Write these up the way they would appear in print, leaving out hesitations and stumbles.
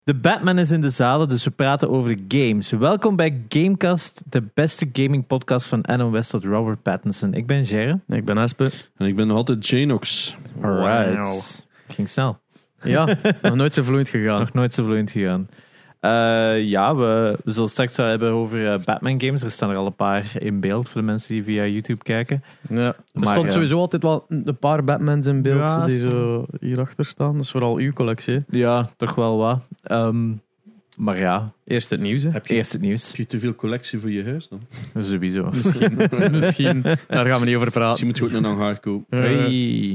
De Batman is in de zalen, dus we praten over de games. Welkom bij Gamecast, de beste gaming podcast van Adam West tot Robert Pattinson. Ik ben Gerre. Ik ben Espe. En ik ben nog altijd Janox. Alright. Wow. Het ging snel. Ja, nog nooit zo vloeiend gegaan. Nog nooit zo vloeiend gegaan. We zullen straks wel hebben over Batman games. Er staan er al een paar in beeld voor de mensen die via YouTube kijken. Ja, er Maar, stond sowieso altijd wel een paar Batmans in beeld Ja, die zo hierachter staan. Dat is vooral uw collectie. Hè? Ja, toch wel wat. Maar ja, Eerst het nieuws. Hè? eerst het nieuws. Heb je te veel collectie voor je huis dan? Sowieso. Misschien. Daar gaan we niet over praten. Misschien moet je ook een hangaar kopen. Hey.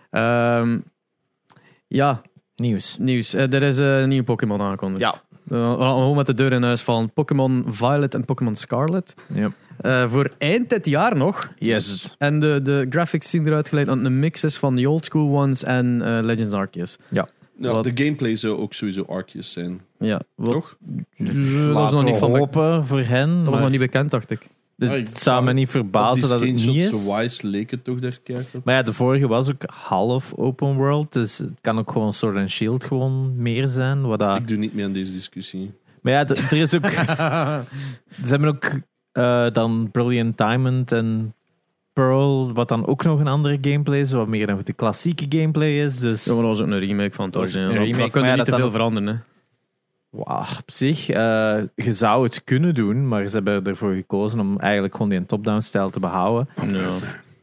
Ja, Nieuws. nieuws. Er is een nieuwe Pokémon aangekondigd. Ja. We gaan gewoon met de deur in huis van Pokémon Violet en Pokémon Scarlet. Ja. Voor eind dit jaar nog. Yes. En de graphics zien eruit geleid dat het een mix is van de old school ones en Legends Arceus. Ja, Wat? de gameplay zou ook sowieso Arceus zijn. Ja, wat? Toch? Dat was Laten nog we niet van hopen voor hen. Dat was maar nog niet bekend, dacht ik. Het zou me niet verbazen dat het niet is. Zo wise leek het toch daar kijkt op. Maar ja, de vorige was ook half open world. Dus het kan ook gewoon Sword and Shield gewoon meer zijn. Wat dat... Ik doe niet mee aan deze discussie. Maar ja, er is ook... Ze hebben ook dan Brilliant Diamond en Pearl, wat dan ook nog een andere gameplay is. Wat meer dan de klassieke gameplay is. Dus Ja, maar dat was ook een remake van het Dat was origineel. een remake, Dat kunnen maar niet ja, te dat veel veranderen. Hè. wow, op zich, je zou het kunnen doen, maar ze hebben ervoor gekozen om eigenlijk gewoon die top-down stijl te behouden. Ja.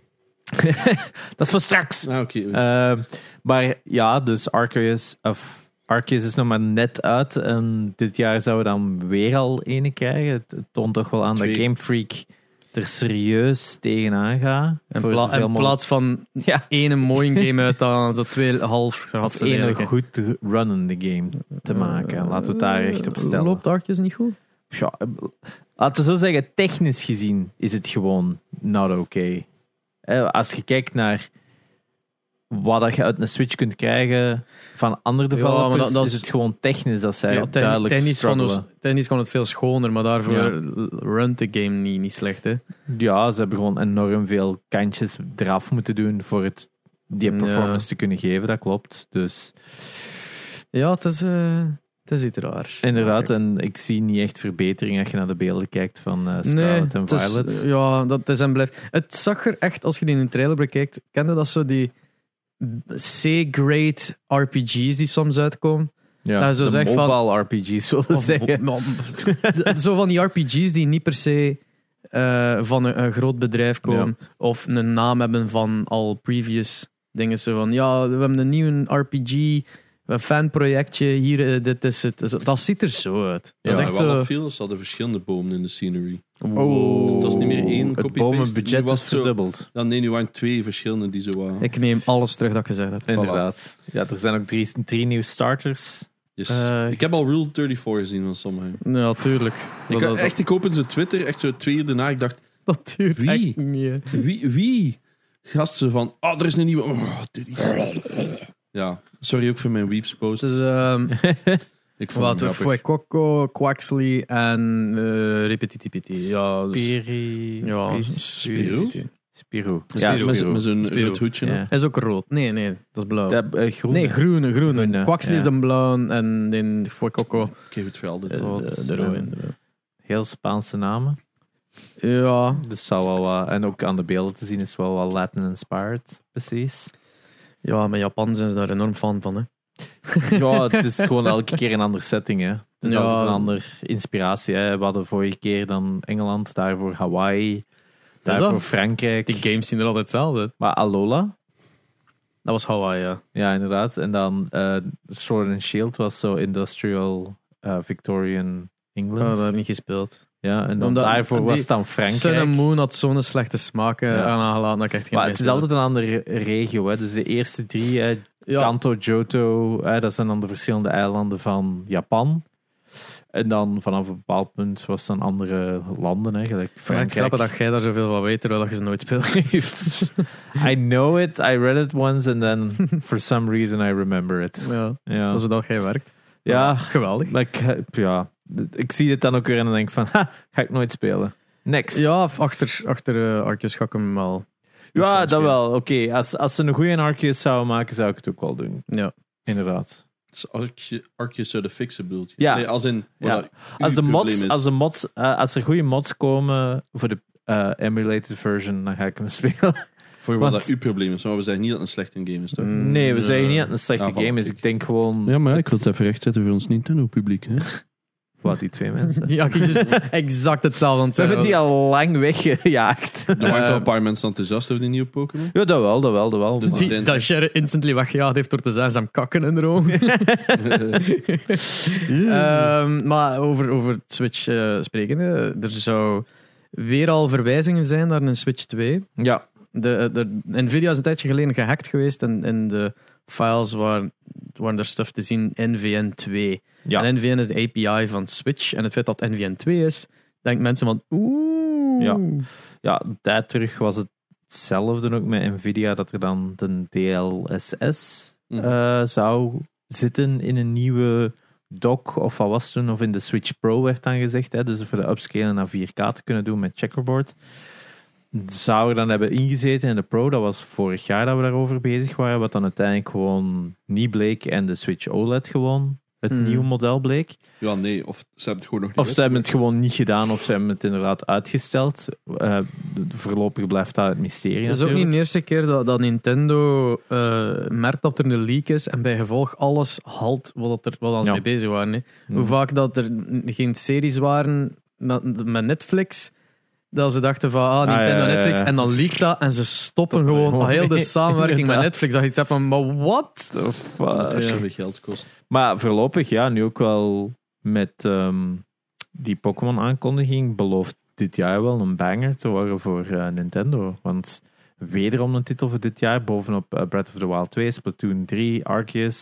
Dat is voor straks. Oké. Maar ja, dus Arceus is nog maar net uit. En dit jaar zouden we dan weer al ene krijgen. Het toont toch wel aan dat 2. Game Freak er serieus tegenaan gaat. In plaats van Ja. ene mooie game uit dan zo 2,5 had Of ze één eigenlijk. goed runnende game te maken. Laten we het daar echt op stellen. Loopt Arceus niet goed? Ja, laten we zo zeggen, technisch gezien is het gewoon not okay. Als je kijkt naar wat je uit een Switch kunt krijgen van andere developers, maar dat is het gewoon technisch dat zij Ja, duidelijk struggelen. tennis kan het veel schoner, maar daarvoor Ja. runt de game niet slecht. Hè. Ja, ze hebben gewoon enorm veel kantjes eraf moeten doen voor het die performance te kunnen geven, dat klopt. Dus Ja, het is iets raars. inderdaad, en ik zie niet echt verbetering als je naar de beelden kijkt van Scarlet en het is- Violet. ja, dat is en blijft. Het zag er echt, als je die in een trailer bekijkt, kende dat zo die C-grade RPG's die soms uitkomen? Ja, dat je zo de zegt van- mobile RPG's willen zeggen. Zo van die RPG's die niet per se van een groot bedrijf komen of een naam hebben van al previous dingen. Zo van, ja, we hebben een nieuw RPG, een fanprojectje, hier, dit is het. Zo, dat ziet er zo uit. Ja, Dat is echt wel zo... opviel, ze hadden verschillende bomen in de scenery. Oh, Dus dat is niet meer één het copy-paste. bomenbudget Nu was is het zo- verdubbeld. Ja, nee, nu waren 2 verschillende die zo... Ik neem alles terug dat ik gezegd heb. Inderdaad. Ja, er zijn ook drie nieuwe starters. Yes. Ik heb al Rule 34 gezien van sommigen. Ja, tuurlijk. Ik open zijn Twitter, echt zo 2 uur daarna, ik dacht, dat duurt Wie? echt niet. Hè. wie? Gasten van, er is een nieuwe... Ja, sorry ook voor mijn Weeps post. Dus Ik vond het wat, grappig. Fuecoco, Quaxley en Repetitipiti. Ja, dus, ja, Spiro? Spiro. Ja, Ja, met Spiro. zo'n Spiro. wit hoedje. Ja. nog. Hij is ook rood. Nee, dat is blauw. Groen. Nee, groene. Groene, Quaxley ja. is de blauw en de Fuecoco Ik geef het voor altijd. is de rode. Heel Spaanse namen. Ja, Dus zal wel wat... En ook aan de beelden te zien is wel wat Latin-inspired, precies. ja, maar Japan zijn ze daar enorm fan van. Hè. Ja, het is gewoon elke keer een andere setting, hè. Het is Ja. altijd een andere inspiratie, hè. We hadden vorige keer dan Engeland, daarvoor Hawaii, daarvoor dat? Frankrijk. Die games zien er altijd hetzelfde uit. Maar Alola... Dat was Hawaii, ja. Ja, inderdaad. En dan Sword and Shield was zo industrial Victorian England. Oh, dat heb ik niet gespeeld. Ja, en dan Omdat daarvoor die was het dan Frankrijk. Sun and Moon had zo'n slechte smaak Ja. aan aangelaten dat ik echt geen Maar het is meester altijd een andere regio. Hè. Dus de eerste 3, Ja. Kanto, Johto, dat zijn dan de verschillende eilanden van Japan. En dan vanaf een bepaald punt was het dan andere landen, hè, gelijk Echt Frankrijk. grappig dat jij daar zoveel van weet, terwijl je ze nooit speelt. I know it, I read it once and then for some reason I remember it. Ja, Ja, dat is hoe dat jij werkt. ja, Geweldig. maar ik zie het dan ook weer en dan denk ik van, ga ik nooit spelen. Next. Ja, achter Arceus ga ik hem wel. Ja, dat wel. Oké, als ze een goede Arceus zouden maken, zou ik het ook wel doen. Ja. Inderdaad. Arceus zou de fixen bedoelt je? Ja. Nee, als in... Ja. wat uw probleem is. Als er goede mods komen voor de emulated version, dan ga ik hem spelen. Voor wat Want- dat uw probleem is. Maar we zeggen niet dat het een slechte game is, toch? Nee, we zeggen niet dat het een slechte Ja, van- game is. Ik denk gewoon... Ja, maar ik wil het even rechtzetten voor ons Nintendo-publiek. Hè? Wat, die twee mensen? Ja, ik is exact hetzelfde aan het We hebben zeggen. die al lang weggejaagd. Er waren toch een paar mensen enthousiast over die nieuwe Pokémon. Ja, dat wel. Dus Die, dat Sherry instantly weggejaagd heeft door te zijn ze hem kakken in de ogen. Maar over het Switch spreken, er zou weer al verwijzingen zijn naar een Switch 2. Ja, Nvidia is een tijdje geleden gehackt geweest en in de files waren er stuff te zien NVN 2. ja. En NVN is de API van Switch. En het feit dat NVN 2 is, denken mensen van oeh. Ja. Ja, een tijd terug was hetzelfde ook met Nvidia, dat er dan de DLSS zou zitten in een nieuwe dock, of wat was het toen, of in de Switch Pro werd dan gezegd, hè, dus voor de upscalen naar 4K te kunnen doen met checkerboard. Zou er dan hebben ingezeten in de Pro, dat was vorig jaar dat we daarover bezig waren, wat dan uiteindelijk gewoon niet bleek en de Switch OLED gewoon het nieuwe model bleek. Ja, nee. Of ze hebben het gewoon nog niet Of ze hebben het gewoon niet gedaan, of ze hebben het inderdaad uitgesteld. Voorlopig blijft dat het mysterie. Het is ook niet natuurlijk. de eerste keer dat Nintendo merkt dat er een leak is en bij gevolg alles halt wat ze Ja. mee bezig waren. Hè. Hoe vaak dat er geen series waren met Netflix, dat ze dachten van Nintendo ja. Netflix, en dan leakt dat en ze stoppen gewoon heel de samenwerking met Inderdaad. Netflix. Dat je iets hebt van, maar what? So fuck. Dat het zoveel geld kost. Maar voorlopig, ja, nu ook wel met die Pokémon-aankondiging belooft dit jaar wel een banger te worden voor Nintendo. Want wederom een titel voor dit jaar, bovenop Breath of the Wild 2, Splatoon 3, Arceus,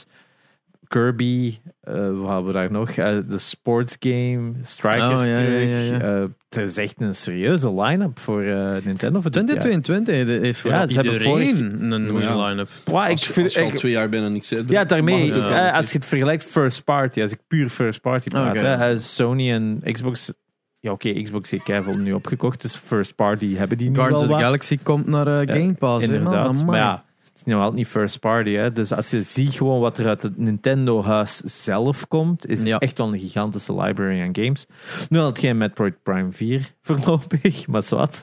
Kirby, wat hebben we daar nog? De sports game, Strikers Oh, ja, terug. ja, ja. Het is echt een serieuze line-up voor Nintendo voor dit jaar. 2022 heeft voor Ja, ze hebben iedereen een goede Ja. line-up. Wow, Als je al 2 jaar bijna niks zit. Ja, daarmee. mag het ook wel. Als je het vergelijkt first party, als ik puur first party praat, Oké. hè, Sony en Xbox. Ja, oké, Xbox heeft keiveel nu opgekocht, dus first party hebben die nu Guardians wel of the wat. Galaxy komt naar Game Pass. hè, man. Inderdaad. Amai. Maar ja, het is nu altijd niet first party. Hè. Dus als je ziet gewoon wat er uit het Nintendo-huis zelf komt, is het Ja. echt wel een gigantische library aan games. Nu had het geen Metroid Prime 4 voorlopig, maar zwart.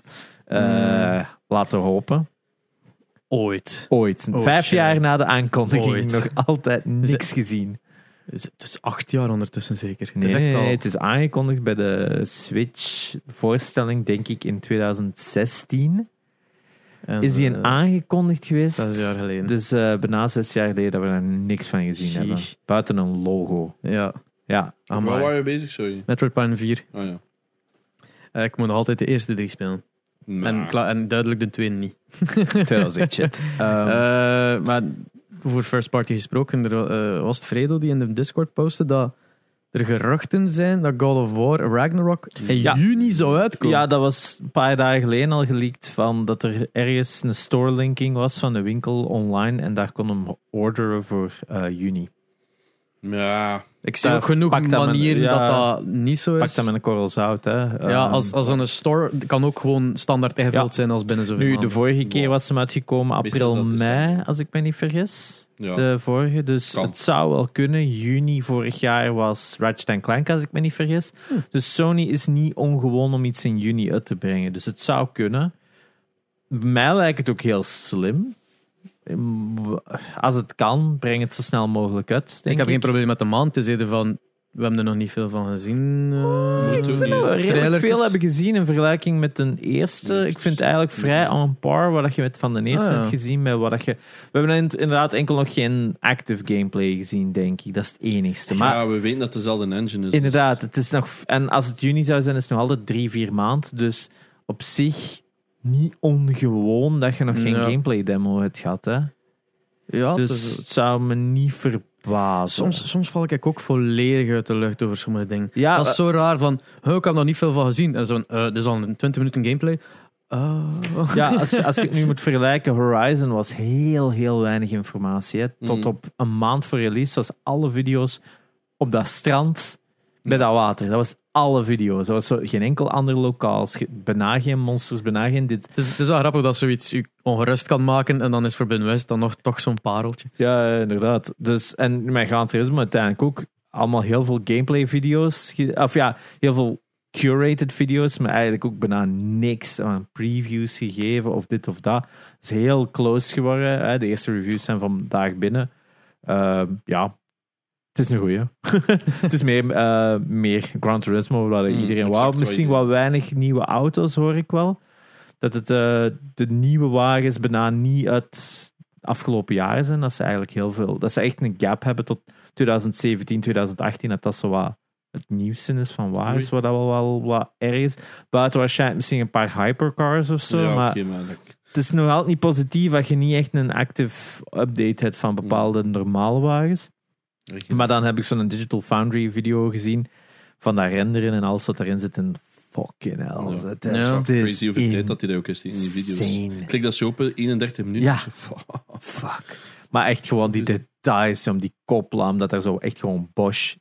Laten we hopen. Ooit. Ooit. Oh, 5 shit. jaar na de aankondiging Ooit. nog altijd niks gezien. Het is 8 jaar ondertussen zeker. Nee, het is echt al... het is aangekondigd bij de Switch-voorstelling, denk ik, in 2016. En, Is die aangekondigd geweest? 6 jaar geleden. Dus bijna 6 jaar geleden dat we daar niks van gezien Sheesh. hebben. Buiten een logo. Ja. Ja, Waar Amai. waren we bezig, sorry? Metroid Prime 4. Oh ja. Ik moet nog altijd de eerste 3 spelen. Nou, En duidelijk de 2 niet. 2000 shit. Maar voor first party gesproken, was het Fredo die in de Discord postte dat er geruchten zijn dat God of War Ragnarok in Ja. juni zou uitkomen. Ja, dat was een paar dagen geleden al geleakt van dat er ergens een store-linking was van de winkel online en daar kon hem orderen voor juni. ja. Ik zie Daar ook genoeg pakt dat met- manieren ja, dat niet zo Pak is. dat met een korrel zout. Hè. Ja, als een store kan ook gewoon standaard ingevuld Ja. zijn als binnen zoveel Nu, maanden. de vorige keer was hem uitgekomen Meestal april, is dat mei, december. als ik me niet vergis. Ja. De vorige, dus Kan. het zou wel kunnen. Juni vorig jaar was Ratchet Clank, als ik me niet vergis. Dus Sony is niet ongewoon om iets in juni uit te brengen. Dus het zou kunnen. Bij mij lijkt het ook heel slim. Als het kan, breng het zo snel mogelijk uit. Ik heb geen probleem met de maand. Het is eerder van, we hebben er nog niet veel van gezien. Moet ook niet. Redelijk trailertjes. veel hebben gezien in vergelijking met de eerste. Ik vind het eigenlijk vrij on par wat je met van de eerste ja. hebt gezien. Met wat je... We hebben inderdaad enkel nog geen active gameplay gezien, denk ik. Dat is het enigste. Maar Ja, we weten dat het dezelfde engine is. inderdaad, het is nog... En als het juni zou zijn, is het nog altijd 3-4 maanden. Dus op zich niet ongewoon dat je nog geen Ja. gameplay demo hebt gehad. Hè? Ja, Dus het zou me niet verbazen. soms val ik ook volledig uit de lucht over sommige dingen. Ja, dat is zo raar van, ik heb nog niet veel van gezien. En zo, dit is al een 20 minuten gameplay. Ja, als je het nu moet vergelijken, Horizon was heel weinig informatie. Hè. Tot op een maand voor release was alle video's op dat strand bij dat water. Dat was alle video's. Er was zo geen enkel ander lokaal. Bijna geen monsters, bijna geen dit. Het is wel grappig dat zoiets u ongerust kan maken en dan is Forbidden West dan nog toch zo'n pareltje. Ja, inderdaad. Dus, en met Gran Turismo uiteindelijk ook allemaal heel veel gameplay-video's. Of ja, heel veel curated video's, maar eigenlijk ook bijna niks aan previews gegeven of dit of dat. Het is heel close geworden. Hè. De eerste reviews zijn vandaag binnen. Ja, het is een goeie. Het is meer Gran Turismo, waar iedereen wou. Misschien wel weinig nieuwe auto's, hoor ik wel. Dat het de nieuwe wagens bijna niet uit afgelopen jaren zijn. Dat ze eigenlijk heel veel... Dat ze echt een gap hebben tot 2017, 2018. Dat zo wat het nieuwste is van wagens, wat dat wel wat erg is. Buiten waarschijnlijk misschien een paar hypercars of zo. Ja, maar het is nog altijd niet positief dat je niet echt een active update hebt van bepaalde normale wagens. Maar dan heb ik zo'n Digital Foundry video gezien van dat renderen en alles wat erin zit. En fucking hell. Ja. Het is crazy hoeveel tijd dat hij daar ook is in die video's. Klik dat zo open, 31 minuten. Ja. Fuck. Maar echt gewoon die details, om die koplamp, dat er zo echt gewoon Bosch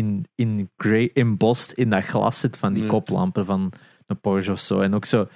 embossed in dat glas zit van die koplampen van een Porsche of zo. En ook zo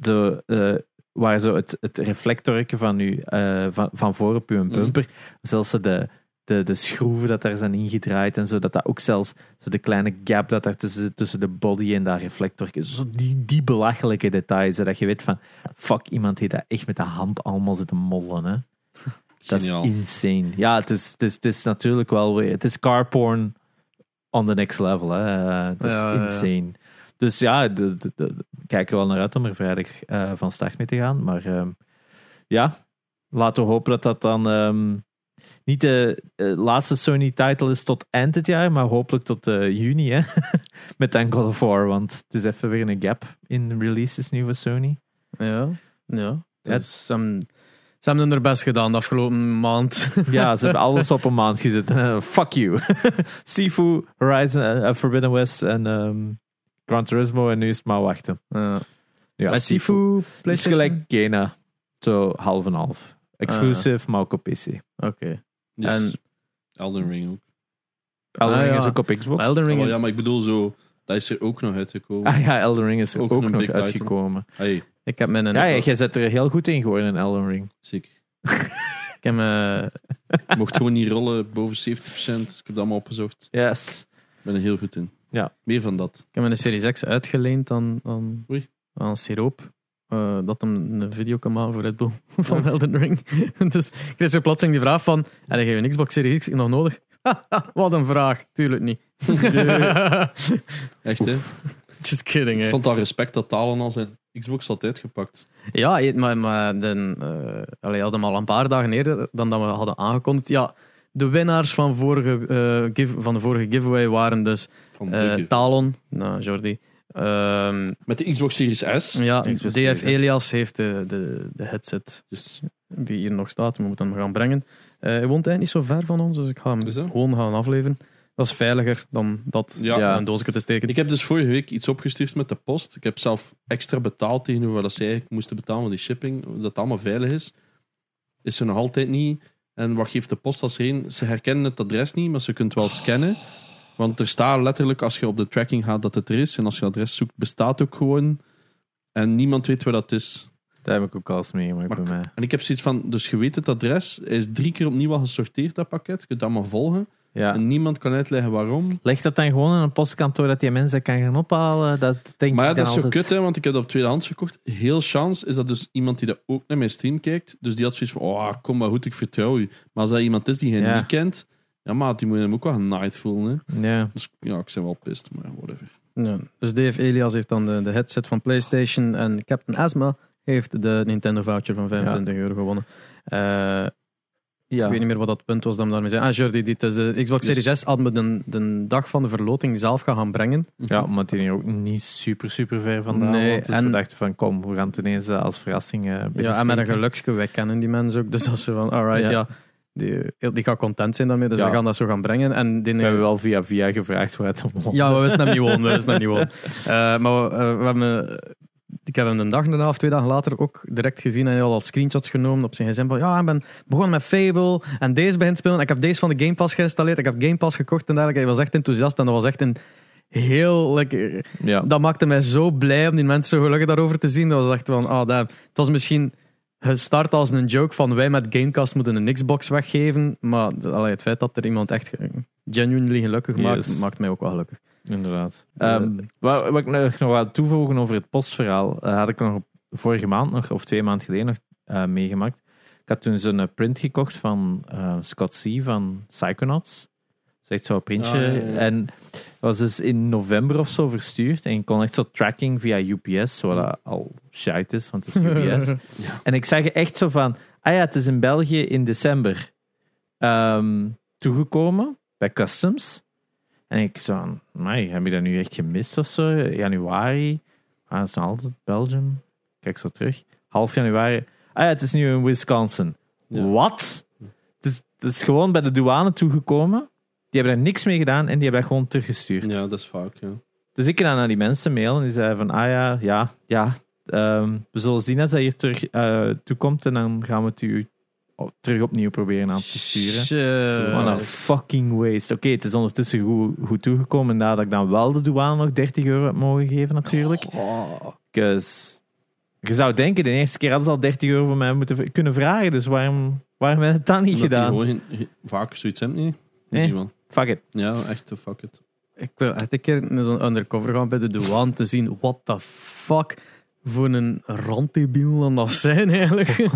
waar zo het reflectorje van u van voor op uw bumper, zelfs zo de schroeven dat daar zijn ingedraaid en zo, dat ook zelfs zo de kleine gap dat daar tussen de body en dat reflectorje, zo die belachelijke details, dat je weet van, fuck, iemand heeft dat echt met de hand allemaal zitten mollen, hè. Dat is insane. Ja, het is natuurlijk wel weer, het is carporn on the next level, hè. Dat is insane. Ja. Dus ja, kijk er wel naar uit om er vrijdag van start mee te gaan. Maar ja, laten we hopen dat dat dan niet de laatste Sony-title is tot eind dit jaar, maar hopelijk tot juni, hè? Met dan God of War, want het is even weer een gap in releases nu voor Sony. Ja. Dus, ze hebben hun best gedaan de afgelopen maand. Ja, ze hebben alles op een maand gezet. Fuck you. Sifu, Horizon, Forbidden West en Gran Turismo, en nu is het maar wachten. Ja, Sifu, is gelijk Kena. Zo half en half. Exclusive, maar ook op PC. Oké. Yes. En Elden Ring ook. Elden Ring is ook op Xbox. Elden Ring ja, maar ik bedoel zo, dat is er ook nog uitgekomen. Ah ja, Elden Ring is er ook nog uitgekomen. Hey. Ik heb jij zet er heel goed in geworden in Elden Ring. Zeker. Ik heb je mocht gewoon niet rollen boven 70%. Ik heb dat allemaal opgezocht. Yes. Ik ben er heel goed in. Ja. Meer van dat. Ik heb mijn Series X uitgeleend aan Siroop. Dat hem een video kan maken voor Red Bull van Elden Ring. Dus ik kreeg zo plotseling die vraag van, heb je een Xbox Series X nog nodig? Wat een vraag. Tuurlijk niet. Echt, hè? Just kidding, hè. Ik vond dat respect dat Talen al zijn Xbox had uitgepakt. Ja, maar hadden hem al een paar dagen eerder dan dat we hadden aangekondigd. Ja, de winnaars van de vorige giveaway waren dus Talon, Jordi. Met de Xbox Series S. Ja, DF Elias heeft de headset die hier nog staat. We moeten hem gaan brengen. Hij woont eigenlijk niet zo ver van ons, dus ik ga hem gewoon gaan afleveren. Dat is veiliger dan dat een doosje te steken. Ik heb dus vorige week iets opgestuurd met de post. Ik heb zelf extra betaald tegenover wat ze eigenlijk moesten betalen voor die shipping. Dat het allemaal veilig is. Is er nog altijd niet. En wat geeft de post als er een? Ze herkennen het adres niet, maar ze kunt wel scannen. Want er staat letterlijk, als je op de tracking gaat, dat het er is. En als je adres zoekt, bestaat ook gewoon. En niemand weet waar dat is. Daar heb ik ook al eens meegemaakt bij mij. En ik heb zoiets van, dus je weet het adres. Hij is 3 keer opnieuw al gesorteerd, dat pakket. Je kunt het allemaal volgen. Ja. En niemand kan uitleggen waarom. Leg dat dan gewoon in een postkantoor dat die mensen kan gaan ophalen. Dat denk maar ja, ik dat is altijd... zo kut, hè, want ik heb dat op tweedehands gekocht. Heel chance is dat dus iemand die dat ook naar mijn stream kijkt. Dus die had zoiets van, kom maar goed, ik vertrouw u. Maar als dat iemand is die je niet kent, ja, maar die moet hem ook wel genaaid voelen. Hè. Ja. Dus ja, ik ben wel pissed, maar whatever. Ja, dus DF Elias heeft dan de headset van PlayStation en Captain Asma heeft de Nintendo voucher van €25 gewonnen. Ik weet niet meer wat dat punt was dat we daarmee zijn. Jordi, de Xbox Series S hadden we de dag van de verloting zelf gaan brengen. Ja, omdat die ook niet super ver vandaan was. Dus we dachten van, kom, we gaan het ineens als verrassing ja, en met een geluksje, wij kennen die mensen ook. Dus dat ze van, alright, die gaat content zijn daarmee, dus we gaan dat zo gaan brengen. En we hebben wel via gevraagd voor het omhoog. Ja, we wisten hem niet gewoon. Maar we hebben... Ik heb hem een dag daarna of 2 dagen later ook direct gezien en hij had al screenshots genomen op zijn gsm van ik ben begonnen met Fable en deze begint spelen. Ik heb deze van de Game Pass geïnstalleerd, ik heb Game Pass gekocht en dergelijke. Hij was echt enthousiast en dat was echt heel... Like, Ja. dat maakte mij zo blij om die mensen zo gelukkig daarover te zien. Dat was echt van, damn. Het was misschien gestart als een joke van wij met Gamecast moeten een Xbox weggeven. Maar het feit dat er iemand echt genuinely gelukkig maakt, maakt mij ook wel gelukkig. Inderdaad. Wat ik nog wil toevoegen over het postverhaal, had ik nog vorige maand nog, of 2 maanden geleden nog meegemaakt. Ik had toen zo'n print gekocht van Scott C. van Psychonauts. Dat is echt zo'n printje. Ja. En dat was dus in november of zo verstuurd. En je kon echt zo tracking via UPS, wat dat al shite is, want het is UPS. Ja. En ik zag echt zo van, het is in België in december toegekomen bij Customs. En ik zo van, heb je dat nu echt gemist of zo? Januari. Dat is nog altijd Belgium. Kijk zo terug. Half januari. Het is nu in Wisconsin. Ja. Wat? Het is gewoon bij de douane toegekomen. Die hebben daar niks mee gedaan en die hebben dat gewoon teruggestuurd. Ja, dat is vaak, ja. Dus ik kan naar die mensen mailen en die zeiden van, we zullen zien als dat hier terug toekomt en dan gaan we het u terug opnieuw proberen aan te sturen. What a fucking waste. Oké, het is ondertussen goed toegekomen nadat ik dan wel de douane nog €30 heb mogen geven natuurlijk. Dus je zou denken, de eerste keer hadden ze al €30 voor mij moeten kunnen vragen, dus waarom hebben we het dan niet Omdat gedaan? die gewoon vaak zoiets hebben, niet? Nee. Man. Fuck it. Ja, echt fuck it. Ik wil echt een keer zo'n undercover gaan bij de douane te zien what the fuck voor een randdebiel dan dat zijn eigenlijk.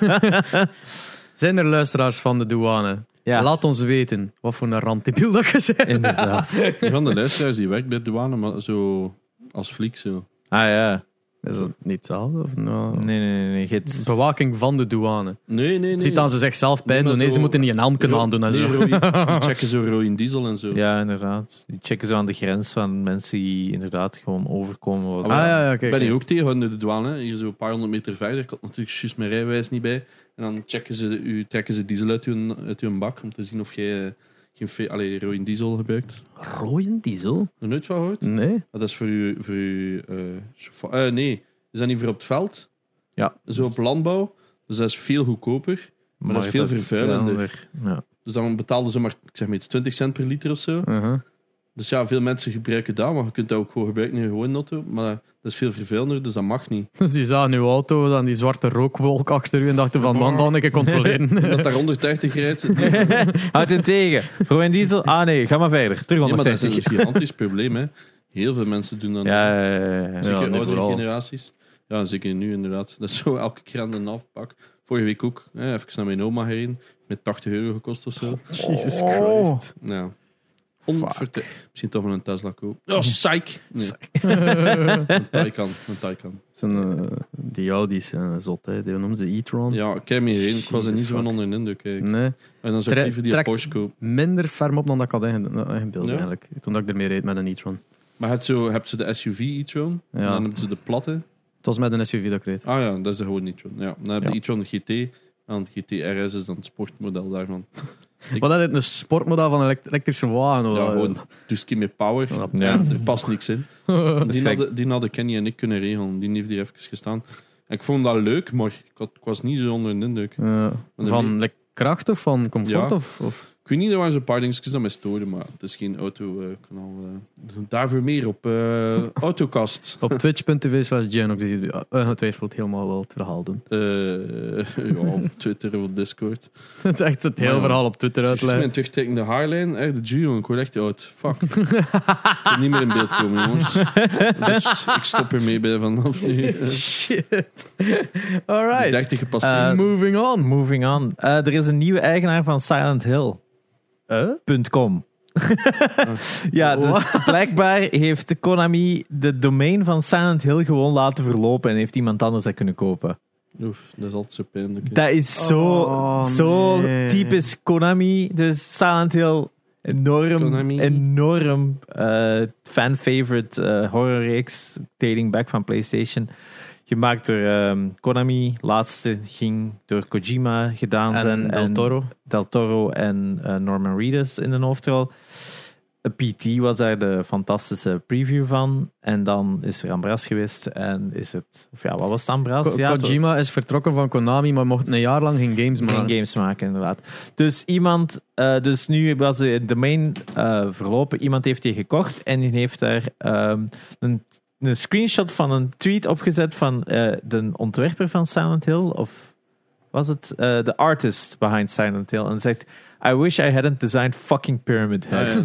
Zijn er luisteraars van de douane? Ja. Laat ons weten wat voor een randdebiel dat je bent. Inderdaad. Een van de luisteraars die werkt bij de douane, maar zo als fliek zo. Ja. Is dat niet hetzelfde? Of nou? Nee. Bewaking van de douane. Nee. Ziet dan ze zichzelf pijn doen. Nee, zo- ze moeten niet een helm kunnen aandoen en zo. Die checken zo rode diesel en zo. Ja, inderdaad. Die checken zo aan de grens van mensen die inderdaad gewoon overkomen. Wat Oké. Ik ben hier ook tegen de douane, hier zo een paar 100 meter verder. Ik had natuurlijk juist mijn rijbewijs niet bij. En dan trekken ze diesel uit uw bak om te zien of jij geen rode diesel gebruikt. Rode diesel? Nog nooit van gehoord? Nee. Dat is voor u chauffeur. Nee, is dat niet voor op het veld? Ja. Zo op landbouw. Dus dat is veel goedkoper. Maar dat is veel vervuilender. Ja. Dus dan betaalden ze maar, ik zeg maar iets, 20 cent per liter of zo. Dus ja, veel mensen gebruiken dat, maar je kunt dat ook gewoon gebruiken in je gewone auto. Maar dat is veel vervuilender, dus dat mag niet. Dus die zagen uw auto, dan die zwarte rookwolk achter u en dachten van, man, dan een keer controleren. Dat daar 130 rijdt. Houd het tegen. Voor een diesel? Nee, ga maar verder. Terug Ja, maar dat is 130. een gigantisch probleem. Hè. Heel veel mensen doen dat. Ja. Zeker Ja, nu oudere vooral. generaties. Ja, zeker nu inderdaad. Dat is zo elke keer aan de afpak. Vorige week ook. Even naar mijn oma gereden. Met €80 gekost of zo. Jesus Christ. Ja. Misschien toch wel een Tesla koop. Oh, psych! Nee. Een Taycan. Die Audi's zijn zot, hè. Die noemen ze e-tron. Ja, ik heb me heen. Ik was er niet Jesus zo van fuck. onder de indruk. Eigenlijk. Nee. En dan zou ik liever die Trekt Porsche kopen. minder ferm op dan dat ik had ingebeeld Ja? eigenlijk. Toen dat ik ermee reed met een e-tron. Maar heb je de SUV e-tron. Ja. En dan hebben ze de platte. Het was met een SUV dat ik reed. Ah ja, dat is de gewone e-tron. Ja. Dan heb je Ja. e-tron GT. En de GT RS is dan het sportmodel daarvan. Wat is het, een sportmodel van een elektrische wagen? Ja, gewoon toeskie met power. Ja. Er past niks in. Die hadden Kenny en ik kunnen regelen. Die heeft hier even gestaan. En ik vond dat leuk, maar ik was niet zo onder de indruk. Van like, kracht of van comfort? Ja. Of? Ik weet niet, er waren zo'n paar dingetjes dat mij storen, maar het is geen autokanaal. Daarvoor meer op Autokast. Op twitch.tv/Genox zie je ongetwijfeld helemaal wel het verhaal doen. Ja, op Twitter of op Discord. Het is echt het hele Maar ja. verhaal op Twitter Juist uitleggen. mijn terugtrekkende haarlijn, de Giro, ik word echt oud. Fuck. Ik kan niet meer in beeld komen, jongens. Dus ik stop ermee bij vanaf nu. Shit. Alright. 30 gepasseerd. Moving on. Er is een nieuwe eigenaar van Silent Hill. .com. Ja, dus blijkbaar heeft Konami de domein van Silent Hill gewoon laten verlopen en heeft iemand anders dat kunnen kopen. Oef, dat is altijd zo pijnlijk. Hè. Dat is zo nee. typisch Konami. Dus Silent Hill, Konami. enorm fan-favorite horrorreeks, dating back van PlayStation. Gemaakt door Konami. Laatste ging door Kojima gedaan zijn. En Del Toro. Del Toro en Norman Reedus in de hoofdrol. PT was daar de fantastische preview van. En dan is er Ambras geweest. En is het... Of ja, wat was het Ambras? Kojima is vertrokken van Konami, maar mocht een jaar lang geen games maken. Geen games maken, inderdaad. Dus iemand... dus nu was de domain verlopen. Iemand heeft die gekocht. En die heeft daar een screenshot van een tweet opgezet van de ontwerper van Silent Hill. Of was het de artist behind Silent Hill. En zegt... I wish I hadn't designed fucking Pyramid Head.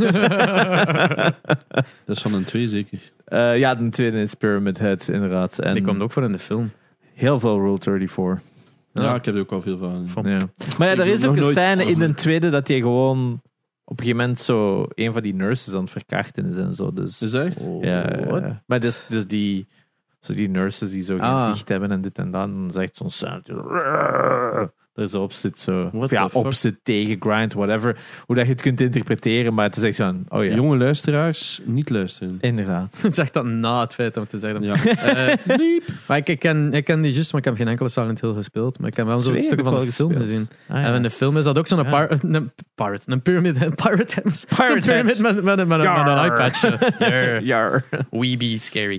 Dat is van een 2 zeker. Ja, de tweede is Pyramid Head, inderdaad. En Die komt ook voor in de film. heel veel Rule 34. Ja, ik heb er ook al veel van. Ja. Maar ja, Ik er is heb ook nog een nooit- scène in de tweede dat hij gewoon op een gegeven moment zo een van die nurses aan het verkrachten is en zo. Dus, Is dat echt? ja. Maar dus die nurses die zo geen zicht hebben en dit en dat, dan zegt zo'n sound er zo op zit, zo. What Of ja, the fuck? op zit, tegen, grind, whatever. Hoe dat je het kunt interpreteren, maar het is echt zo'n, oh ja. Jonge luisteraars, niet luisteren. Inderdaad. Zeg dat na het feit om te zeggen. Ja. Maar ik ken die juist, maar ik heb geen enkele Silent Hill gespeeld. Maar ik heb wel zo'n Twee stukken heb van ik de wel film gespeeld. gezien. Ah, ja. En in de film is dat ook zo'n Ja. een pyramid head. Pirate head. Zo'n pyramid met een eyepatch. Ja. Weeby, scary.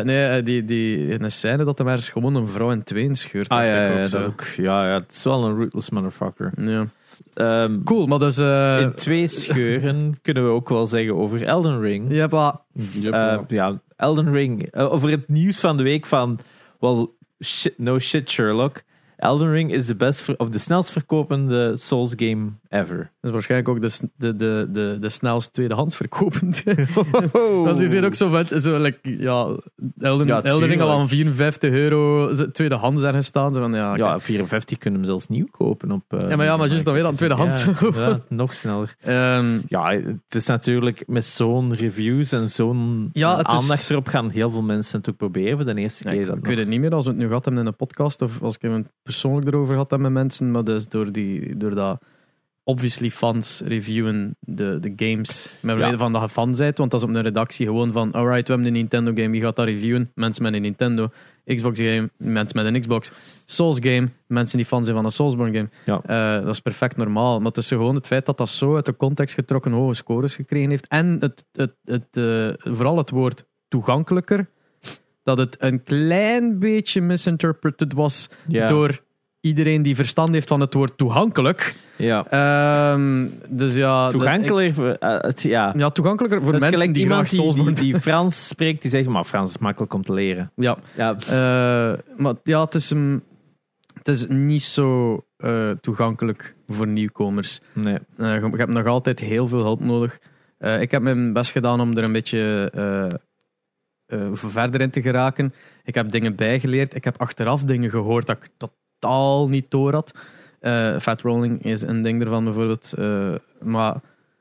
Die in een scène dat hem ergens gewoon een vrouw in tweeën scheurt. Ah dacht ik ja, ook ja, zo. dat ook. Ja, het is wel een ruthless motherfucker. Ja. Cool. Maar dus... In 2 scheuren kunnen we ook wel zeggen over Elden Ring. ja, maar... Ja, Elden Ring. Over het nieuws van de week van... Well, no shit Sherlock. Elden Ring is de snelst verkopende Souls game ever. Dat is waarschijnlijk ook de snelst tweedehands verkopend. Want die zijn ook zo vet. Zo, like, ja, Elden Ring al aan €54 tweedehands zijn gestaan. Zo van, Ja, 54 kunnen hem zelfs nieuw kopen op... maar juist dan weer aan tweedehands. Ja, nog sneller. Ja, het is natuurlijk met zo'n reviews en zo'n Ja, aandacht erop gaan heel veel mensen het ook proberen voor de eerste keer. ik weet het niet meer als we het nu gehad hebben in een podcast of als ik het persoonlijk erover gehad heb met mensen, maar dus door dat obviously fans reviewen de games met reden van dat je fan bent, want dat is op een redactie gewoon van alright, we hebben een Nintendo game, wie gaat dat reviewen? Mensen met een Nintendo. Xbox game, mensen met een Xbox. Souls game, mensen die fan zijn van een Soulsborne game. Ja. Dat is perfect normaal, maar het is gewoon het feit dat dat zo uit de context getrokken hoge scores gekregen heeft en vooral het woord toegankelijker, dat het een klein beetje misinterpreted was door iedereen die verstand heeft van het woord toegankelijk. Ja. Dus ja... Toegankelijker, Ja, toegankelijker voor dat is mensen gelijk die iemand graag Soulsborne... die Frans spreekt, die zegt, maar Frans is makkelijk om te leren. Ja. Ja. Maar ja, het is niet zo toegankelijk voor nieuwkomers. Nee. Je hebt nog altijd heel veel hulp nodig. Ik heb mijn best gedaan om er een beetje verder in te geraken. Ik heb dingen bijgeleerd. Ik heb achteraf dingen gehoord dat ik totaal niet door had. Fat rolling is een ding ervan bijvoorbeeld. Maar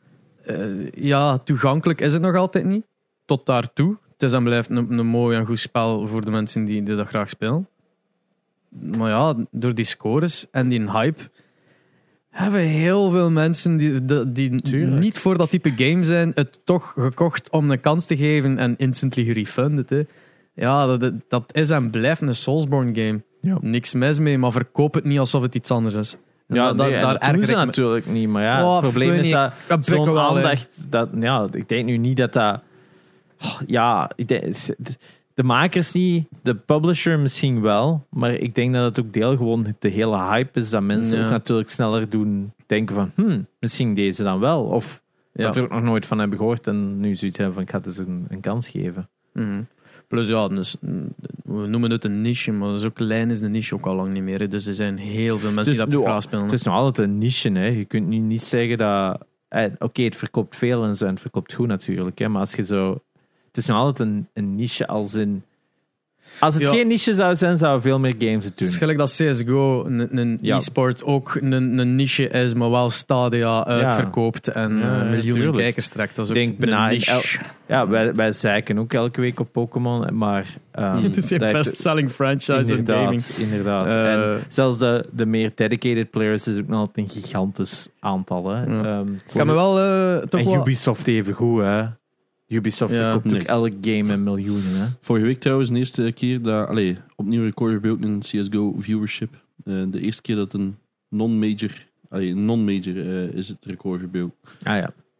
ja, toegankelijk is het nog altijd niet. Tot daartoe. Het is en blijft een mooi en goed spel voor de mensen die dat graag spelen. Maar ja, door die scores en die hype hebben heel veel mensen die niet voor dat type game zijn, het toch gekocht om een kans te geven en instantly gerefunded. Hè. Ja, dat is en blijft een Soulsborne game. Ja. Niks mis mee, maar verkoop het niet alsof het iets anders is. En Ja, daar dat doen erger ze ik me. natuurlijk niet. Maar ja, Oh, het probleem weet is niet. dat Dat zo'n prikken wel, hè. aandacht... Ik denk nu niet dat dat... Ja, ik denk, de makers niet, de publisher misschien wel, maar ik denk dat het ook deel gewoon de hele hype is, dat mensen ook natuurlijk sneller doen denken van, misschien deze dan wel. Of dat er ook nog nooit van hebben gehoord en nu zoiets hebben van, ik ga het eens een kans geven. Mhm. Plus ja, dus, we noemen het een niche, maar zo klein is de niche ook al lang niet meer. Hè. Dus er zijn heel veel mensen die dat graag spelen. Het is nog altijd een niche, hè. Je kunt nu niet zeggen dat... Oké, het verkoopt veel en zo, en het verkoopt goed natuurlijk, hè. Maar als je zo... Het is nog altijd een niche als in... Als het geen niche zou zijn, zouden veel meer games het doen. Het is gelijk dat CSGO, een e-sport, ook een niche is, maar wel stadia uitverkoopt en miljoenen tuurlijk. kijkers trekt. Dat is ook Denk bijna een niche. wij zeiken ook elke week op Pokémon, maar... Het is een best-selling franchise in gaming. Inderdaad. En zelfs de meer dedicated players is ook nog altijd een gigantisch aantal. Hè. Ja. Ik kan me wel toch en wel... Ubisoft even goed, hè. Ubisoft verkoopt ook elk game in miljoenen. Hè. Vorige week trouwens, de eerste keer dat... opnieuw record gebeeld in CSGO viewership. De eerste keer dat een non-major is het record gebeeld. Ah ja.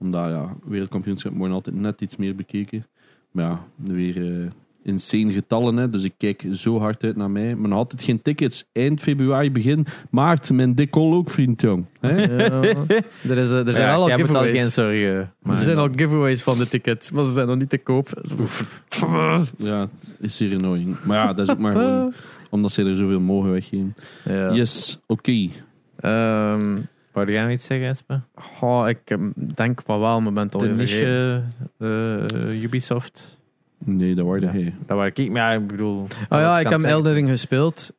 Omdat, ja, wereldkampioenschap worden altijd net iets meer bekeken. Maar ja, weer insane getallen. Hè. Dus ik kijk zo hard uit naar mij. Maar nog altijd geen tickets. Eind februari, begin maart. Mijn dikol ook, vriend, jong. Hè? Er zijn al jij moet al giveaways. geen zorgen. Er zijn al giveaways van de tickets, maar ze zijn nog niet te koop. Ja, is zeer annoying. Maar ja, dat is ook maar gewoon omdat ze er zoveel mogen weggeven. Ja. Yes, oké. Wou jij nog iets zeggen, Espe? Ik denk van wel, maar ben het al De even vergeten. niche Ubisoft. Nee, dat waarde hij. Dat waar ik, maar ja, ik bedoel... Ik heb Elden Ring gespeeld.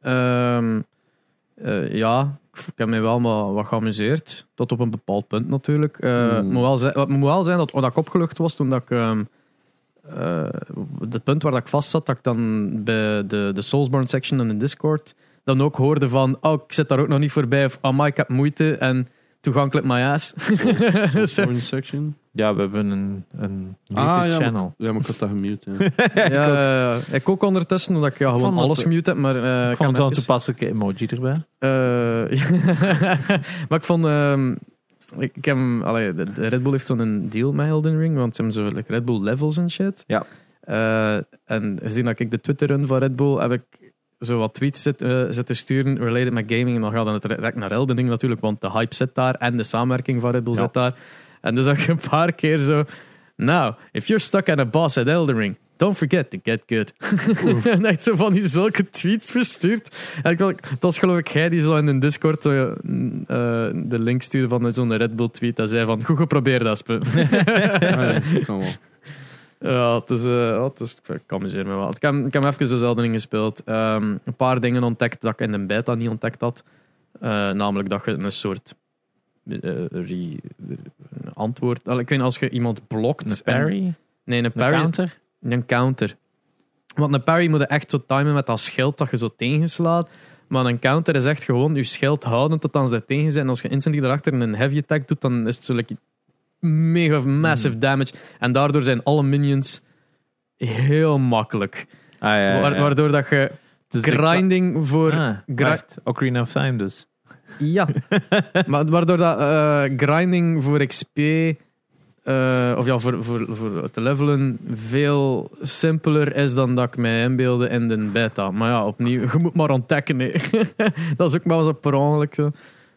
Ik heb me wel maar wat geamuseerd. Tot op een bepaald punt natuurlijk. Het moet wel zijn dat ik opgelucht was toen dat ik... het punt waar dat ik vast zat, dat ik dan bij de Soulsborne section in de Discord dan ook hoorde van, ik zit daar ook nog niet voorbij, of amai, ik heb moeite, en toegankelijk my ass. Soulsborne section? Ja, we hebben een muted channel. Maar ik had dat gemute. Ja. Ik ook ondertussen, omdat ik gewoon vond dat- alles gemute heb, maar Ik vond het wel een toepasselijke emoji erbij. maar ik vond... ik heb, de Red Bull heeft zo'n deal met Elden Ring, want ze hebben zo Red Bull levels en shit. Ja. En gezien dat ik de Twitter-run van Red Bull, heb ik zo wat tweets zitten sturen related met gaming. En dan gaat het direct naar Elden Ring natuurlijk, want de hype zit daar en de samenwerking van Red Bull zit daar. En dus zag ik een paar keer zo... Now, if you're stuck at a boss at Elden Ring, don't forget to get good. En echt zo van die zulke tweets verstuurd. En het was geloof ik jij die zo in de Discord de link stuurde van zo'n Red Bull tweet. Dat zei van, goed geprobeerd, Aspe. Kan wel. Ja, het is, ik amuseer me wel. Ik heb even de Elden Ring gespeeld. Een paar dingen ontdekt dat ik in de beta niet ontdekt had. Namelijk dat je een soort antwoord... Ik weet niet, als je iemand blokt... Een parry? Nee, een Parry? counter. Een counter. Want een parry moet je echt zo timen met dat schild dat je zo tegenslaat. Maar een counter is echt gewoon je schild houden tot dan ze er tegen zijn. En als je instantly daarachter een heavy attack doet, dan is het zo like mega massive damage. En daardoor zijn alle minions heel makkelijk. Waardoor dat je Dus grinding voor... Ocarina of Time dus. Ja. Maar waardoor dat grinding voor XP... voor te levelen veel simpeler is dan dat ik mij inbeelde in de beta. Maar ja, opnieuw, je moet maar ontdekken. Hè. Dat is ook maar zo per ongeluk. Zo.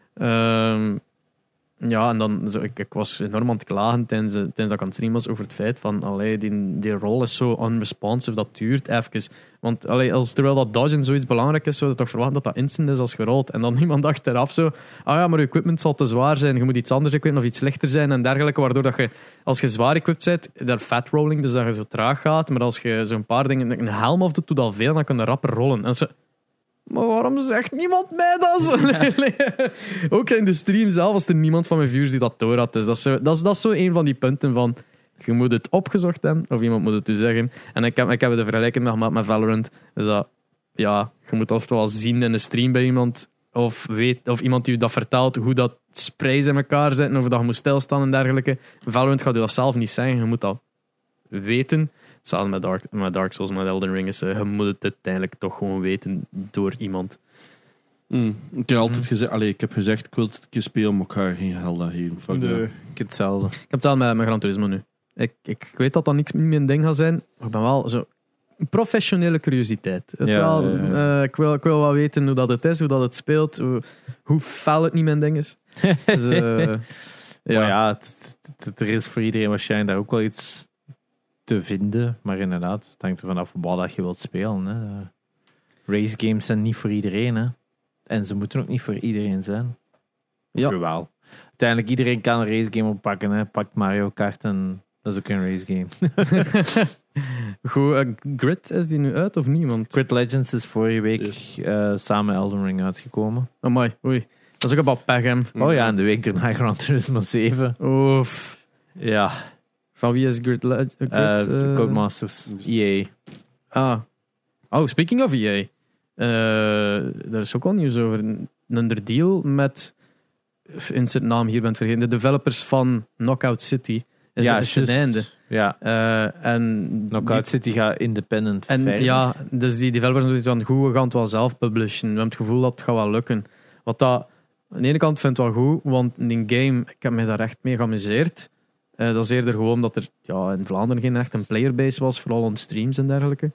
En dan, ik was enorm aan het klagen tijdens dat ik aan het streamen was over het feit van die rol is zo unresponsive, dat duurt even. Want terwijl dat dodgen zoiets belangrijk is, zou je toch verwachten dat dat instant is als je rolt. En dan niemand achteraf zo, maar je equipment zal te zwaar zijn, je moet iets anders equippen of iets lichter zijn en dergelijke, waardoor dat je, als je zwaar equipped bent, daar fat rolling, dus dat je zo traag gaat, maar als je zo'n paar dingen, een helm of doet al veel, dan kun je rapper rollen. En zo, maar waarom zegt niemand mij dat zo? Ook in de stream zelf was er niemand van mijn viewers die dat door had. Dus dat is zo een van die punten van... Je moet het opgezocht hebben, of iemand moet het u zeggen. En ik heb de vergelijking nog gemaakt met Valorant. Dus dat... Ja, je moet oftewel zien in de stream bij iemand... Of iemand die u dat vertelt, hoe dat sprays in elkaar zitten, of dat je moet stilstaan en dergelijke. Valorant gaat u dat zelf niet zeggen. Je moet dat weten. Hetzelfde met Dark Souls, met Elden Ring is je moet het uiteindelijk toch gewoon weten door iemand. Ik heb altijd gezegd, ik heb gezegd, ik wil het een keer spelen, maar ik ga er geen geld aan geven. Fuck Nee, dat. ik heb hetzelfde. Ik heb het wel met Gran Turismo nu. Ik weet dat dat niet mijn ding gaat zijn, maar ik ben wel zo... Professionele curiositeit. Ik wil wel weten hoe dat het is, hoe dat het speelt, hoe fel het niet mijn ding is. Dus, er is voor iedereen waarschijnlijk daar ook wel iets te vinden, maar inderdaad, het hangt er vanaf wat dat je wilt spelen. Hè. Race games zijn niet voor iedereen, hè. En ze moeten ook niet voor iedereen zijn. Ja. Wel. Uiteindelijk, iedereen kan een race game oppakken. Hè. Pakt Mario Kart en dat is ook een race game. Goed, Grid, is die nu uit of niet? Want... Grid Legends is vorige week samen Elden Ring uitgekomen. Amai, oei. Dat is ook een pech, hem. Oh ja, en de week daarna Gran Turismo 7. Oef. Ja. Van wie is Grid Legends? Codemasters. EA. Ah. Oh, speaking of EA. Daar is ook al nieuws over. Een deal met... Insert naam hier bent vergeten. De developers van Knockout City. Is het einde. Ja. En Knockout City gaat independent en verder. ja, dus die developers doen van goed, we gaan het wel zelf publishen. We hebben het gevoel dat het gaat wel lukken. Wat dat, aan de ene kant vind ik wel goed, want in die game, ik heb me daar echt mee geamuseerd. Dat is eerder gewoon dat er in Vlaanderen geen echt een playerbase was, vooral on streams en dergelijke.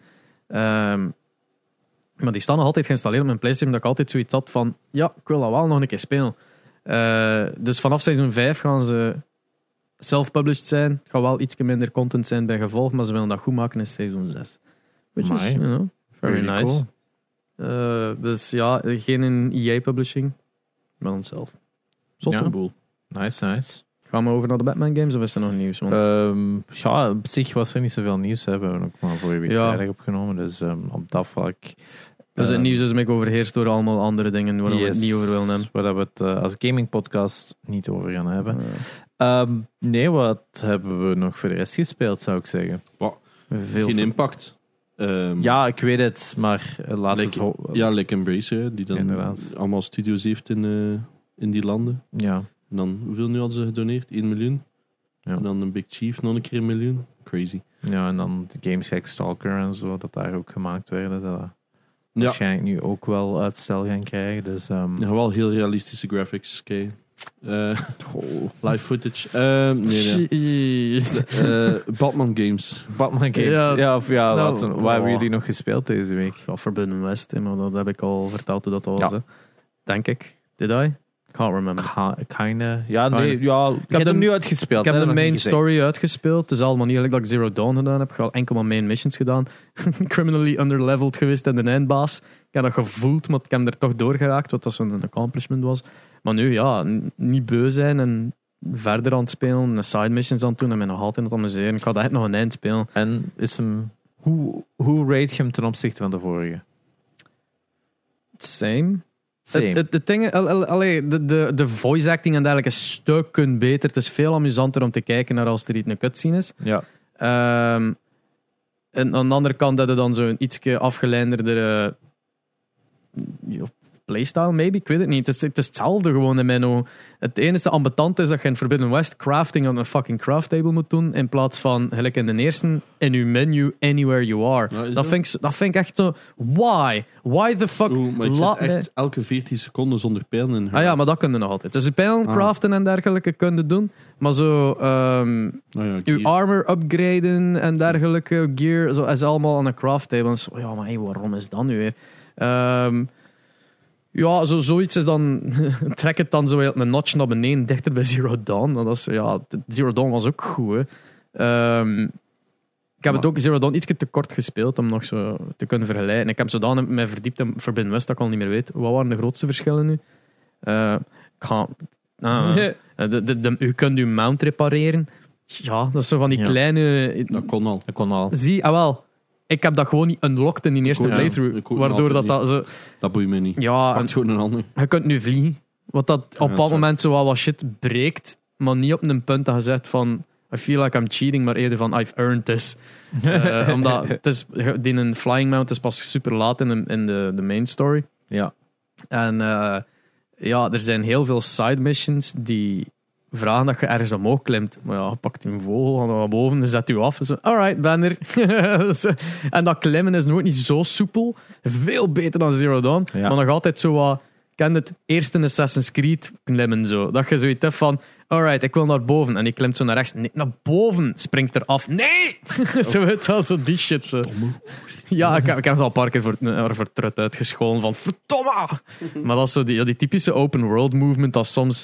Maar die staan nog altijd geïnstalleerd op mijn PlayStation, dat ik altijd zoiets had van, ja, ik wil dat wel nog een keer spelen. Dus vanaf seizoen 5 gaan ze self-published zijn. Het gaat wel iets minder content zijn bij gevolg, maar ze willen dat goed maken in seizoen 6. Which is, very nice. Cool. Dus ja, geen EA-publishing, maar onszelf. Zot een boel. Nice. Gaan we over naar de Batman games of is er nog nieuws? Op zich was er niet zoveel nieuws. We hebben ook maar vorige week vrijdag opgenomen. Dus op dat vlak... Dus het nieuws is een beetje overheerst door allemaal andere dingen waar we het niet over willen hebben. Waar we het als gaming podcast niet over gaan hebben. Nee, wat hebben we nog voor de rest gespeeld, zou ik zeggen? Geen impact. Ja, ik weet het, maar laten we het... Like Embracer, die dan allemaal studios heeft in die landen. Ja. En dan, hoeveel nu hadden ze gedoneerd? 1 miljoen. Ja. En dan een Big Chief nog een keer 1 miljoen. Crazy. Ja, en dan de Games Hack Stalker en zo, dat daar ook gemaakt werden. Dat waarschijnlijk nu ook wel uitstel gaan krijgen. Dus, wel heel realistische graphics. Okay. Live footage. Batman Games. Batman Games. Waar hebben jullie nog gespeeld deze week? Forbidden West, maar dat heb ik al verteld hoe dat was. Denk ik. Did I? Can't remember. Kinda. Ja, nee. Ja, ik heb hem nu uitgespeeld. Ik heb de main story uitgespeeld. Het is allemaal niet gelijk dat ik Zero Dawn gedaan heb. Ik heb al enkel maar main missions gedaan. Criminally underleveled geweest en de eindbaas. Ik heb dat gevoeld, maar ik heb er toch doorgeraakt, wat dat zo'n accomplishment was. Maar nu, niet beu zijn en verder aan het spelen, en side missions aan het doen en mij nog altijd aan het amuseren. Ik ga dat echt nog een eind spelen. En is hem... Hoe rate je hem ten opzichte van de vorige? Same. De dingen, de voice acting en dergelijke is stukken beter. Het is veel amusanter om te kijken naar als er iets een cutscene is. Ja. En aan de andere kant dat je dan zo'n ietsje afgeleiderdere playstyle, maybe. Ik weet het niet. Het is hetzelfde gewoon in mijn ogen. Het enige ambetant is dat je in Forbidden West crafting aan een fucking craft table moet doen, in plaats van, gelijk in de eerste, in je menu, anywhere you are. Ja, dat vind ik echt zo... Why? Why the fuck? Maar ik zit echt elke 14 seconden zonder pijlen in huis. Ja, maar dat kun je nog altijd. Dus je pijlen craften en dergelijke kun je doen, maar zo... je armor upgraden en dergelijke gear, zo is allemaal aan een craft table. Zo, ja, maar waarom is dat nu weer? Ja, zoiets is dan... trek het dan zo een notch naar beneden, dichter bij Zero Dawn. Dat is, Zero Dawn was ook goed, hè. Ik heb het ook Zero Dawn iets te kort gespeeld om nog zo te kunnen vergelijken. Ik heb zodanig mij verdiept in Forbidden West dat ik al niet meer weet. Wat waren de grootste verschillen nu? Je kunt je mount repareren. Ja, dat is zo van die kleine... Dat kon al. Zie, wel... Ik heb dat gewoon niet unlocked in die eerste playthrough. Waardoor dat zo... Dat boeit me niet. Ja, pak gewoon een ander. Je kunt nu vliegen. Wat dat op dat moment zo wel wat shit breekt. Maar niet op een punt dat je zegt van... I feel like I'm cheating, maar eerder van I've earned this. Omdat het is, die een flying mount is pas super laat in de main story. Ja. En er zijn heel veel side missions die... vragen dat je ergens omhoog klimt. Maar ja, je pakt een vogel, gaat naar boven, dan zet je af. Zo, alright, ben er. En dat klimmen is nooit niet zo soepel. Veel beter dan Zero Dawn. Ja. Maar nog altijd zo wat... ken het eerste Assassin's Creed klimmen zo. Dat je zoiets hebt van... Alright, ik wil naar boven. En die klimt zo naar rechts. Nee, naar boven. Springt er af. Nee! Zo weet wel, zo die shit. Zo. Ja, ik heb het al een paar keer voor trut uitgescholden. Van, verdomme! Maar dat is zo die typische open world movement dat soms...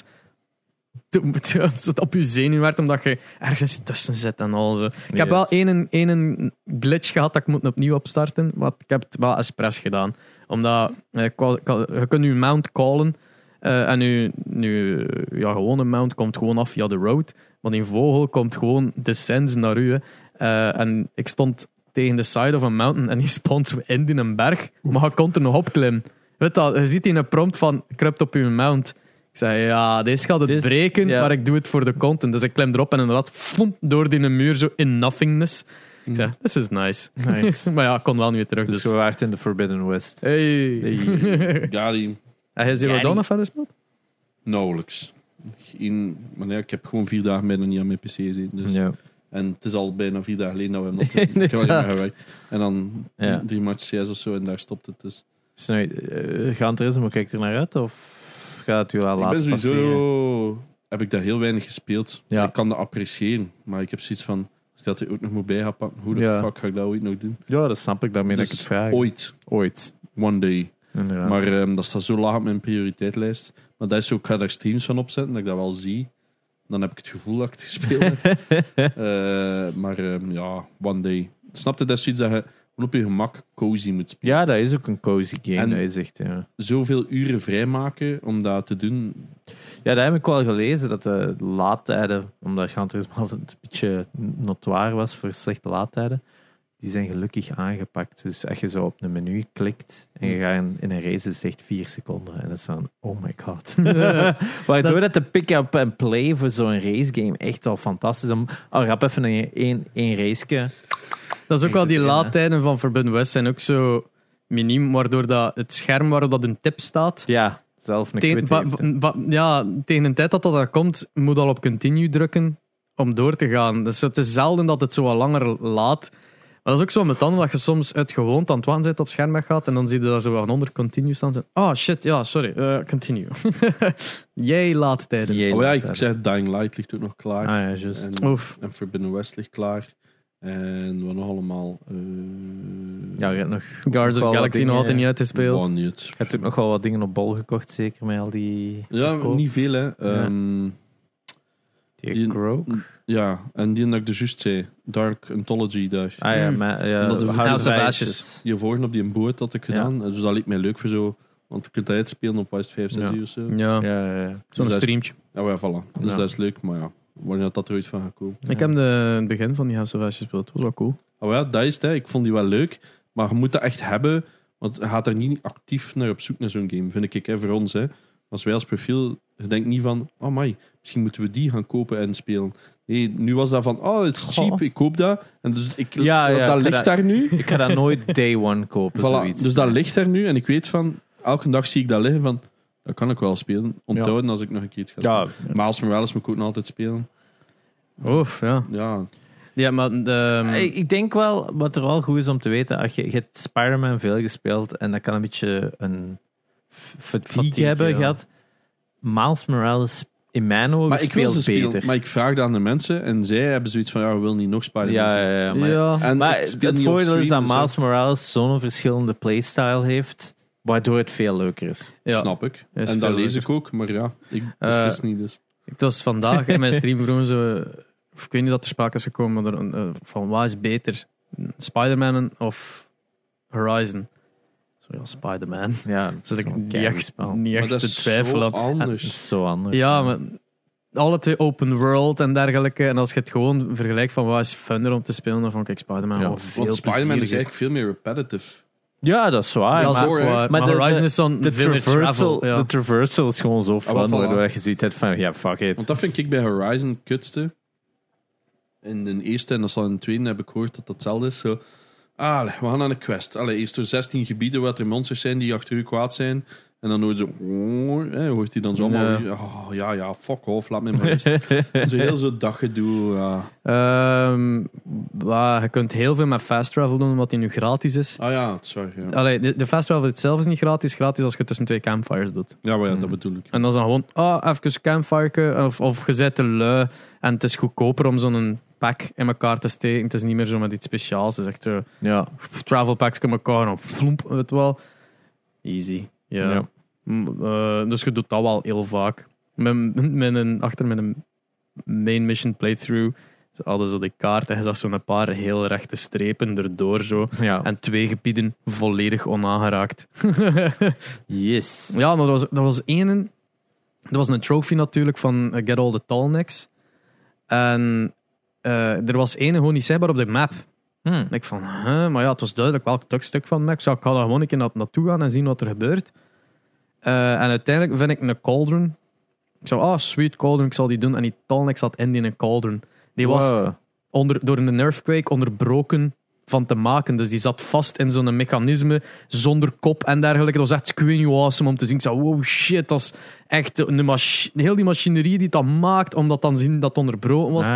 het op je zenuw werd omdat je ergens tussen zit en al zo. Ik heb wel één glitch gehad dat ik moet opnieuw opstarten, maar ik heb het wel expres gedaan. Omdat je kunt je mount callen en je gewone mount komt gewoon af via de road, maar die vogel komt gewoon descends naar u. En ik stond tegen de side of a mountain en die spawnt in een berg, maar je kon er nog op klimmen. Weet je ziet in een prompt van kruipt op je mount. Ik zei, deze gaat het breken, maar ik doe het voor de content. Dus ik klim erop en inderdaad flomp, door die muur zo in nothingness. Ik zei, this is nice. Maar ja, ik kon wel niet weer terug. Dus we waren in de Forbidden West. Hey. Got him. Heb je Zero Dawn of verder gespeeld? Nauwelijks. Ik heb gewoon 4 dagen bijna niet aan mijn PC gezeten. Dus. Ja. En het is al bijna 4 dagen geleden dat we hem nog niet meer gewerkt. En dan 3 matches CS of zo en daar stopt het dus. Gran Turismo, kijk er naar uit? Of gaat het u al laten passeren? Ik ben sowieso heb ik daar heel weinig gespeeld. Ja. Ik kan dat appreciëren, maar ik heb zoiets van, als ik dat er ook nog moet bij gaan pakken, hoe de Ja. fuck ga ik dat ooit nog doen? Ja, dat snap ik. Daarmee dat ik Dus het vraag. ooit. One day. Inderdaad. Maar dat staat zo laag op mijn prioriteitslijst. Maar dat is ook, ik ga daar streams van opzetten, dat ik dat wel zie. Dan heb ik het gevoel dat ik het gespeeld heb. Ja, one day. Snap je, dat is zoiets dat je op je gemak cozy moet spelen. Ja, dat is ook een cozy game, En- dat is echt, ja. Zoveel uren vrijmaken om dat te doen. Ja, dat heb ik wel gelezen, dat de laadtijden, omdat Gran Turismo altijd een beetje notoire was voor slechte laadtijden, die zijn gelukkig aangepakt. Dus als je zo op een menu klikt en je gaat in een race, is het echt 4 seconden. En dat is van, oh my god. Waardoor dat de pick-up en play voor zo'n racegame echt wel fantastisch is. Om rap even één raceje. Dat is ook wel die Ja. laadtijden van Forbidden West zijn ook zo miniem, waardoor dat het scherm waarop dat een tip staat, Ja, zelf een tegen, quit heeft. tegen de tijd dat dat komt, moet al op continue drukken om door te gaan. Dus het is zelden dat het zo wat langer laat. Maar dat is ook zo met tanden dat je soms uit gewoonte aan het wachten bent dat het scherm weggaat en dan zie je daar zo wel onder continue staan. Oh shit, ja, sorry, continue. Jij laadtijden. Jee, Oh ja, ik laadtijden. zeg, Dying Light ligt ook nog klaar. Ah ja, juist. En Forbidden West ligt klaar. En wat nog allemaal? Ja, je hebt nog Guardians of wel the wat Galaxy nog altijd niet uitgespeeld. One niet. Je hebt ook nog wel wat dingen op bol gekocht, zeker met al die... Ja, verkoop. niet veel hè. Die die- Croak. Ja, en die dat ik dus juist zei. Dark Anthology daar. Ah ja, Mm. maar... Ja, Omdat de House of Ashes. Ashes. Die vorige op die boot had ik gedaan. En dus dat liep mij leuk voor zo. Want je kunt dat uitspelen op 5, 6 Ja. uur of zo. Ja, Dus zo'n Ja, dat is- streamtje. Ja, maar ja, voilà. Dus Ja. dat is leuk, maar ja. Wanneer dat er ooit van gaat komen. Ik heb het begin van die House of Ashes gespeeld. Dat was wel cool. Oh ja, dat is het. Hè. Ik vond die wel leuk. Maar je moet dat echt hebben. Want je gaat er niet actief naar op zoek naar zo'n game. Vind ik hè, voor ons. Hè. Als wij als profiel... Je denkt niet van... Oh my, misschien moeten we die gaan kopen en spelen. Nee, nu was dat van... Oh, het is cheap, Goh. ik koop dat. En dus Ja, ja, dat ik ga ligt dat- daar nu. Ik ga dat nooit day one kopen, Voilà, zoiets. dus dat ligt daar nu. En ik weet van... Elke dag zie ik dat liggen van... Dat kan ik wel spelen. Onthouden als ik nog een keer iets ga Ja, spelen. Maar als me wel eens moet ik ook nog altijd spelen. Oef, ja. Ja, Ja, maar ik denk wel, wat er wel goed is om te weten, als je hebt Spider-Man veel gespeeld en dat kan een beetje een fatigue hebben ja. gehad. Miles Morales in mijn ogen maar ik wil speelt ze spelen. beter. Maar ik vraag dat aan de mensen. En zij hebben zoiets van... Ja, we willen niet nog Spider-Man ja, zien. ja, ja, maar, ja. En maar ik speel het niet op voordeel is stream, dat dus Miles Morales zo'n verschillende playstyle heeft, waardoor het veel leuker is. ja. Snap ik. Is En dat veel lees leuker. ik ook. Maar ja, ik beslis niet dus. Het was vandaag in mijn stream vroegen ze, of ik weet niet dat er sprake is gekomen, maar van wat is beter, Spider-Man of Horizon? Zo ja, Spider-Man. Ja, Dus ik een niet echt, spel. niet Maar echt dat te is twijfelen zo aan. Het anders. is zo anders. Ja, maar alle twee open world en dergelijke. En als je het gewoon vergelijkt van wat is funner om te spelen, dan vond ik Spider-Man Ja, wel veel Want Spider-Man is plezieriger. eigenlijk veel meer repetitive. Ja, dat is waar. Dat is maar ook hoor, hè. waar. maar Maar de- Horizon is zo'n de village traversal, travel. Ja. de traversal is gewoon zo fun, wel, voilà. waardoor je zoiets hebt van, ja, fuck it. Want dat vind ik bij Horizon het kutste. In de eerste en dat zal in de tweede heb ik gehoord dat dat hetzelfde is. Zo, we gaan aan een quest. Eerst door 16 gebieden waar er monsters zijn die achter u kwaad zijn. En dan hoort zo... hoort hij dan zo allemaal... Ja, fuck off, laat me maar rust. Zo heel zo daggedoe. Ja. Je kunt heel veel met fast travel doen, omdat die nu gratis is. Ah ja, sorry. Ja, Allee, de fast travel zelf is niet gratis. Gratis als je tussen 2 campfires doet. ja maar ja, dat bedoel ik. En dan is dan gewoon, even campfire, of je zet te lui. En het is goedkoper om zo'n pack in elkaar te steken. Het is niet meer zo met iets speciaals. Het is echt zo, Ja. travel packs in elkaar, dan vloemp, het wel. Easy. Ja. Ja. Dus je doet dat wel heel vaak. Achter mijn main mission playthrough ze hadden zo die kaart en je zag zo'n paar heel rechte strepen erdoor zo. Ja. En 2 gebieden volledig onaangeraakt. Yes. Ja, maar dat was één. Dat was een trophy natuurlijk van Get All the Tallnecks. En er was één gewoon niet zichtbaar op de map. En ik van, maar ja, het was duidelijk welk stuk van de map. Ik ga daar gewoon een keer naartoe gaan en zien wat er gebeurt. En uiteindelijk vind ik een cauldron. Ik zou, sweet cauldron, ik zal die doen. En die Tallneck zat in die cauldron. Die was Wow. door een earthquake onderbroken van te maken. Dus die zat vast in zo'n mechanisme zonder kop en dergelijke. Dat was echt queen awesome om te zien. Ik zei, wow, shit, dat is echt heel die machinerie die dat maakt, om dat dan zien dat het onderbroken was.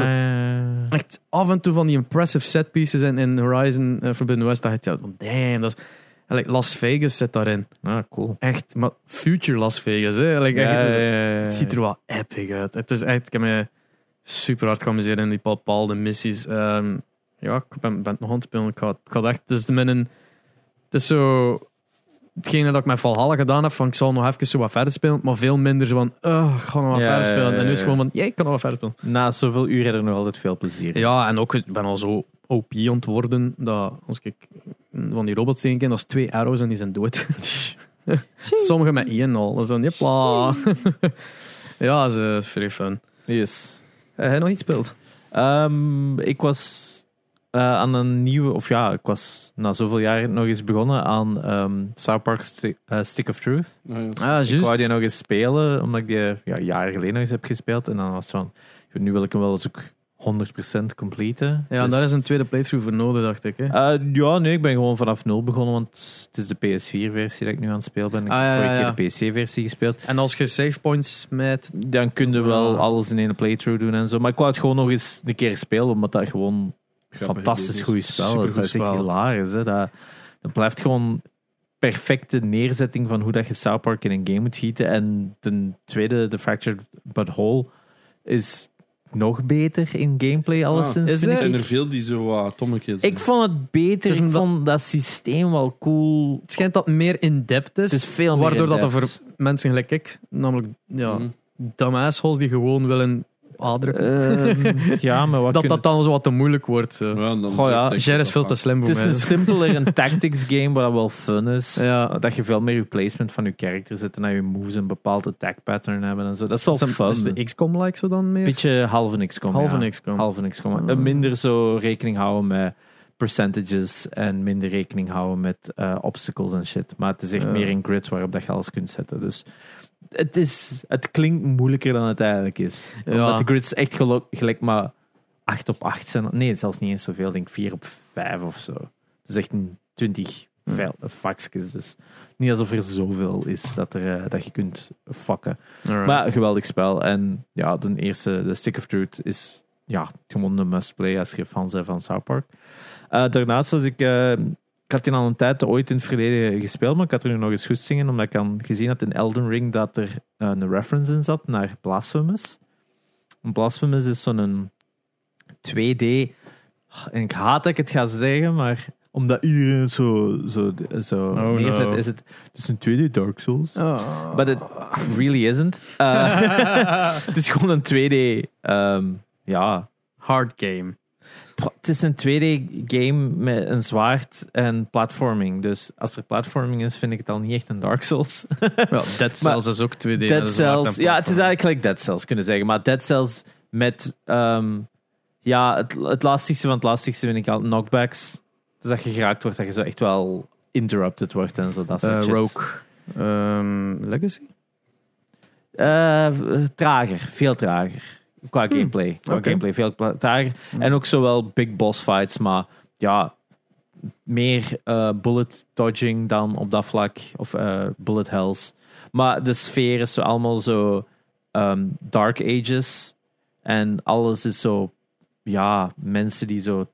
Echt af en toe van die impressive setpieces in Horizon Forbidden West. Dat je, damn, dat is... Las Vegas zit daarin. Ah, cool. Echt, maar future Las Vegas. Hè? Het ziet er wel epic uit. Het is echt, ik heb me super hard geamuseerd in die bepaalde missies. Ik ben het nog aan het spelen. Ik ga echt, het is zo... Hetgene dat ik met Valhalla gedaan heb, van ik zal nog even zo wat verder spelen, maar veel minder zo van, ik ga nog wat verder spelen. En nu is het gewoon van, ik kan nog wat verder spelen. Na zoveel uur heb je er nog altijd veel plezier in. Ja, en ook, ik ben al zo OP aan het worden, dat als ik van die robots tegenken, dat is 2 arrows en die zijn dood. Sommige met 1 al. Dat is van, jepla. Ja, dat is vrij fun. Yes. Heb jij nog iets speeld? Ik was aan een nieuwe... ik was na zoveel jaren nog eens begonnen aan South Park Stick of Truth. Ik wou die nog eens spelen, omdat ik die jaren geleden nog eens heb gespeeld. En dan was het van... Nu wil ik hem wel eens ook 100% completen. Ja, dus, daar is een tweede playthrough voor nodig, dacht ik. Hè? Nee, ik ben gewoon vanaf 0 begonnen, want het is de PS4-versie dat ik nu aan het spelen ben. Ik heb vorige keer de PC-versie gespeeld. En als je save points met... Dan kun je wel alles in één playthrough doen en zo. Maar ik wou het gewoon nog eens een keer spelen, omdat dat gewoon een fantastisch goed spel is. Dat is echt hilarisch. Hè? Dat blijft gewoon perfecte neerzetting van hoe dat je South Park in een game moet gieten. En ten tweede, The Fractured But Whole is nog beter in gameplay alleszins. Zijn er veel die zo atommetje zijn? Ik vond het beter. Ik vond dat systeem wel cool. Het schijnt dat het meer in-depth is. Het is veel meer waardoor in-depth. dat voor mensen gelijk ik, namelijk dumb assholes die gewoon willen aandrukken. Ja, maar wat dat dan zo wat te moeilijk wordt. Zo. Jer is veel te slim voor mij. Het is een simpeler een tactics game, waar dat wel fun is. Ja. Dat je veel meer je placement van je character zit en dat je moves een bepaald attack pattern hebben en zo. Dat is wel fun. Is het XCOM-like zo dan meer? Beetje halve XCOM. Halve XCOM. Minder zo rekening houden met percentages en minder rekening houden met obstacles en shit. Maar het is echt meer een grid waarop dat je alles kunt zetten. Dus het klinkt moeilijker dan het eigenlijk is. Omdat de grids echt gelijk maar 8 op 8 zijn. Nee, zelfs niet eens zoveel. Ik denk 4 op 5 of zo. Dus echt een 20 vakjes. Dus niet alsof er zoveel is dat je kunt fucken. Alright. Maar geweldig spel. En ja, de Stick of Truth is gewoon een must-play als je fan bent van South Park. Daarnaast was ik had die al een tijd ooit in het verleden gespeeld, maar ik had er nu nog eens goed zingen, omdat ik dan gezien had in Elden Ring dat er een reference in zat naar Blasphemous. Blasphemous is zo'n 2D... En ik haat dat ik het ga zeggen, maar omdat iedereen het zo neerzet, is het een 2D Dark Souls. But it really isn't. Het is gewoon een 2D... hard game. Het is een 2D-game met een zwaard en platforming. Dus als er platforming is, vind ik het al niet echt een Dark Souls. Dead Cells is ook 2D. Dead Cells, het is eigenlijk gelijk Dead Cells, kunnen zeggen. Maar Dead Cells met... het lastigste van het lastigste vind ik al knockbacks. Dus dat je geraakt wordt, dat je zo echt wel interrupted wordt en zo. Dat soort shit. Rogue. Legacy? Trager, veel trager. Qua gameplay. Gameplay veel trager. En ook zowel big boss fights, maar meer bullet dodging dan op dat vlak. Of bullet hells. Maar de sfeer is zo allemaal zo Dark Ages. En alles is zo... mensen die zo...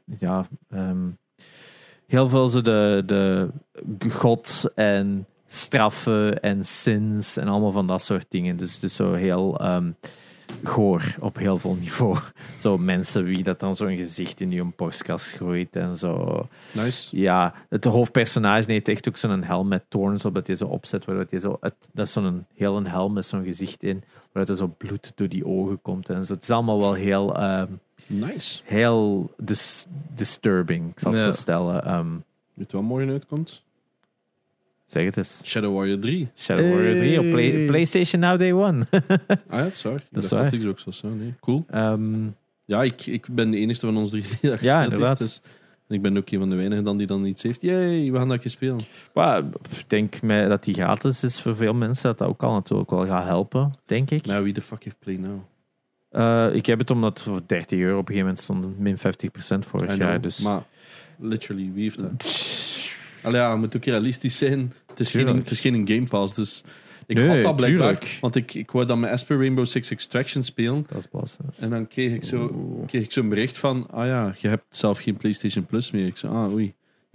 heel veel zo de god en straffen en sins en allemaal van dat soort dingen. Dus het is zo heel... goor op heel veel niveau. Zo mensen wie dat dan zo'n gezicht in je borstkas gooit en zo. Nice. Ja, het hoofdpersonage heeft echt ook zo'n helm met toorns op dat hij zo opzet, waardoor hij zo... dat is zo'n heel een helm met zo'n gezicht in, waaruit er zo bloed door die ogen komt en zo. Het is allemaal wel heel... nice. Heel disturbing, ik zal het zo stellen. Weet je wat morgen uitkomt? Zeg het eens. Shadow Warrior 3. Shadow Warrior 3 op PlayStation Now Day One. Dat is waar. Dat is waar. Dat ook zo. Nee. Cool. Ik ben de enige van ons drie die dat gespeeld heeft. Dus, en ik ben ook een van de weinigen dan die dan iets heeft. Yay, we gaan dat spelen. Ik denk dat die gratis is voor veel mensen, dat ook al natuurlijk wel gaat helpen, denk ik. Nou, wie de fuck heeft Play Now? Ik heb het omdat voor €30 op een gegeven moment stond min 50% vorig jaar. Dus. Maar literally, wie heeft dat? Je moet ook realistisch zijn. Het is geen Game Pass, dus ik had dat blijkbaar. Tuurlijk. Want ik wou dan met Esper Rainbow Six Extraction spelen. Dat is blasphemous. En dan kreeg ik zo'n bericht van, je hebt zelf geen PlayStation Plus meer. Ik zei, oei.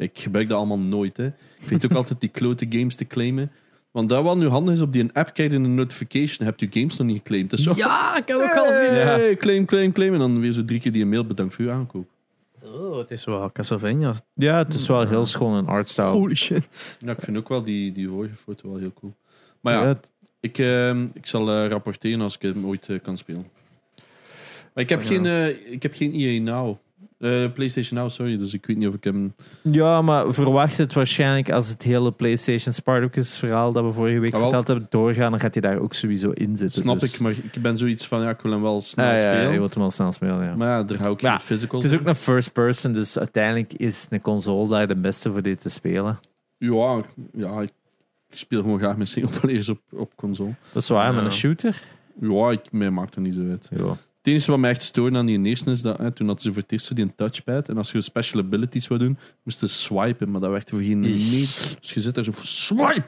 Ik gebruik dat allemaal nooit. Hè. Ik vind ook altijd die klote games te claimen. Want dat wat nu handig is, op die app krijg je een notification. Heb je games nog niet geclaimd. Dat is zo, Ja, ik heb ook al veel. hey, claim. En dan weer zo 3 keer die mail bedankt voor je aankoop. Oh, het is wel Castlevania. Ja, het is wel heel schoon in artstyle. Holy shit. Ja, ik vind ook wel die vorige foto wel heel cool. Maar ja, Ja, ik zal rapporteren als ik hem ooit kan spelen. Maar ik heb geen EA Now. PlayStation Now, sorry. Dus ik weet niet of ik hem... ja, maar verwacht het waarschijnlijk als het hele PlayStation Spartacus verhaal dat we vorige week verteld hebben doorgaan, dan gaat hij daar ook sowieso in zitten. Snap dus. ik, maar ik ben zoiets van, ja, ik wil hem wel snel Ja, spelen. je wilt hem wel snel spelen, ja. Maar ja, daar hou ik Ja, geen physical. Het is ook een first person, dus uiteindelijk is een console daar de beste voor dit te spelen. Ja, ik speel gewoon graag met singleplayers op console. Dat is waar, Ja. met een shooter. Ja, mij maakt er niet zo uit. Ja. Het enige wat mij echt stoorde aan die eerste is dat toen hadden ze voor het eerst zo die een touchpad. En als je special abilities wou doen, moest je swipen. Maar dat werkte voor geen meter. Dus je zit daar zo voor swipe.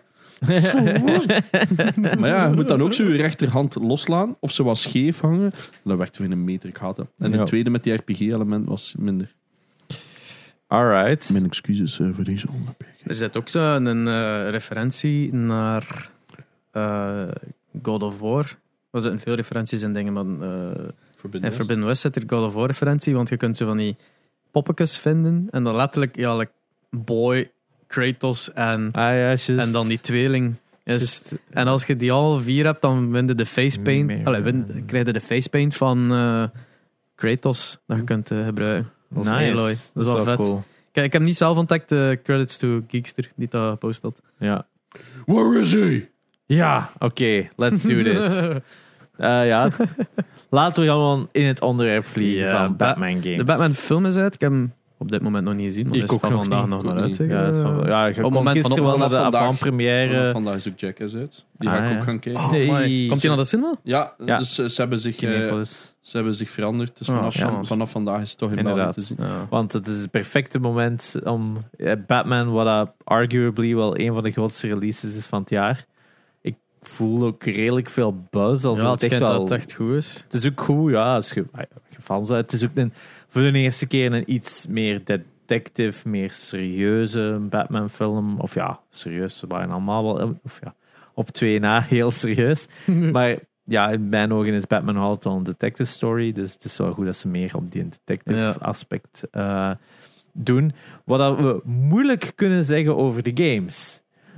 Maar ja, je moet dan ook zo je rechterhand loslaan. Of ze was scheef hangen. Dat werkte voor een meter. Ik had het. En de Ja. tweede met die RPG-element was minder. Alright. Mijn excuses voor deze onderbreking. Er zit ook zo een referentie naar God of War. Er zitten veel referenties in dingen, maar in Forbidden West zit er God of War referentie, want je kunt zo van die poppetjes vinden en dan letterlijk like Boy, Kratos en dan die tweeling is. En als je die al 4 hebt, dan win je de facepaint. Krijg je de facepaint van Kratos dat je kunt gebruiken. Als Aloy. Dat is wel vet. Cool. Kijk, ik heb niet zelf ontdekt, credits to Geekster die dat post had. Ja. Where is he? Ja, oké, let's do this. Laten we gewoon in het onderwerp vliegen Ja, van Batman games. De Batman film is uit. Ik heb hem op dit moment nog niet gezien, maar Ik is van ook nog vandaag niet. nog Ik maar ook uit. niet. zeg. Ja, dat is van, je het kon moment van gisteren wel naar de vandaag. avant-première. Vandaag is ook Jackass uit. Die Ah, ga ik ja. ook gaan kijken. Oh, Nee. my. Komt hij naar de cinema? Ja, Ja. dus ze hebben Kinepolis. zich veranderd. Dus Oh, vanaf vandaag is het toch in België Inderdaad. te zien. Ja. Want het is het perfecte moment om Batman, wat arguably wel een van de grootste releases is van het jaar. Ik voel ook redelijk veel buzz. Als Ja, het het echt schijnt wel... dat het echt goed is. Het is ook goed, ja. Als je fans bent. Het is ook voor de eerste keer een iets meer detective, meer serieuze Batman-film. Of ja, serieus, ze waren allemaal wel... Of ja, op 2 na heel serieus. Maar ja, in mijn ogen is Batman altijd wel een detective story. Dus het is wel goed dat ze meer op die detective aspect doen. Wat we moeilijk kunnen zeggen over de games.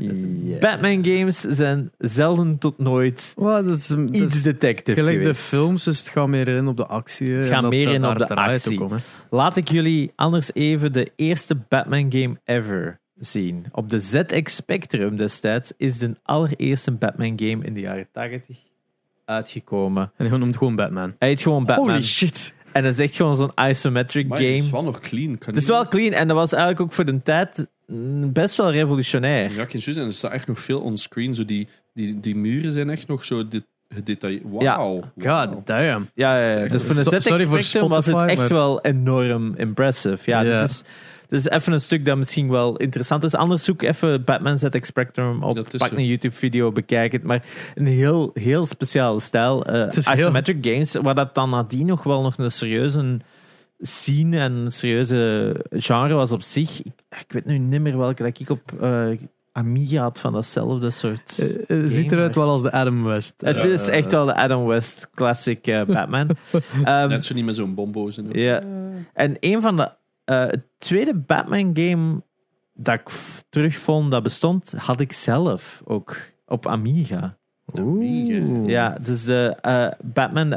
Batman games zijn zelden tot nooit Well, dat is iets detective gelijk de geweest. films is het gaat meer in op de actie. Het gaat meer in op de actie. Ook om, hè. Laat ik jullie anders even de eerste Batman game ever zien. Op de ZX Spectrum destijds is de allereerste Batman game in de jaren 80 uitgekomen. En hij noemt gewoon Batman. Hij heet gewoon Batman. Holy shit. En dat is echt gewoon zo'n isometric Maar game. het is wel nog clean. Het is wel clean en dat was eigenlijk ook voor de tijd best wel revolutionair. Ja, ik kan juist zeggen, er staat echt nog veel onscreen. Zo die muren zijn echt nog zo gedetailleerd. Wauw. Ja. God damn. Ja. Dus voor de ZX Sorry voor Spectrum was het Spotify, echt maar- wel enorm impressive. Ja, Ja. dit is even een stuk dat misschien wel interessant is. Anders zoek even Batman ZX Spectrum op. Dat is Pak zo. een YouTube-video, bekijk het. Maar een heel speciale stijl. is Isometric games, waar dat dan nadien nog wel nog een serieuze scene en een serieuze genre was op zich. Ik weet nu niet meer welke dat ik op Amiga had van datzelfde soort... Ziet eruit wel als de Adam West. Het is echt wel de Adam West classic Batman. Net zo niet met zo'n bombo's. En Ja. En een van de het tweede Batman game dat ik terugvond dat bestond, had ik zelf ook op Amiga. Amiga. Ja, dus de Batman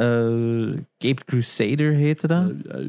Caped Crusader heette dat.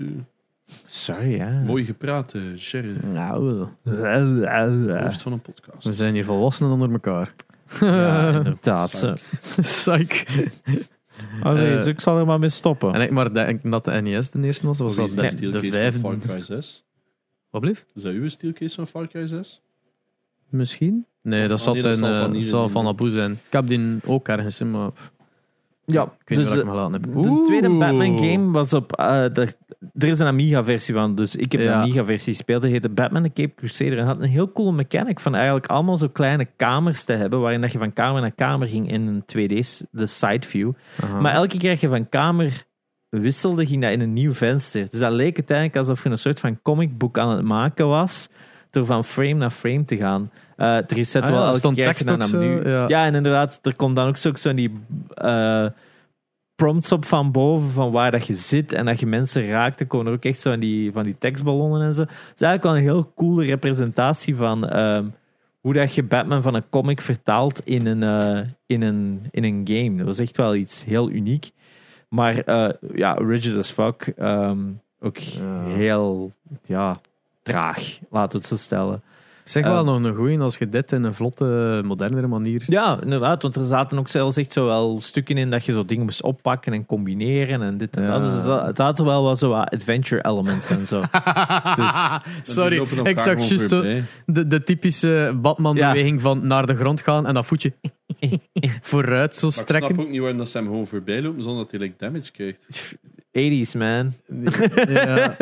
Sorry, ja. Mooi gepraat, Jerry. Nou, Host van een podcast. we zijn hier volwassenen onder elkaar. Ja, inderdaad. Zo. Psych. Oh, nee, dus ik zal er maar mee stoppen. En ik maar denk dat de NES de eerste was. Dat was Wat is al dat de steelcase vijfde. van Far Cry 6? Wat blieft? Is dat uw steelcase van Far Cry 6? Misschien? Nee, dat nee, dat zal van Abu zijn. Ik heb die ook ergens in, maar Ja, ik weet niet waar ik me laten heb. de tweede Batman game was op... er is een Amiga-versie van, dus ik heb de Ja. Amiga-versie gespeeld. Die heette Batman The Cape Crusader. En had een heel coole mechanic van eigenlijk allemaal zo kleine kamers te hebben, waarin dat je van kamer naar kamer ging in een 2D, de side view. Aha. Maar elke keer dat je van kamer wisselde, ging dat in een nieuw venster. Dus dat leek het eigenlijk alsof je een soort van comicboek aan het maken was. door van frame naar frame te gaan. Er reset wel elke stond keer tekst naar ook een zo, menu. ja. Ja, en inderdaad, er komt dan ook zo die prompts op van boven van waar dat je zit en dat je mensen raakt. Dan komen er ook echt zo van die tekstballonnen en zo. Het is eigenlijk wel een heel coole representatie van hoe dat je Batman van een comic vertaalt in een game. Dat was echt wel iets heel uniek. Maar rigid as fuck. Ook heel traag, laten we het zo stellen. Zeg wel nog een goeie als je dit in een vlotte, modernere manier... Ja, inderdaad, want er zaten ook zelfs echt zo wel stukken in dat je zo dingen moest oppakken en combineren en dit en dat. Dus het had er wel wat zo adventure elements en zo. Dus, sorry, ik zag juist zo de typische Batman-beweging van naar de grond gaan en dat voetje vooruit zo Maar ik strekken. snap ook niet waarom dat ze hem gewoon voorbij lopen zonder dat hij damage krijgt. 80s, man. Ja.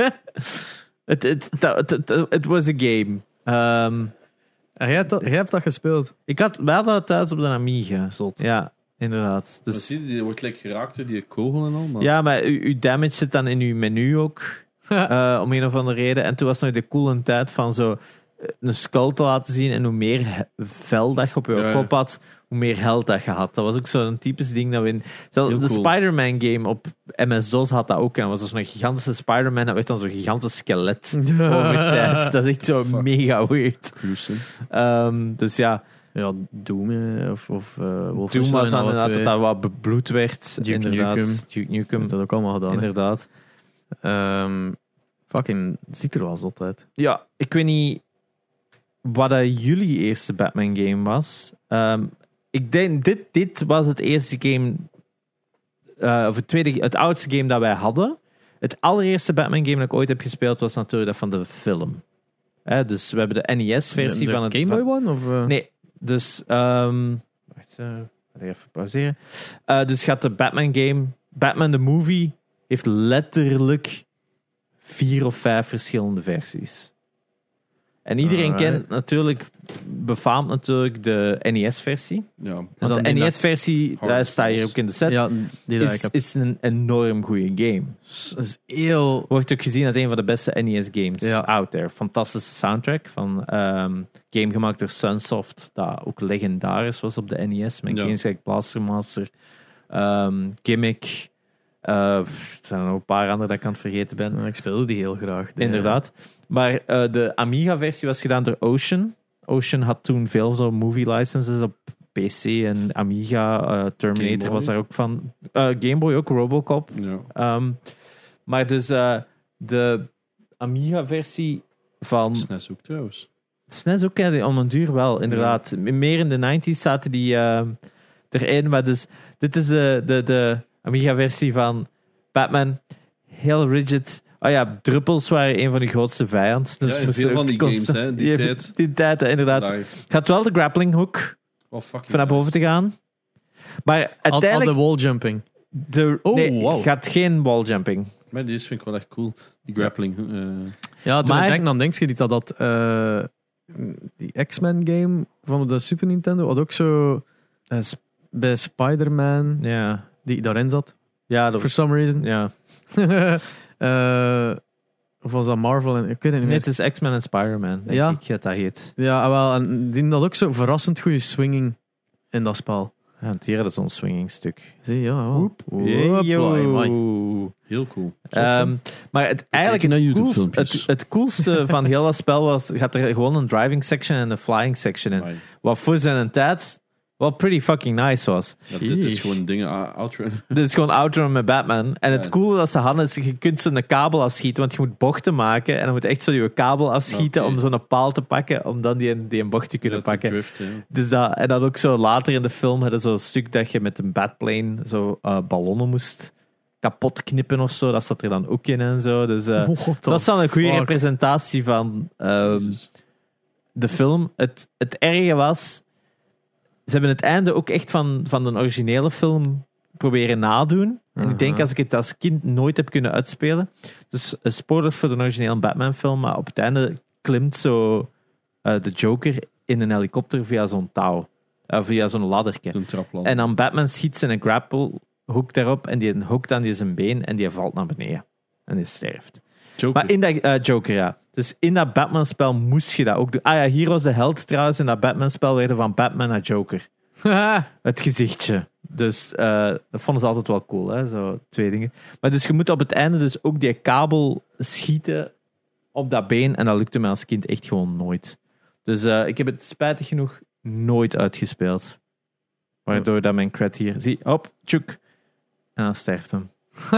It was a game. Jij hebt dat gespeeld. Wij hadden dat thuis op de Amiga. Zot. Ja, inderdaad. Dus, Dus, die wordt geraakt door die kogel en al. Maar... ja, maar uw damage zit dan in uw menu ook. Om een of andere reden. En toen was nog de coole tijd van zo een skull te laten zien. En hoe meer vel dat je op je kop had, hoe meer held dat je had. Dat was ook zo'n typisch ding dat we in... De cool. Spider-Man game op MS-DOS had dat ook. En dat was zo'n gigantische Spider-Man. Dat werd dan zo'n gigantisch skelet over tijd. Dat is echt zo mega weird. Dus ja... Ja, Doom of Doom was dan inderdaad dat dat wat bebloed werd. Duke inderdaad. Nukem. Duke Nukem. Dat ook allemaal gedaan. Inderdaad. Fucking, het ziet er wel zot uit. Ja, ik weet niet wat dat jullie eerste Batman game was. Ik denk, dit was het eerste game, of het oudste game dat wij hadden. Het allereerste Batman game dat ik ooit heb gespeeld was natuurlijk dat van de film. Dus we hebben de NES-versie van het... Game Boy One? Of, Nee, dus... wacht, even pauzeren. Dus gaat de Batman game... Batman the Movie heeft letterlijk 4 of 5 verschillende versies. En iedereen kent natuurlijk... Befaamt natuurlijk de NES-versie. Ja. Want de NES-versie, daar staat hier ook in de set, ja, die dat ik heb. is een enorm goede game. Is heel... Wordt ook gezien als een van de beste NES-games out there. Fantastische soundtrack van game gemaakt door Sunsoft, dat ook legendarisch was op de NES. Met games like Blaster Master, Gimmick. Er zijn er nog een paar andere dat ik aan het vergeten ben. Ik speelde die heel graag. Inderdaad. Maar de Amiga-versie was gedaan door Ocean. Ocean had toen veel zo movie licenses op PC en Amiga. Terminator was daar ook van. Game Boy ook, Robocop. Ja. Maar dus de Amiga-versie van... SNES ook trouwens. SNES ook, ja, om een duur wel, inderdaad. Ja. Meer in de 90s zaten die erin. Maar dus, dit is de Amiga-versie van Batman. Heel rigid. Oh ja, druppels waren een van de grootste vijanden. Dus ja, veel van die games, hè, die tijd. Die tijd, inderdaad. Gaat wel de grappling hook van naar boven te gaan. Maar uiteindelijk... Al de walljumping. Gaat geen walljumping. Maar deze vind ik wel echt cool. Die grappling. Ja, toen ik denk dan denk je niet dat die X-Men game van de Super Nintendo had ook zo bij Spider-Man die daarin zat. Ja, for some reason. Ja. Of was dat Marvel? Ik weet het niet meer. Nee, het is X-Men en Spider-Man, denk ik dat heet. Ja, wel. En die had ook zo verrassend goede swinging in dat spel. Ja, want hier hadden zo'n swinging stuk. Zie, ja. Wel. Heel cool. Maar het coolste van heel dat spel was, gaat er gewoon een driving section en een flying section in. Wat voor zijn tijd wel pretty fucking nice was. Ja, dit is gewoon dingen outrun. Dit is gewoon outrun met Batman. En het coole dat ze hadden is, je kunt zo'n kabel afschieten, want je moet bochten maken en dan moet echt zo je kabel afschieten om zo'n paal te pakken, om dan die een bocht te kunnen pakken. Drift, dus en dan ook zo later in de film hadden zo'n stuk dat je met een Batplane zo ballonnen moest kapot knippen of zo. Dat zat er dan ook in en zo. Dus het was wel een goede representatie van de film. Het erge was, ze hebben het einde ook echt van de originele film proberen nadoen. En ik denk als ik het als kind nooit heb kunnen uitspelen. Dus spoilers voor de originele Batman film, maar op het einde klimt zo de Joker in een helikopter via zo'n touw. Via zo'n ladderke. En dan Batman schiet zijn grapple hoek daarop en die hoekt dan die zijn been en die valt naar beneden. En die sterft. Joker. Maar in dat Joker, ja. Dus in dat Batman-spel moest je dat ook doen. Ah ja, hier was de held trouwens in dat Batman-spel werden van Batman naar Joker. Het gezichtje. Dus dat vonden ze altijd wel cool, hè? Zo 2 dingen. Maar dus je moet op het einde dus ook die kabel schieten op dat been. En dat lukte mij als kind echt gewoon nooit. Dus ik heb het spijtig genoeg nooit uitgespeeld. Waardoor dat mijn cred hier... Zie, hop, tjoek. En dan sterft hem.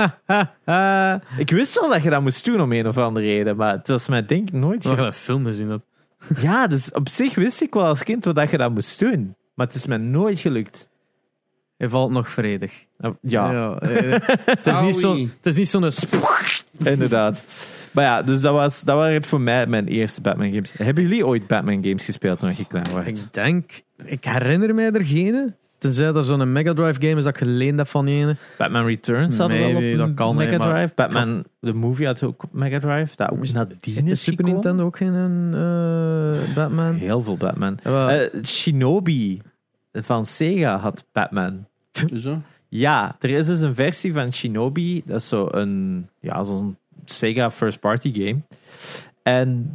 Ik wist wel dat je dat moest doen om een of andere reden. Maar het was mij denk ik nooit... Ik heb een film gezien. Dat. Ja, dus op zich wist ik wel als kind dat je dat moest doen. Maar het is mij nooit gelukt. Hij valt nog vredig. Ja. Het is niet zo'n... Inderdaad. Maar ja, dus dat waren het voor mij mijn eerste Batman games. Hebben jullie ooit Batman games gespeeld toen je klein was? Ik herinner mij er geen. Tenzij er zo'n Mega Drive game is dat ik geleend heb van ene. Batman Returns hadden we wel op dat kan, Mega maar Drive. Batman, de movie had ook op Mega Drive. Dat ook nadien Heeft de is Super gekomen. Nintendo ook geen Batman? Heel veel Batman. Ja, Shinobi van Sega had Batman. Zo. Ja, er is dus een versie van Shinobi. Dat is zo'n Sega first party game. En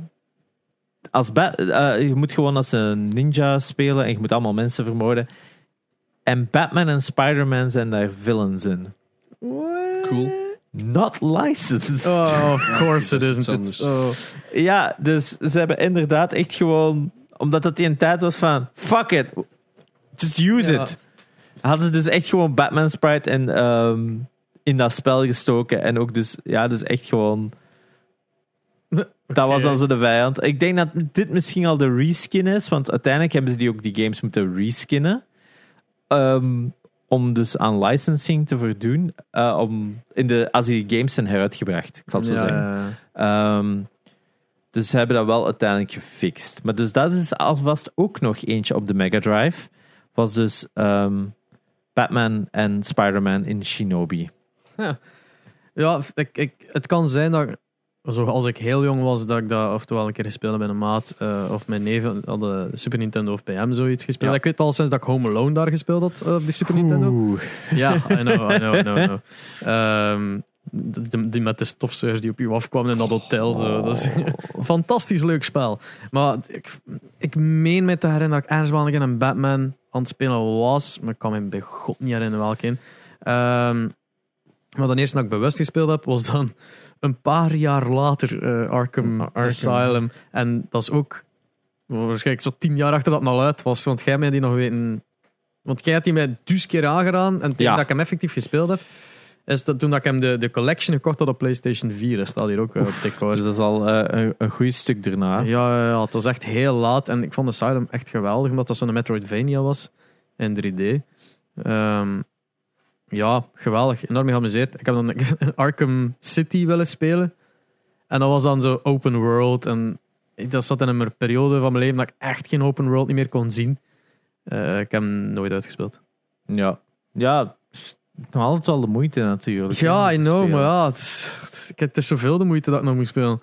je moet gewoon als een ninja spelen en je moet allemaal mensen vermoorden. En Batman en Spider-Man zijn daar villains in. Cool. Not licensed. Oh, of course it isn't. Anders. Ja, dus ze hebben inderdaad echt gewoon... Omdat het die een tijd was van... Fuck it. Just use it. Hadden ze dus echt gewoon Batman sprite in dat spel gestoken. En ook dus... Ja, dus echt gewoon... Dat was dan zo de vijand. Ik denk dat dit misschien al de reskin is. Want uiteindelijk hebben ze die games moeten reskinnen. Om dus aan licensing te voldoen. Als die games zijn heruitgebracht. Ik zal het zo zeggen. Dus ze hebben dat wel uiteindelijk gefixt. Maar dus dat is alvast ook nog eentje op de Mega Drive. Was dus Batman en Spider-Man in Shinobi. Ja, het kan zijn dat... Zoals ik heel jong was, dat ik dat oftewel een keer gespeeld heb bij een maat of mijn neven hadden Super Nintendo of bij hem zoiets gespeeld. Ja. Ik weet al sinds dat ik Home Alone daar gespeeld had op die Super Nintendo. Ja, I know. Die met de stofzuigers die op je afkwamen in dat hotel. Zo. Dat is een fantastisch leuk spel. Maar ik meen me te herinneren dat ik ergens wel in een Batman aan het spelen was. Maar ik kan me bij God niet herinneren welke. Maar de eerste dat ik bewust gespeeld heb, was dan een paar jaar later Arkham Asylum. En dat is ook waarschijnlijk zo 10 jaar achter dat het al uit was. Want jij mij die nog weten... Want jij had die mij dus keer aangedaan. En tegen dat ik hem effectief gespeeld heb, is dat toen dat ik hem de collection gekocht had op PlayStation 4. Dat staat hier ook op decor. Dus dat is al een goed stuk daarna. Ja, het was echt heel laat. En ik vond Asylum echt geweldig, omdat dat zo'n Metroidvania was. In 3D. Ja, geweldig. Enorm geamuseerd. Ik heb dan Arkham City willen spelen. En dat was dan zo open world. En dat zat in een periode van mijn leven dat ik echt geen open world niet meer kon zien. Ik heb hem nooit uitgespeeld. Ja, nog altijd wel de moeite natuurlijk. Ja, I know, spelen. maar ja, ik heb er zoveel de moeite dat ik nog moet spelen.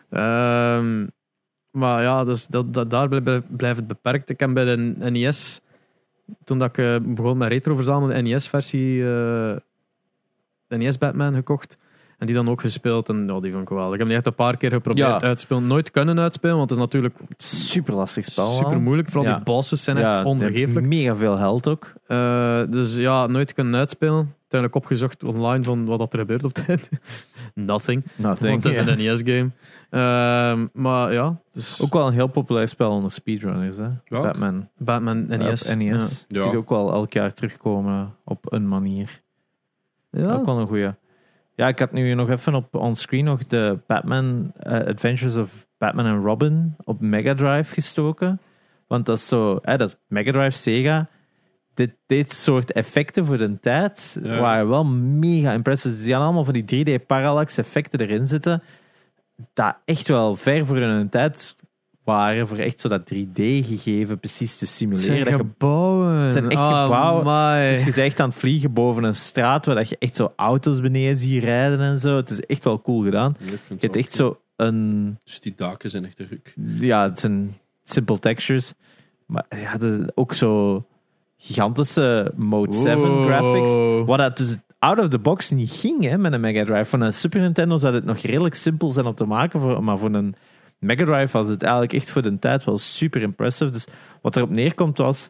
Maar ja, dus daar blijft het beperkt. Ik heb bij de NES, toen dat ik begon met retro verzamelen, de NES-versie, de NES Batman gekocht. En die dan ook gespeeld. En ja, die vond ik wel. Ik heb die echt een paar keer geprobeerd uit te spelen. Nooit kunnen uitspelen, want het is natuurlijk super lastig spel. super moeilijk. Vooral die bosses zijn echt onvergeeflijk. Mega veel held ook. Dus ja, nooit kunnen uitspelen. Uiteindelijk opgezocht online van wat er gebeurt op tijd. Nothing. Want het is een NES-game. Maar ja. Dus ook wel een heel populair spel onder speedrunners. Hè? Ja. Batman NES. Op NES. Ja. Zie je ook wel elk jaar terugkomen op een manier. Ja. Ook wel een goeie. Ja, ik had nu nog even op onscreen nog de Batman Adventures of Batman and Robin op Mega Drive gestoken. Want dat is zo, dat is Mega Drive Sega. Dit soort effecten voor de tijd waren wel mega impressive. Die hadden allemaal van die 3D parallax effecten erin zitten. Dat echt wel ver voor hun tijd waren. Voor echt zo dat 3D gegeven precies te simuleren. Het zijn gebouwen. Het zijn echt gebouwen. My. Dus je bent echt aan het vliegen boven een straat waar dat je echt zo auto's beneden ziet rijden en zo. Het is echt wel cool gedaan. Ja, Je hebt echt zo een... Dus die daken zijn echt te ruk. Ja, het zijn simple textures. Maar ja, het is ook zo gigantische Mode 7 graphics. Wat dat dus out of the box niet ging met een Mega Drive. Van een Super Nintendo zou het nog redelijk simpel zijn om te maken. Maar voor een Mega Drive was het eigenlijk echt voor de tijd wel super impressive. Dus wat erop neerkomt was...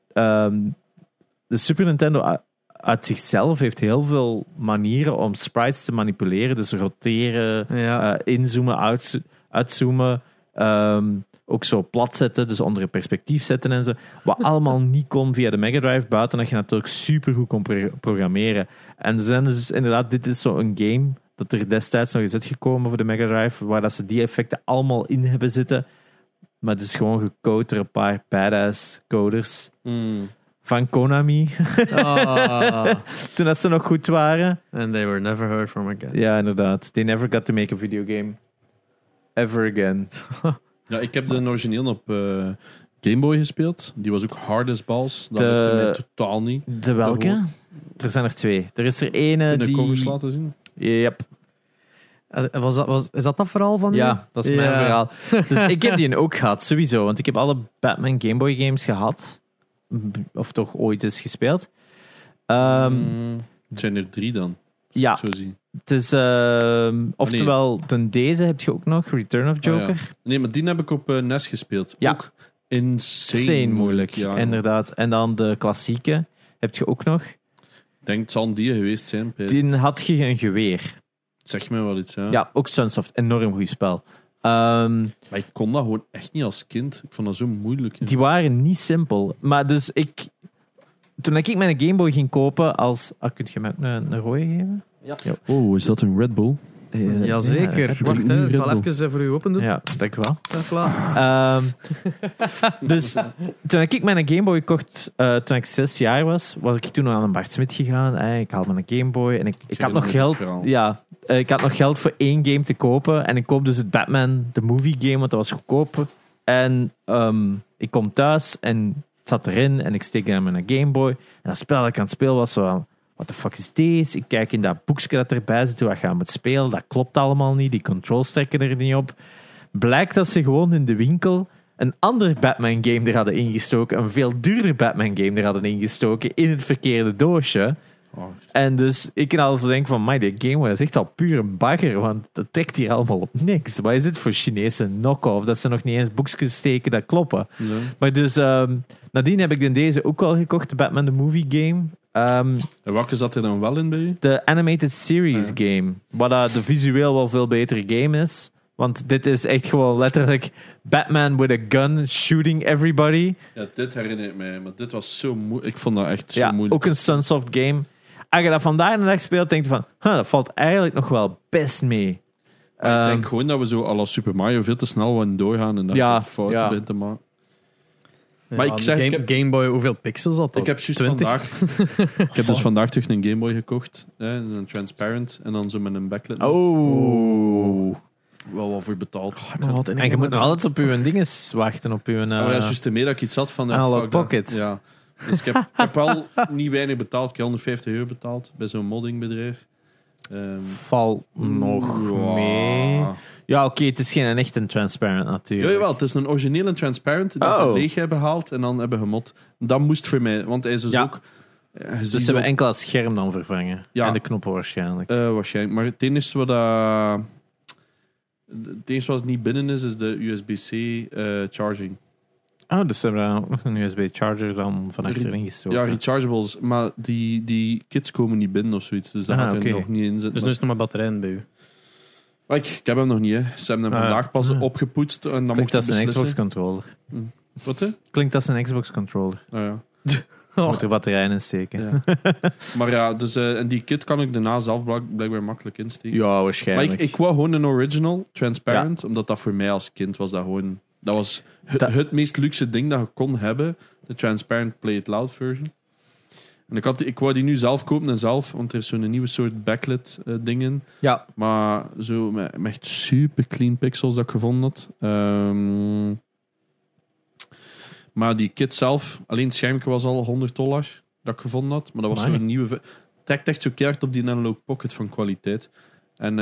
de Super Nintendo uit zichzelf heeft heel veel manieren om sprites te manipuleren. Dus roteren, inzoomen, uitzoomen. Ook zo plat zetten, dus onder een perspectief zetten en zo. Wat allemaal niet kon via de Mega Drive, buiten dat je natuurlijk supergoed kon programmeren. En er zijn dus inderdaad, dit is zo'n game dat er destijds nog is uitgekomen voor de Mega Drive, waar dat ze die effecten allemaal in hebben zitten. Maar het is gewoon gecode door een paar badass coders van Konami. Toen dat ze nog goed waren. And they were never heard from again. Ja, inderdaad. They never got to make a video game. Ever again. Ja, ik heb de origineel op Game Boy gespeeld. Die was ook hard as balls. Dat lukte mij totaal niet. De welke? Er zijn er 2. Er is er ene die... de covers laten zien? Yep. Is dat verhaal van Ja, dat is mijn verhaal. Dus ik heb die ook gehad, sowieso. Want ik heb alle Batman Game Boy games gehad. Of toch ooit eens gespeeld. Het zijn er 3 dan. Ja. Zo zien. Het is... oftewel, deze heb je ook nog. Return of Joker. Oh, ja. Nee, maar die heb ik op NES gespeeld. Ja. Ook insane moeilijk. Ja, inderdaad. En dan de klassieke heb je ook nog. Ik denk het zal die geweest zijn. Die had je een geweer. Zeg me wel iets, ja. Ja, ook Sunsoft. Enorm goed spel. Maar ik kon dat gewoon echt niet als kind. Ik vond dat zo moeilijk. Ja. Die waren niet simpel. Maar dus toen ik mijn Game Boy ging kopen als... kun je mij een rode geven? Ja. Oh, is dat een Red Bull? Jazeker. Wacht, ik zal even voor u open doen. Ja, dank u wel. Klaar. Dus toen ik mijn Game Boy kocht, toen ik 6 jaar was ik toen nog aan een Bart Smit gegaan. Ik haalde mijn Game Boy en ik had nog geld. Ja, ik had nog geld voor 1 game te kopen. En ik koop dus het Batman, de movie game, want dat was goedkoop. En ik kom thuis en het zat erin en ik steek in mijn Game Boy. En dat spel dat ik aan het spelen was zo... What the fuck is deze? Ik kijk in dat boekje dat erbij zit, hoe je aan moet spelen. Dat klopt allemaal niet. Die controls trekken er niet op. Blijkt dat ze gewoon in de winkel een ander Batman game er hadden ingestoken. Een veel duurder Batman game er hadden ingestoken in het verkeerde doosje. Oh. En dus ik kan altijd denken van, die game is echt al puur een bagger, want dat trekt hier allemaal op niks. Wat is dit voor Chinese knock-off? Dat ze nog niet eens boekjes steken dat kloppen. Nee. Maar dus, nadien heb ik deze ook al gekocht, de Batman the Movie game. En welke zat er dan wel in bij je? De Animated Series game. Wat de visueel wel veel betere game is. Want dit is echt gewoon letterlijk Batman with a gun shooting everybody. Ja, dit herinner ik mij. Maar dit was zo moeilijk. Ik vond dat echt zo moeilijk. Ook een Sunsoft game. Als je dat vandaag de dag speelt, denk je van... dat valt eigenlijk nog wel best mee. Ik denk gewoon dat we zo à la Super Mario veel te snel willen doorgaan. En dat je fouten bent te maken. Ja, maar ik zeg, Game Boy, hoeveel pixels had dat? Ik heb juist vandaag... ik heb dus vandaag terug een Game Boy gekocht. Een transparent. En dan zo met een backlit. Oh. Wel wat voor betaald. En je moet nog altijd op uw dinges wachten. Op uw... juist ermee dat ik iets had van... Analog Pocket. Ja. Dus ik heb wel niet weinig betaald. Ik heb €150 betaald bij zo'n moddingbedrijf. Valt nog mee. Ja, oké, het is geen echt een transparent natuurlijk. Jawel, het is een originele transparent die ze leeg hebben gehaald en dan hebben gemod. Dat moest voor mij, want hij is dus ook... Dus ze hebben enkel het scherm dan vervangen. Ja. En de knoppen waarschijnlijk. Waarschijnlijk. Maar het enige wat niet binnen is de USB-C charging. Dus ze hebben daar ook nog een USB-charger dan van achterin gestoken. Ja, rechargeables. Maar die kits komen niet binnen of zoiets. Dus daar gaat hij nog niet in zitten. Dus nu is nog maar batterijen bij u. Ik heb hem nog niet. Hè. Ze hebben hem vandaag pas opgepoetst. En dan klinkt als een Xbox-controller. Wat, hè? Klinkt als een Xbox-controller. Ja. Moet er batterijen in steken. Ja. Maar ja, dus, en die kit kan ik daarna zelf blijkbaar makkelijk insteken. Ja, waarschijnlijk. Maar ik wou gewoon een original, transparent. Omdat dat voor mij als kind was dat gewoon... Dat was het meest luxe ding dat je kon hebben. De transparent play it loud version. En ik wou die nu zelf kopen en zelf, want er is zo'n nieuwe soort backlit ding in. Ja. Maar zo met echt super clean pixels dat ik gevonden had. Maar die kit zelf, alleen het schermpje was al $100 dat ik gevonden had. Maar dat was zo'n nieuwe... Het trekt echt zo keihard op die Analog Pocket van kwaliteit. En...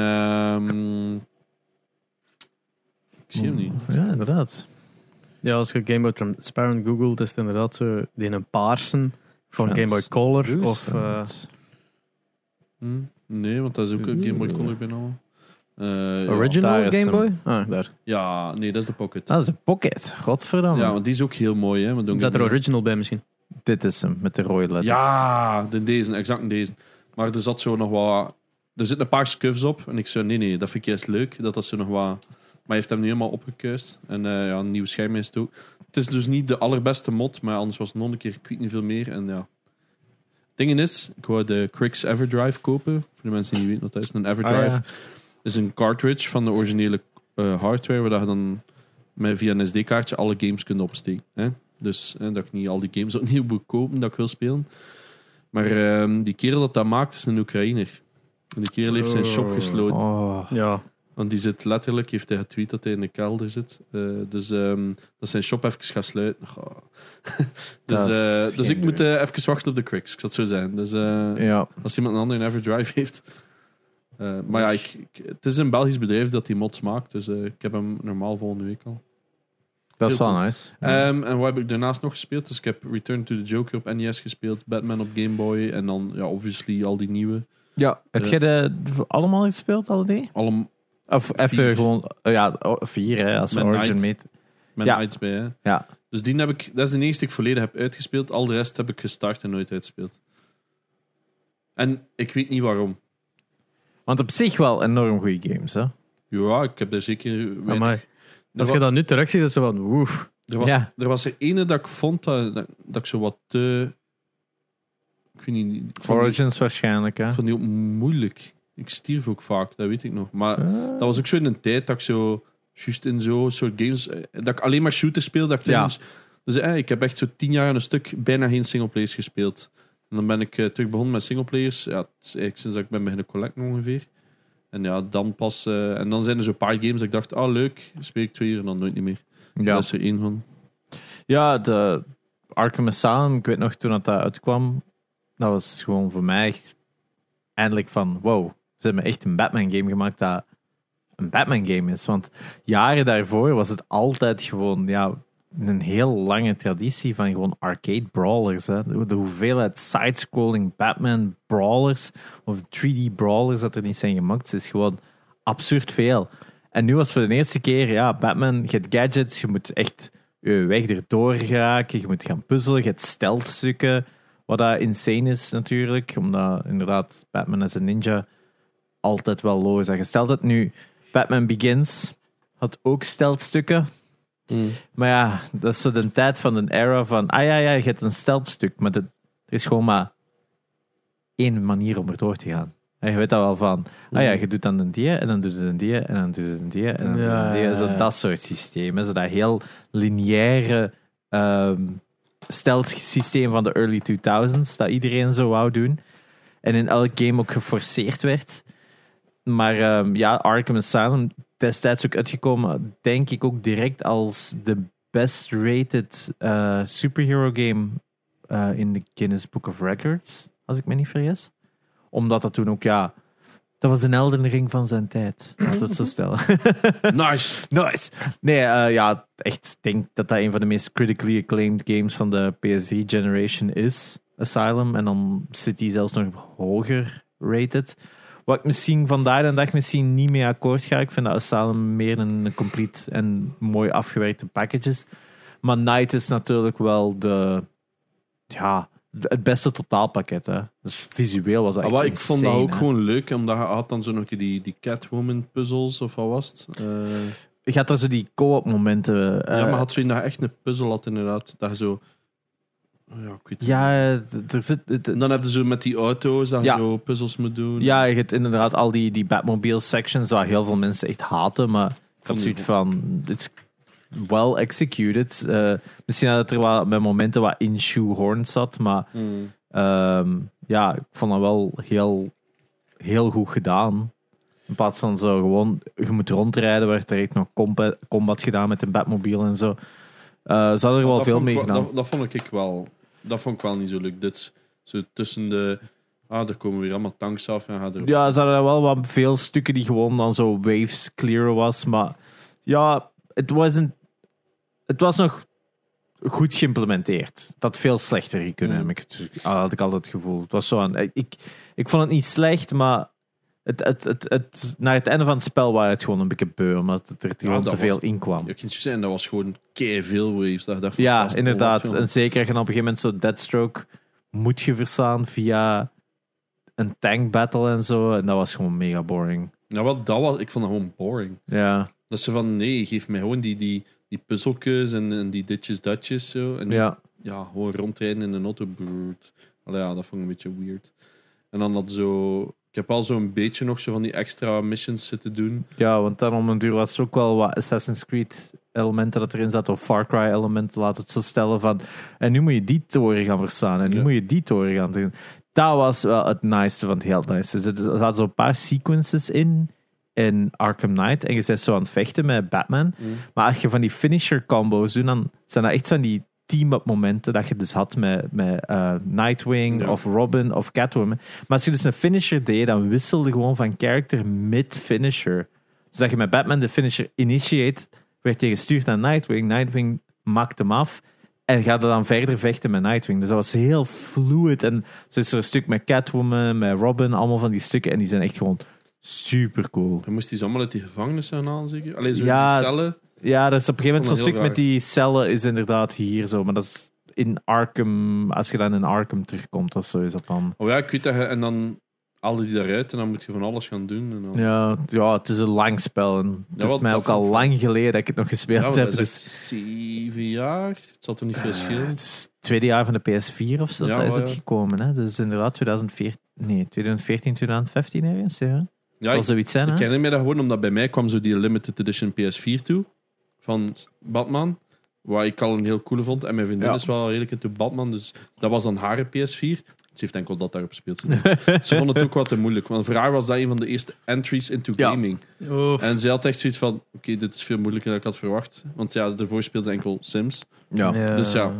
ik zie hem niet. Ja, inderdaad. Ja, als je Game Boy Transparent googelt, is het inderdaad zo die een paarsen van Game Boy Color. Of, nee, want dat is ook een Game Boy Color bijna. Original daar is Game Boy? hem. Daar. Ja, nee, dat is de Pocket. Dat is een pocket. Godverdamme. Ja, want die is ook heel mooi. Hè, want Zet er original bij misschien. Dit is hem, met de rode letters. Ja, deze, exact deze. Maar er zat zo nog wat... Er zitten een paar scuffs op. En ik zei, nee, dat vind ik juist leuk. Dat zo nog wat... Maar hij heeft hem nu helemaal opgekuist. En een nieuw scherm is het ook. Het is dus niet de allerbeste mod, maar anders was het nog een keer, ik weet niet veel meer. En ja... Ding is, ik wou de Crix Everdrive kopen. Voor de mensen die niet weten wat dat is. Een Everdrive is een cartridge van de originele hardware, waar je dan via een SD-kaartje alle games kunt opsteken. Hè? Dus dat ik niet al die games opnieuw moet kopen dat ik wil spelen. Maar die kerel dat maakt is een Oekraïner. En die kerel heeft zijn shop gesloten. Oh. Ja. Want die zit letterlijk, heeft hij getweet dat hij in de kelder zit. Dus dat zijn shop even gaat sluiten. Oh. Dus ik moet even wachten op de Crix, ik zal het zo zijn. Dus als iemand een ander een Everdrive heeft. Maar ja, het is een Belgisch bedrijf dat die mods maakt. Dus ik heb hem normaal volgende week al. Dat is wel nice. En wat heb ik daarnaast nog gespeeld? Dus ik heb Return to the Joker op NES gespeeld, Batman op Game Boy en dan, ja, obviously al die nieuwe. Ja. Heb jij de allemaal gespeeld, alle drie? Of even gewoon... 4, hè, als we Met Origin Night. meet. Met Ja. Nights bij, hè. Ja. Dus die heb ik... Dat is de eerste die ik volledig heb uitgespeeld. Al de rest heb ik gestart en nooit uitgespeeld. En ik weet niet waarom. Want op zich wel enorm goede games, hè? Ja, ik heb daar zeker... Amai. Als je dat nu terug ziet, is het zo van woef. Er was er ene dat ik vond dat ik zo wat te... Ik weet niet... ik vond Origins waarschijnlijk, hè? Ik vond die ook moeilijk. Ik stierf ook vaak, dat weet ik nog. Maar dat was ook zo in een tijd dat ik zo... Juist in zo'n soort games... Dat ik alleen maar shooters speelde. Dus ik heb echt zo 10 jaar aan een stuk bijna geen singleplayers gespeeld. En dan ben ik terug begonnen met singleplayers. Ja, het is eigenlijk sinds dat ik ben beginnen collecten ongeveer. En ja, dan pas... en dan zijn er zo'n paar games dat ik dacht... leuk, speel ik 2 uur en dan nooit niet meer. Ja. Dat is er één van. Ja, de Arkham Asylum, ik weet nog toen dat uitkwam, dat was gewoon voor mij echt eindelijk van, wow, ze hebben echt een Batman game gemaakt dat een Batman game is. Want jaren daarvoor was het altijd gewoon, een heel lange traditie van gewoon arcade brawlers. Hè. De hoeveelheid side-scrolling Batman brawlers of 3D brawlers dat er niet zijn gemaakt, is gewoon absurd veel. En nu was voor de eerste keer, Batman, je hebt gadgets, je moet echt je weg erdoor geraken, je moet gaan puzzelen, je hebt stealthstukken, wat dat insane is natuurlijk, omdat inderdaad Batman als een ninja altijd wel low is dat gesteld had. Nu, Batman Begins had ook stealthstukken, maar ja, dat is zo de tijd van een era van, je hebt een stealthstuk, maar er is gewoon maar één manier om erdoor te gaan. En je weet dat wel van, je doet dan een die, en dan doet het een die, en dan doet het een die, en dan doet het een die. Zo dat soort systeem. Zo dat heel lineaire stealth systeem van de early 2000s, dat iedereen zo wou doen. En in elk game ook geforceerd werd. Maar Arkham Asylum, destijds ook uitgekomen, denk ik ook direct als de best rated superhero game in de Guinness Book of Records, als ik me niet vergis. Omdat dat toen ook, dat was een Elden Ring van zijn tijd. Laten we het zo stellen. Nice. Nee, echt, ik denk dat dat een van de meest critically acclaimed games van de PS3 generation is. Asylum. En dan zit die zelfs nog hoger rated. Wat ik misschien vandaag de dag misschien niet mee akkoord ga. Ik vind dat Asylum meer een complete en mooi afgewerkte package is. Maar Night is natuurlijk wel het beste totaalpakket. Hè. Dus visueel was dat echt Ik vond dat ook hè. gewoon leuk, omdat je had dan zo nog die Catwoman puzzles, of wat was het? Je had er zo die co-op momenten. maar had zo dat je echt een puzzel had inderdaad. Dat je zo... ik weet het er zit... En dan heb je zo met die auto's dat je zo puzzels moet doen. Ja, je hebt inderdaad al die Batmobile sections waar heel veel mensen echt haten, maar ik had zoiets van... It's well executed. Misschien had het er wel met momenten wat in shoehorned zat, maar ik vond dat wel heel, heel goed gedaan. In plaats van zo gewoon, je moet rondrijden, werd er echt nog combat gedaan met een Batmobile en zo. Ze hadden er wel veel mee gedaan. Dat vond ik wel... Dat vond ik wel niet zo leuk. Dit is zo tussen de... er komen weer allemaal tanks af. En ze hadden er wel wat veel stukken die gewoon dan zo waves clear was, maar het was nog goed geïmplementeerd. Dat had veel slechter gekund, had ik altijd het gevoel. Het was zo ik vond het niet slecht, maar Naar het einde van het spel waren het gewoon een beetje beu, omdat er gewoon te veel in kwam. Ja, je zeggen, dat was gewoon veel waves. Dat ik dacht van, Ja, dat is inderdaad. een En zeker als je op een gegeven moment zo Deathstroke moet je verslaan via een tank battle en zo. En dat was gewoon mega boring. Ja, ik vond dat gewoon boring. Ja. Dat ze van, nee, geef mij gewoon die puzzelkeus en die ditjes, zo. En Ja. ja, gewoon rondrijden in een auto. Allee, ja, dat vond ik een beetje weird. En dan dat zo... Ik heb al zo'n beetje nog zo van die extra missions zitten doen. Ja, want dan om een duur was er ook wel wat Assassin's Creed elementen dat erin zat, of Far Cry elementen, laat het zo stellen van, en nu moet je die toren gaan verstaan, en nu moet je die toren gaan doen. Dat was wel het nice van het heel nice. Er zaten zo'n paar sequences in Arkham Knight, en je bent zo aan het vechten met Batman, maar als je van die finisher combos doet, dan zijn dat echt van die team-up momenten dat je dus had met Nightwing of Robin of Catwoman. Maar als je dus een finisher deed, dan wisselde gewoon van character mid-finisher. Dus dat je met Batman de finisher initiate, werd je gestuurd naar Nightwing. Nightwing maakte hem af en gaat er dan verder vechten met Nightwing. Dus dat was heel fluid. En zo is er een stuk met Catwoman, met Robin, allemaal van die stukken. En die zijn echt gewoon super cool. Je moest die allemaal uit die gevangenis gaan halen, zeker? Alleen zo Ja, in die cellen. Ja, dat is op een gegeven moment zo'n stuk raar. met die cellen is inderdaad hier zo. Maar dat is in Arkham, als je dan in Arkham terugkomt of zo, is dat dan. Oh ja, ik weet dat je... En dan haalde die daaruit en dan moet je van alles gaan doen. En dan... Ja, het is een lang spel. En het is wat- mij dat ook al vond- lang geleden dat ik het nog gespeeld Ja, heb. dat is echt Dus 7 jaar. Het zal toch niet veel schelen? het is het tweede jaar van de PS4 of zo, Ja, dat is wel, het ja. gekomen. Hè? Dus inderdaad 2014, 2015 ergens. Ja. Ja, Zal zoiets zijn, ik hè? herinner me dat gewoon omdat bij mij kwam zo die limited edition PS4 toe van Batman, waar ik al een heel coole vond. En mijn vriendin Ja. is wel redelijk into Batman, dus dat was dan haar PS4. Ze heeft enkel dat daarop gespeeld. Ze vond het ook wat te moeilijk, want voor haar was dat een van de eerste entries into Ja. gaming. En ze had echt zoiets van, oké, dit is veel moeilijker dan ik had verwacht. Want ja, daarvoor speelde ze enkel Sims. Ja. Dus ja.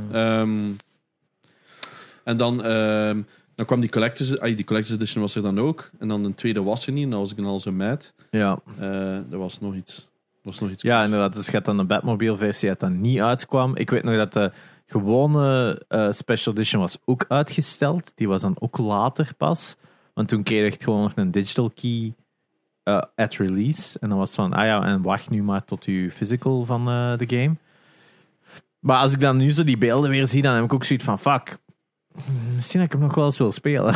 En dan kwam die Collector's Edition was er dan ook. En dan een tweede was er niet. En dan was ik dan al zo mad. Ja. Er was nog iets. Ja, inderdaad. Dus je had dan een Batmobile-versie dat dan niet uitkwam. Ik weet nog dat de gewone Special Edition was ook uitgesteld. Die was dan ook later pas. Want toen kreeg je echt gewoon nog een digital key at release. En dan was het van, en wacht nu maar tot je physical van de game. Maar als ik dan nu zo die beelden weer zie, dan heb ik ook zoiets van, fuck, misschien dat ik hem nog wel eens wil spelen.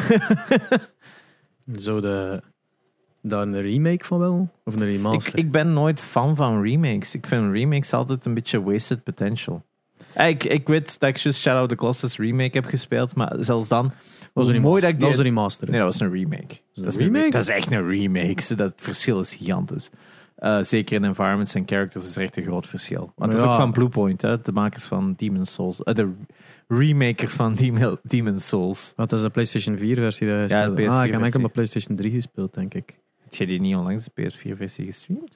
Zou daar een remake van wel? Of een remaster? Ik ben nooit fan van remakes. Ik vind remakes altijd een beetje wasted potential. Ik weet dat ik juist Shadow of the Colossus remake heb gespeeld, maar zelfs dan... was een mooi dat ik dat was die... een remaster. Nee, dat was een remake. Dat is remake? Dat is echt een remake. Dat verschil is gigantisch. Zeker in environments en characters is er echt een groot verschil. Want het is Ja. ook van Bluepoint, hè, de makers van Demon's Souls. De remakers van Demon's Souls. Dat is de PlayStation 4 versie. Dat Ja, je de speelde. PS4 Ik heb enkel versie. op PlayStation 3 gespeeld, denk ik. Heb jij die niet onlangs de PS4-versie gestreamd?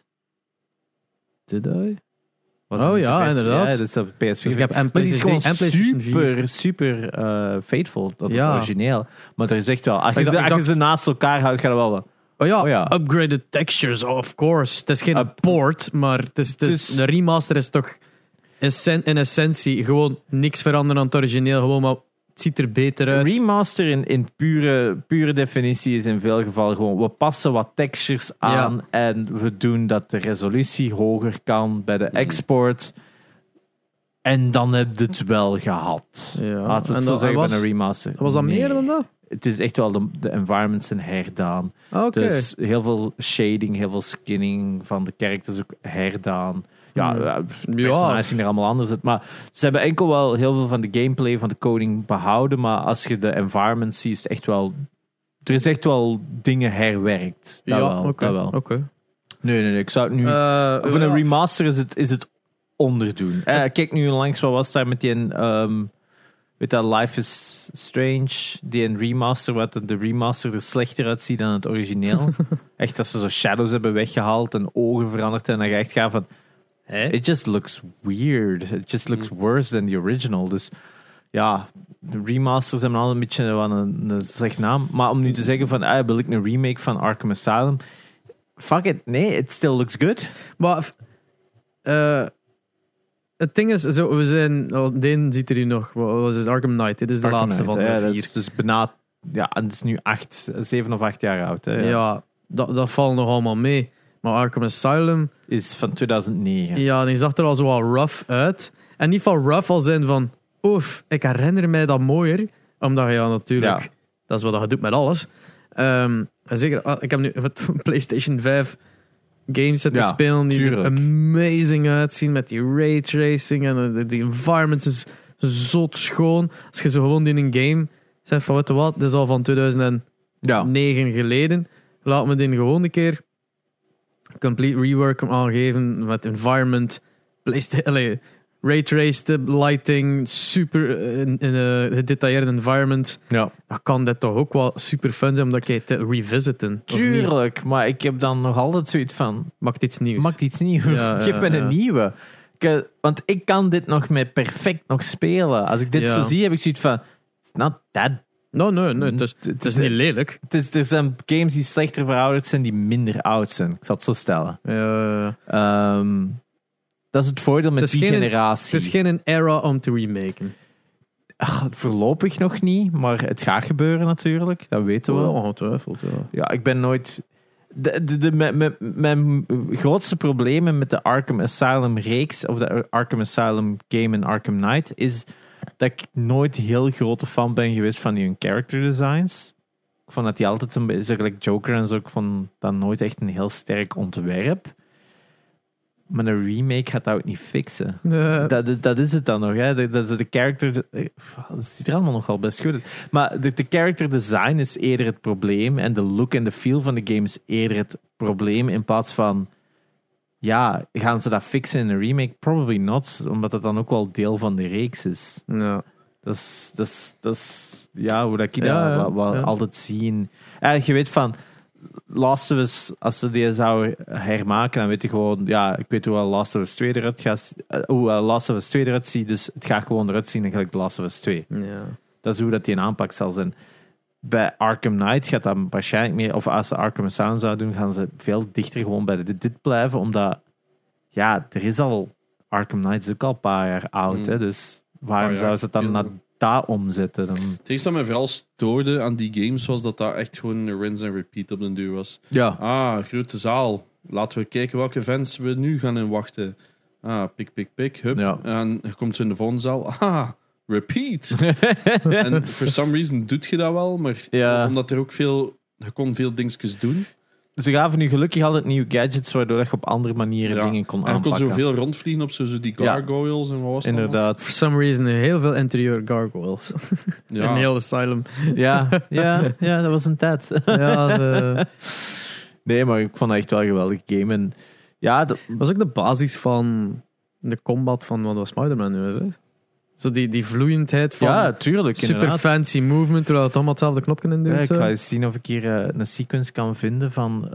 Did I? Was Oh dat niet ja, de versie? inderdaad. Ja, dat is de PS4. Dus ik heb en Maar die is PlayStation gewoon 3 en PlayStation 4. super faithful, dat Ja. het origineel. Maar er is echt wel... Als je, Ik dacht- als je ze naast elkaar houdt, gaat het wel... Oh ja, Oh ja. upgraded textures, of course. Het is geen port, maar de remaster is toch in essentie gewoon niks veranderen aan het origineel. Gewoon, maar het ziet er beter uit. Remaster in pure definitie is in veel gevallen gewoon... We passen wat textures aan en we doen dat de resolutie hoger kan bij de export. En dan heb je het wel gehad. Ja. Laten we En het zo dat- zeggen was- bij een remaster. Was dat Nee. meer dan dat? Het is echt wel de environments zijn herdaan. Oké. Dus heel veel shading, heel veel skinning van de characters ook herdaan. Ja, de personages zien er allemaal anders uit. Maar ze hebben enkel wel heel veel van de gameplay, van de coding behouden. Maar als je de environment ziet, is het echt wel... Er is echt wel dingen herwerkt. Dat wel. oké. Dat wel. Oké. Nee. Ik zou het nu... voor een remaster is het onderdoen. Kijk nu langs, wat was daar met die... weet dat, Life is Strange, die een remaster, wat de remaster er slechter uitziet dan het origineel. Echt, dat ze zo shadows hebben weggehaald en ogen veranderd en dan ga je echt gaan van... It just looks weird. It just looks worse than the original. Dus ja, de remasters hebben al een beetje een slecht naam. Maar om nu te zeggen van, wil ik een remake van Arkham Asylum? Fuck it, nee, it still looks good. Maar het ding is, zo, we zijn... Deen ziet er hier nog. Wat is het? Arkham Knight. Dit is de Arkham laatste Knight, van de dat 4. is dus bijna... Ja, en het is nu 7 of 8 jaar oud. Hè, Ja. dat valt nog allemaal mee. Maar Arkham Asylum, Is van 2009. ja, die zag er al zo wel rough uit. En niet van rough als in van, oef, ik herinner mij dat mooier. Omdat ja, natuurlijk, Ja. dat is wat je doet met alles. En zeker, ik heb nu met PlayStation 5 games zitten Ja, spelen die er tuurlijk. amazing uitzien met die raytracing en die environments is zot schoon. Als je zo gewoon in een game zegt van, weet je wat, dit is al van 2009 Ja. geleden. Laat me die gewoon een keer complete rework aangeven met environment, raytraced lighting, super in een gedetailleerde environment. Ja. Dan kan dit toch ook wel super fun zijn om dat keer te revisiten. of niet? Tuurlijk, maar ik heb dan nog altijd zoiets van... Maakt iets nieuws. Maak iets nieuws. Ja, Geef me ja. een nieuwe. Want ik kan dit nog met perfect nog spelen. Als ik dit Ja. zo zie, heb ik zoiets van... It's not that... Nee, het is niet lelijk. Er zijn games die slechter verouderd zijn, die minder oud zijn. Ik zal het zo stellen. Dat is het voordeel met Het is die geen- generatie. Het is geen era om te remaken. Voorlopig nog niet, maar het gaat gebeuren natuurlijk. Dat weten we. Ongetwijfeld, ja. Ja, ik ben nooit... Mijn grootste problemen met de Arkham Asylum reeks, of de Arkham Asylum game en Arkham Knight, is dat ik nooit heel grote fan ben geweest van hun character designs. Ik vond dat die altijd een beetje, like Joker en zo, ik vond dat nooit echt een heel sterk ontwerp. Maar een remake gaat dat ook niet fixen. Dat is het dan nog. Hè. Dat is de character... Dat ziet er allemaal nogal best goed uit. Maar de character design is eerder het probleem. En de look en de feel van de game is eerder het probleem. In plaats van... Ja, gaan ze dat fixen in een remake? Probably not. Omdat het dan ook wel deel van de reeks is. Ja. Dat is ja, hoe dat ik Ja, dat ja. altijd zie. Je weet van... Last of Us, als ze die zouden hermaken, dan weet je gewoon, ja, ik weet hoe Last of Us 2 eruit gaat, hoe Last of Us 2 eruit ziet, dus het gaat gewoon eruit zien gelijk Last of Us 2. Ja. Dat is hoe dat die een aanpak zal zijn. Bij Arkham Knight gaat dat waarschijnlijk meer, of als ze Arkham Asylum zouden doen, gaan ze veel dichter gewoon bij dit blijven, omdat, ja, er is al, Arkham Knight is ook al een paar jaar oud, hè, dus waarom Ja, zouden ze het dan veel. naar daar omzetten? Dan... Het enige dat mij vooral stoorde aan die games was dat dat echt gewoon een rinse en repeat op den duur was. Ja. Grote zaal. Laten we kijken welke events we nu gaan in wachten. Pik, hup. Ja. En je komt zo in de volgende zaal. Repeat. En for some reason doet je dat wel, maar Ja. omdat er ook veel... Je kon veel dingetjes doen. Ze gaven nu gelukkig altijd nieuwe gadgets, waardoor je op andere manieren Ja. dingen kon En je kon aanpakken. zoveel rondvliegen op zo die Ja. gargoyles en wat was dat allemaal? Inderdaad. For some reason heel veel interieur gargoyles. Ja. Een heel asylum. Ja, dat was een tijd. Ja, Nee, maar ik vond het echt wel een geweldige game. En ja, dat was ook de basis van de combat van wat was Spider-Man nu is. Hè? Zo die vloeiendheid van ja, tuurlijk. super Inderdaad. fancy movement, terwijl het allemaal hetzelfde knopje in Ja, doet. ik zo. ga eens zien of ik hier een sequence kan vinden van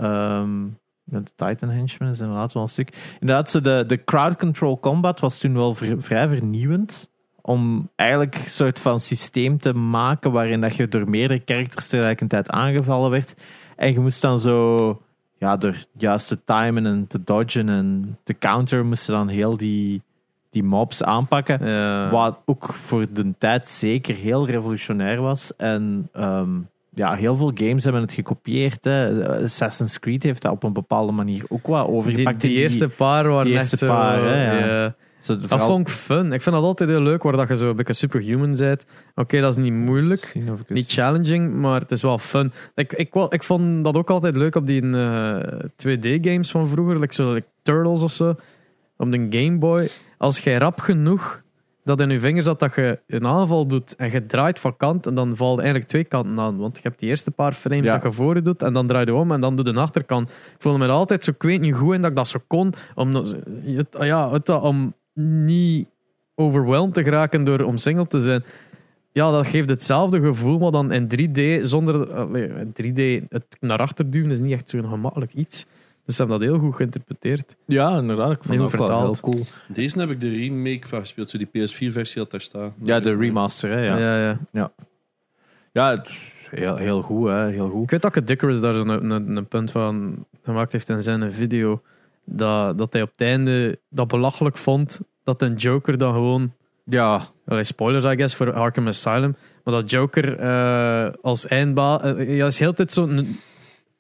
de Titan Henchman is inderdaad wel een stuk. Inderdaad, zo de crowd control combat was toen wel vrij vernieuwend. Om eigenlijk een soort van systeem te maken waarin dat je door meerdere characters tegelijkertijd aangevallen werd. En je moest dan zo, ja, door juist te timen en te dodgen en te counter, moest je dan heel die mobs aanpakken. Ja. Wat ook voor de tijd zeker heel revolutionair was. En ja, heel veel games hebben het gekopieerd. Hè. Assassin's Creed heeft dat op een bepaalde manier ook wat overgepakt. Die eerste paar waren die echt eerste zo... paar, hè, ja. ja. Zo, Dat vooral- vond ik fun. Ik vind dat altijd heel leuk, waar dat je zo een beetje superhuman bent. Oké, dat is niet moeilijk. Zien of ik eens- Niet challenging, maar het is wel fun. Ik vond dat ook altijd leuk op die 2D-games van vroeger, like Turtles of zo, op de Game Boy. Als jij rap genoeg dat in je vingers zat dat je een aanval doet en je draait van kant, en dan valt eigenlijk twee kanten aan. Want je hebt die eerste paar frames Ja. dat je voor je doet, en dan draai je om en dan doe je de achterkant. Ik voelde me altijd zo, ik weet niet goed in dat ik dat zo kon, om niet overwhelmed te geraken door omsingeld te zijn. Ja, dat geeft hetzelfde gevoel, maar dan in 3D zonder... in 3D, het naar achter duwen is niet echt zo'n gemakkelijk iets. Dus ze hebben dat heel goed geïnterpreteerd. Ja, inderdaad. Ik vond Heel het ook wel heel vertaald. cool. Deze heb ik de remake van gespeeld, zo die PS4-versie dat daar staat. Ja, de remaster, hè. Ja, ja het is heel goed, hè. Heel goed. Ik weet dat Dicarus daar een punt van gemaakt heeft in zijn video. Dat hij op het einde dat belachelijk vond dat een Joker dan gewoon... Ja, Spoilers, I guess, voor Arkham Asylum. Maar dat Joker als eindbaas... ja, is heel tijd zo'n...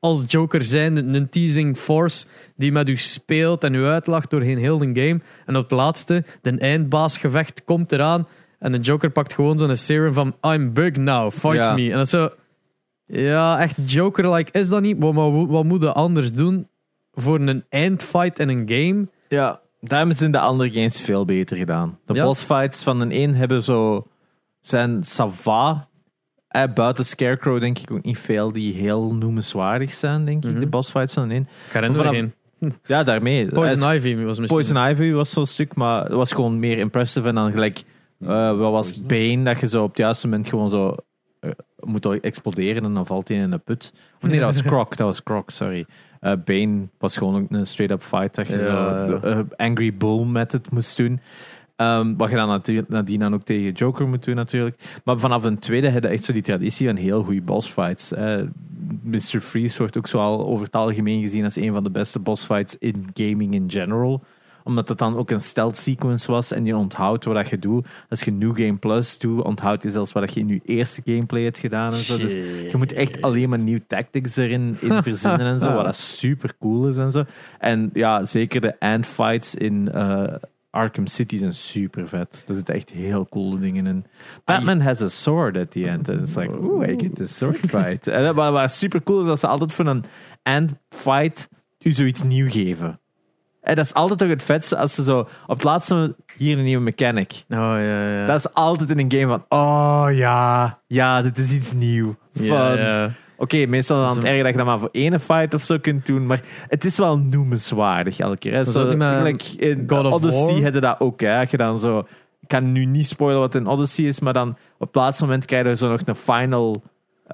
als Joker zijn, een teasing force die met u speelt en u uitlacht doorheen heel de game. En op het laatste, de eindbaasgevecht komt eraan en de Joker pakt gewoon zo'n serum van I'm big now, fight me. En dat is zo... Ja, echt Joker-like is dat niet. Maar wat moet je anders doen voor een eindfight in een game? Ja, daar hebben ze in de andere games veel beter gedaan. De bossfights van een 1 hebben zo... zijn sava. Buiten Scarecrow denk ik ook niet veel die heel noemenswaardig zijn, denk ik. De bossfights van een 1. Ik herinner me geen. Ja, daarmee. Poison Ivy was misschien... Poison Ivy was zo'n stuk, maar het was gewoon meer impressive. En dan gelijk... wat was het? Bane, dat je zo op het juiste moment gewoon zo... moet exploderen en dan valt hij in een put. Of nee, dat was Croc, sorry. Bane was gewoon ook een straight-up fight dat je zo Angry Bull method moest doen. Wat je dan nadien dan ook tegen Joker moet doen natuurlijk. Maar vanaf een tweede had je echt zo die traditie van heel goede bossfights. Mr. Freeze wordt ook zo al over het algemeen gezien als een van de beste bossfights in gaming in general. Omdat het dan ook een stealth sequence was en je onthoudt wat je doet. Als je New Game Plus doet, onthoudt je zelfs wat je in je eerste gameplay hebt gedaan en zo. Dus je moet echt alleen maar nieuwe tactics erin verzinnen en zo, wat dat super cool is en zo. En ja, zeker de endfights in Arkham City zijn super vet. Er zitten echt heel coole dingen in. Batman has a sword at the end. En it's like, ooh, I get the sword fight. En wat super cool is, dat ze altijd voor een endfight u zoiets nieuw geven. En dat is altijd toch het vetste als ze zo op het laatste hier een nieuwe mechanic. Oh ja. Dat is altijd in een game van, oh ja, dit is iets nieuw. Ja. Oké, meestal dan het erg dat je dat maar voor ene fight of zo kunt doen, maar het is wel noemenswaardig elke keer. Hè. Zo, in God of Odyssey War? hadden dat ook. Hè. Je dan zo, ik kan nu niet spoilen wat in Odyssey is, maar dan op het laatste moment krijg je zo nog een final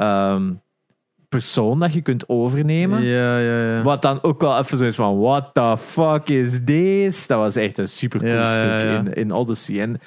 persoon dat je kunt overnemen. Ja. Wat dan ook wel even zo is van, what the fuck is this? Dat was echt een super cool stuk in Odyssey. En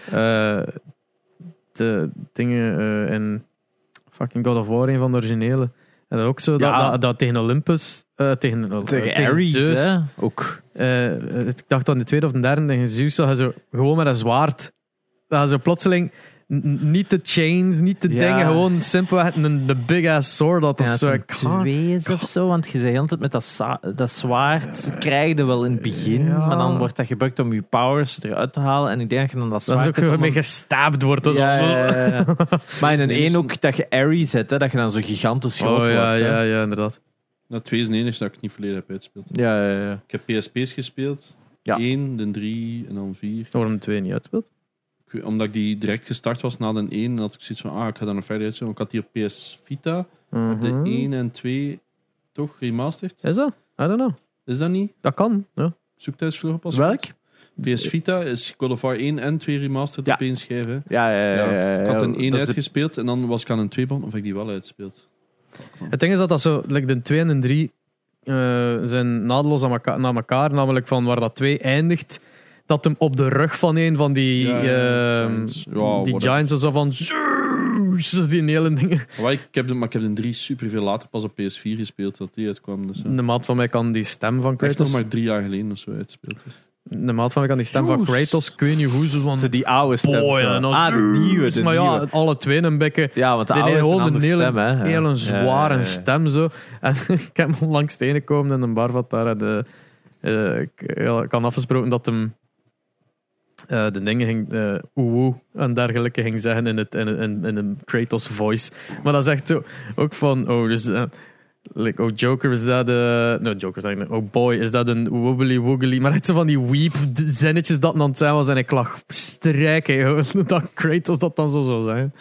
de dingen in fucking God of War, een van de originele. En dat ook zo, dat tegen Olympus, tegen Ares, Zeus. hè? Ook. Ik dacht aan de tweede of de derde, tegen Zeus, dat hij zo gewoon met een zwaard, dat hij zo plotseling niet de chains, niet de dingen, gewoon simpelweg de big ass sword dat of zo. Twee is of zo, want je zei altijd met dat zwaard krijg je wel in het begin, maar dan wordt dat gebruikt om je powers eruit te halen en ik denk dat je dan dat zwaard... Dat is ook gewoon mee gestapt wordt. Dat ja. Maar in een 1 ook dat je Ares hebt, hè, dat je dan zo gigantisch groot wordt. Ja, inderdaad. Dat 2 is de enige dat ik niet volledig heb uitgespeeld. Ja. Ik heb PSP's gespeeld. Ja. 1, de 3 en dan 4. Waarom de 2 niet uitspeelt? Omdat ik die direct gestart was na de 1, had ik zoiets van, ik ga daar nog verder uitspelen. Ik had die op PS Vita, de 1 en 2 toch remastered. Is dat? I don't know. Is dat niet? Dat kan, ja. Zoek thuis vlug op als Welk? PS Vita is God of War 1 en 2 remastered op één schijf. Hè. Ja. Ik had een 1 uitgespeeld en dan was ik aan een 2 band of ik die wel uitspeeld. Het ding is dat zo, like de 2 en de 3 zijn naadloos naar elkaar, namelijk van waar dat 2 eindigt, dat hem op de rug van een van die Giants zo van Zeus, die hele dingen. Maar ik heb de 3 super veel later pas op PS4 gespeeld, dat die uitkwam. Dus, de maat van mij kan die stem van Kratos Kratos... nog maar 3 jaar geleden of zo uitgespeeld. De maat van mij kan die stem van Kratos, ik weet niet hoe ze van... Die oude stem. de nieuwe. Maar ja, alle twee een bekke... Ja, want de oude is een andere stem, hè. Een hele zware stem, zo. En ik heb hem langs de ene komen in een bar wat daar... ik had afgesproken dat hem... de dingen ging en dergelijke ging zeggen in een Kratos voice. Maar dat is echt zo ook van Joker is dat Joker zeg ik, boy is dat een wobbly maar het zo van die weep zinnetjes dat dan het zijn was en ik lag strijken dat Kratos dat dan zo zou zijn.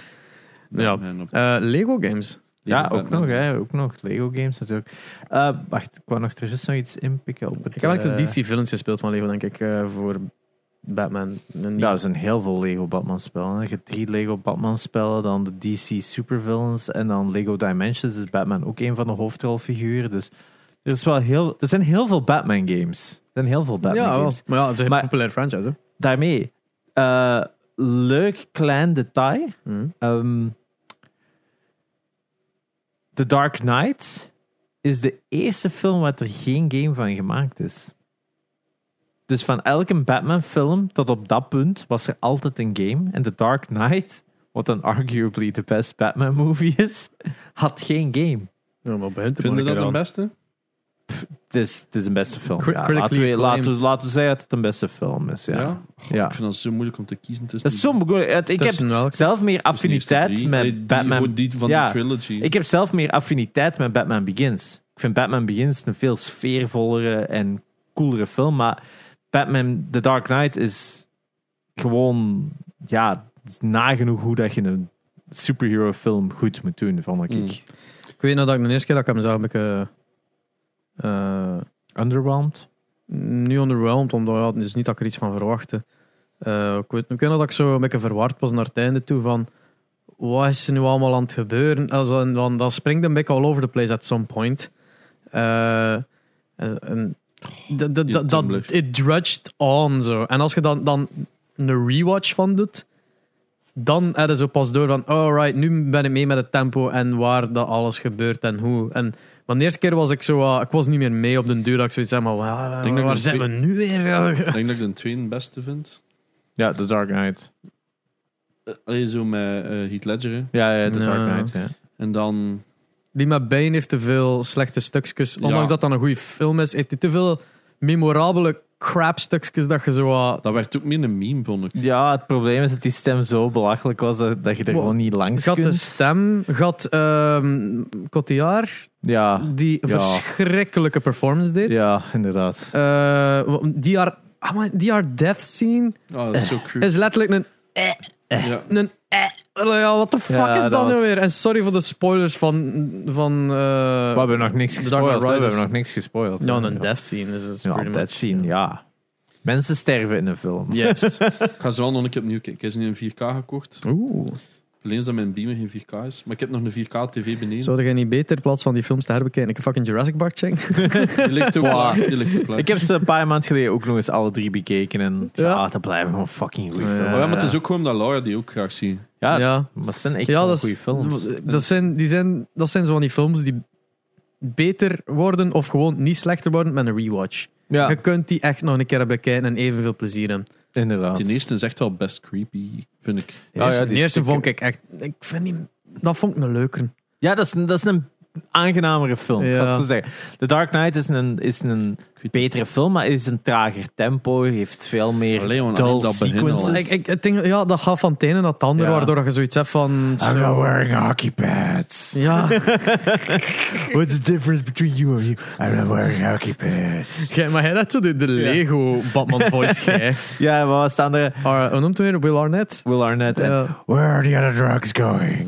Lego games. Ja, ook nog Lego games natuurlijk. Wacht, ik wou nog nog iets inpikken op het... Ik heb eigenlijk de DC villains gespeeld van Lego, denk ik, voor Batman. Ja, er zijn heel veel Lego Batman spellen. Je hebt 3 Lego Batman spellen, dan de DC Supervillains en dan Lego Dimensions is Batman ook een van de hoofdrolfiguren. Dus er zijn heel veel Batman games. Games. Maar ja, het is een populaire franchise. Hè? Daarmee, leuk klein detail. The Dark Knight is de eerste film waar er geen game van gemaakt is. Dus van elke Batman-film tot op dat punt was er altijd een game. En The Dark Knight, wat dan arguably de best Batman-movie is, had geen game. Ja, maar begint er Vind je maar dat een de keer aan. beste? Het is een beste film. Ja, Critically laten we zeggen dat het een beste film is. Ja. Goh, Ja. Ik vind dat zo moeilijk om te kiezen tussen Dat is zo moeilijk. Ik heb Tussen welke? zelf meer tussen de eerste affiniteit drie. met Nee, Batman. gewoon die van Ja. de trilogy. Ik heb zelf meer affiniteit met Batman Begins. Ik vind Batman Begins een veel sfeervollere en coolere film. Maar Batman The Dark Knight is gewoon... Ja, het is nagenoeg hoe dat je een superhero film goed moet doen, vond ik. Ik weet nog dat ik de eerste keer dat ik hem zag, heb ik... Underwhelmed? niet underwhelmed, omdat ja, het is niet dat ik er iets van verwachtte. Ik weet nog dat ik zo een beetje verward was naar het einde toe van wat is er nu allemaal aan het gebeuren? Want dat springt een beetje all over the place at some point. It drudged on zo. En als je dan een rewatch van doet, dan heb je zo pas door van alright, nu ben ik mee met het tempo en waar dat alles gebeurt en hoe. En maar de eerste keer was ik zo, ik was niet meer mee op de duur dat ik zoiets zeg, maar waar zijn we nu weer? Ik denk dat ik de tweede beste vind. Ja, The Dark Knight. Allee, zo met Heath Ledger. Hè. Ja, The Ja. Dark Knight, ja. En dan... Die met Bane heeft te veel slechte stukjes. Ondanks Ja. dat dat een goede film is, heeft hij te veel memorabele crap stukjes dat je zo... Dat werd ook meer een meme, vond ik. Ja, het probleem is dat die stem zo belachelijk was dat je er gewoon niet langs Gat de kunt. stem, gat Cotillard, Ja, die Ja. verschrikkelijke performance deed. ja, inderdaad. Die haar death scene Ah, dat is zo creepy. is letterlijk een... Ja. Ja, what the fuck Ja, is dat dat nu was- weer? En sorry voor de spoilers van We hebben nog niks The Dark gespoild. Knight hè. We Rises. hebben nog niks gespoild. Ja, hè. een death scene is Ja, pretty dat much, zien, ja. Mensen sterven in een film. Yes. Ik ga ze wel nog een keer opnieuw kijken. Ik heb ze nu in 4K gekocht. Oeh. Alleen dat mijn beamer geen 4K is. Maar ik heb nog een 4K tv beneden. Zou jij niet beter in plaats van die films te herbekijken een fucking Jurassic Park checken? Die ligt ook klaar. Die ligt ook klaar. Ik heb ze een paar maanden geleden ook nog eens alle 3 bekeken. En ja, Ja. dat blijven gewoon fucking goede Ja. films. Maar ja, maar het is ook gewoon dat Laura die ook graag ziet. Ja, Ja. maar het zijn echt Ja, gewoon dat goede films. dat zijn zo van die films die beter worden of gewoon niet slechter worden met een rewatch. Ja, Je kunt die echt nog een keer bekijken en evenveel plezier in. inderdaad. Die eerste is echt wel best creepy, vind ik. De Ja, eerste, ja, die de eerste stukken- vond ik echt... Ik vind die... Dat vond ik een leuker. Ja, dat is een aangenamere film. Ik Ja. zal het zo zeggen. The Dark Knight is een betere film, maar is een trager tempo. Heeft veel meer Alleen maar dull alleen dat begin al. sequences. Ik denk, ja, dat gaat van het ene naar het andere, Ja. waardoor je zoiets hebt van... I'm zo- not wearing hockey pads. Ja, What's the difference between you and you? I'm not wearing hockey pads. maar hij had zo de Lego Batman voice, jij. Ja, maar wat staan er? Hoe noemt hij weer? Will Arnett? Will Arnett en Ja. Where are the other drugs going?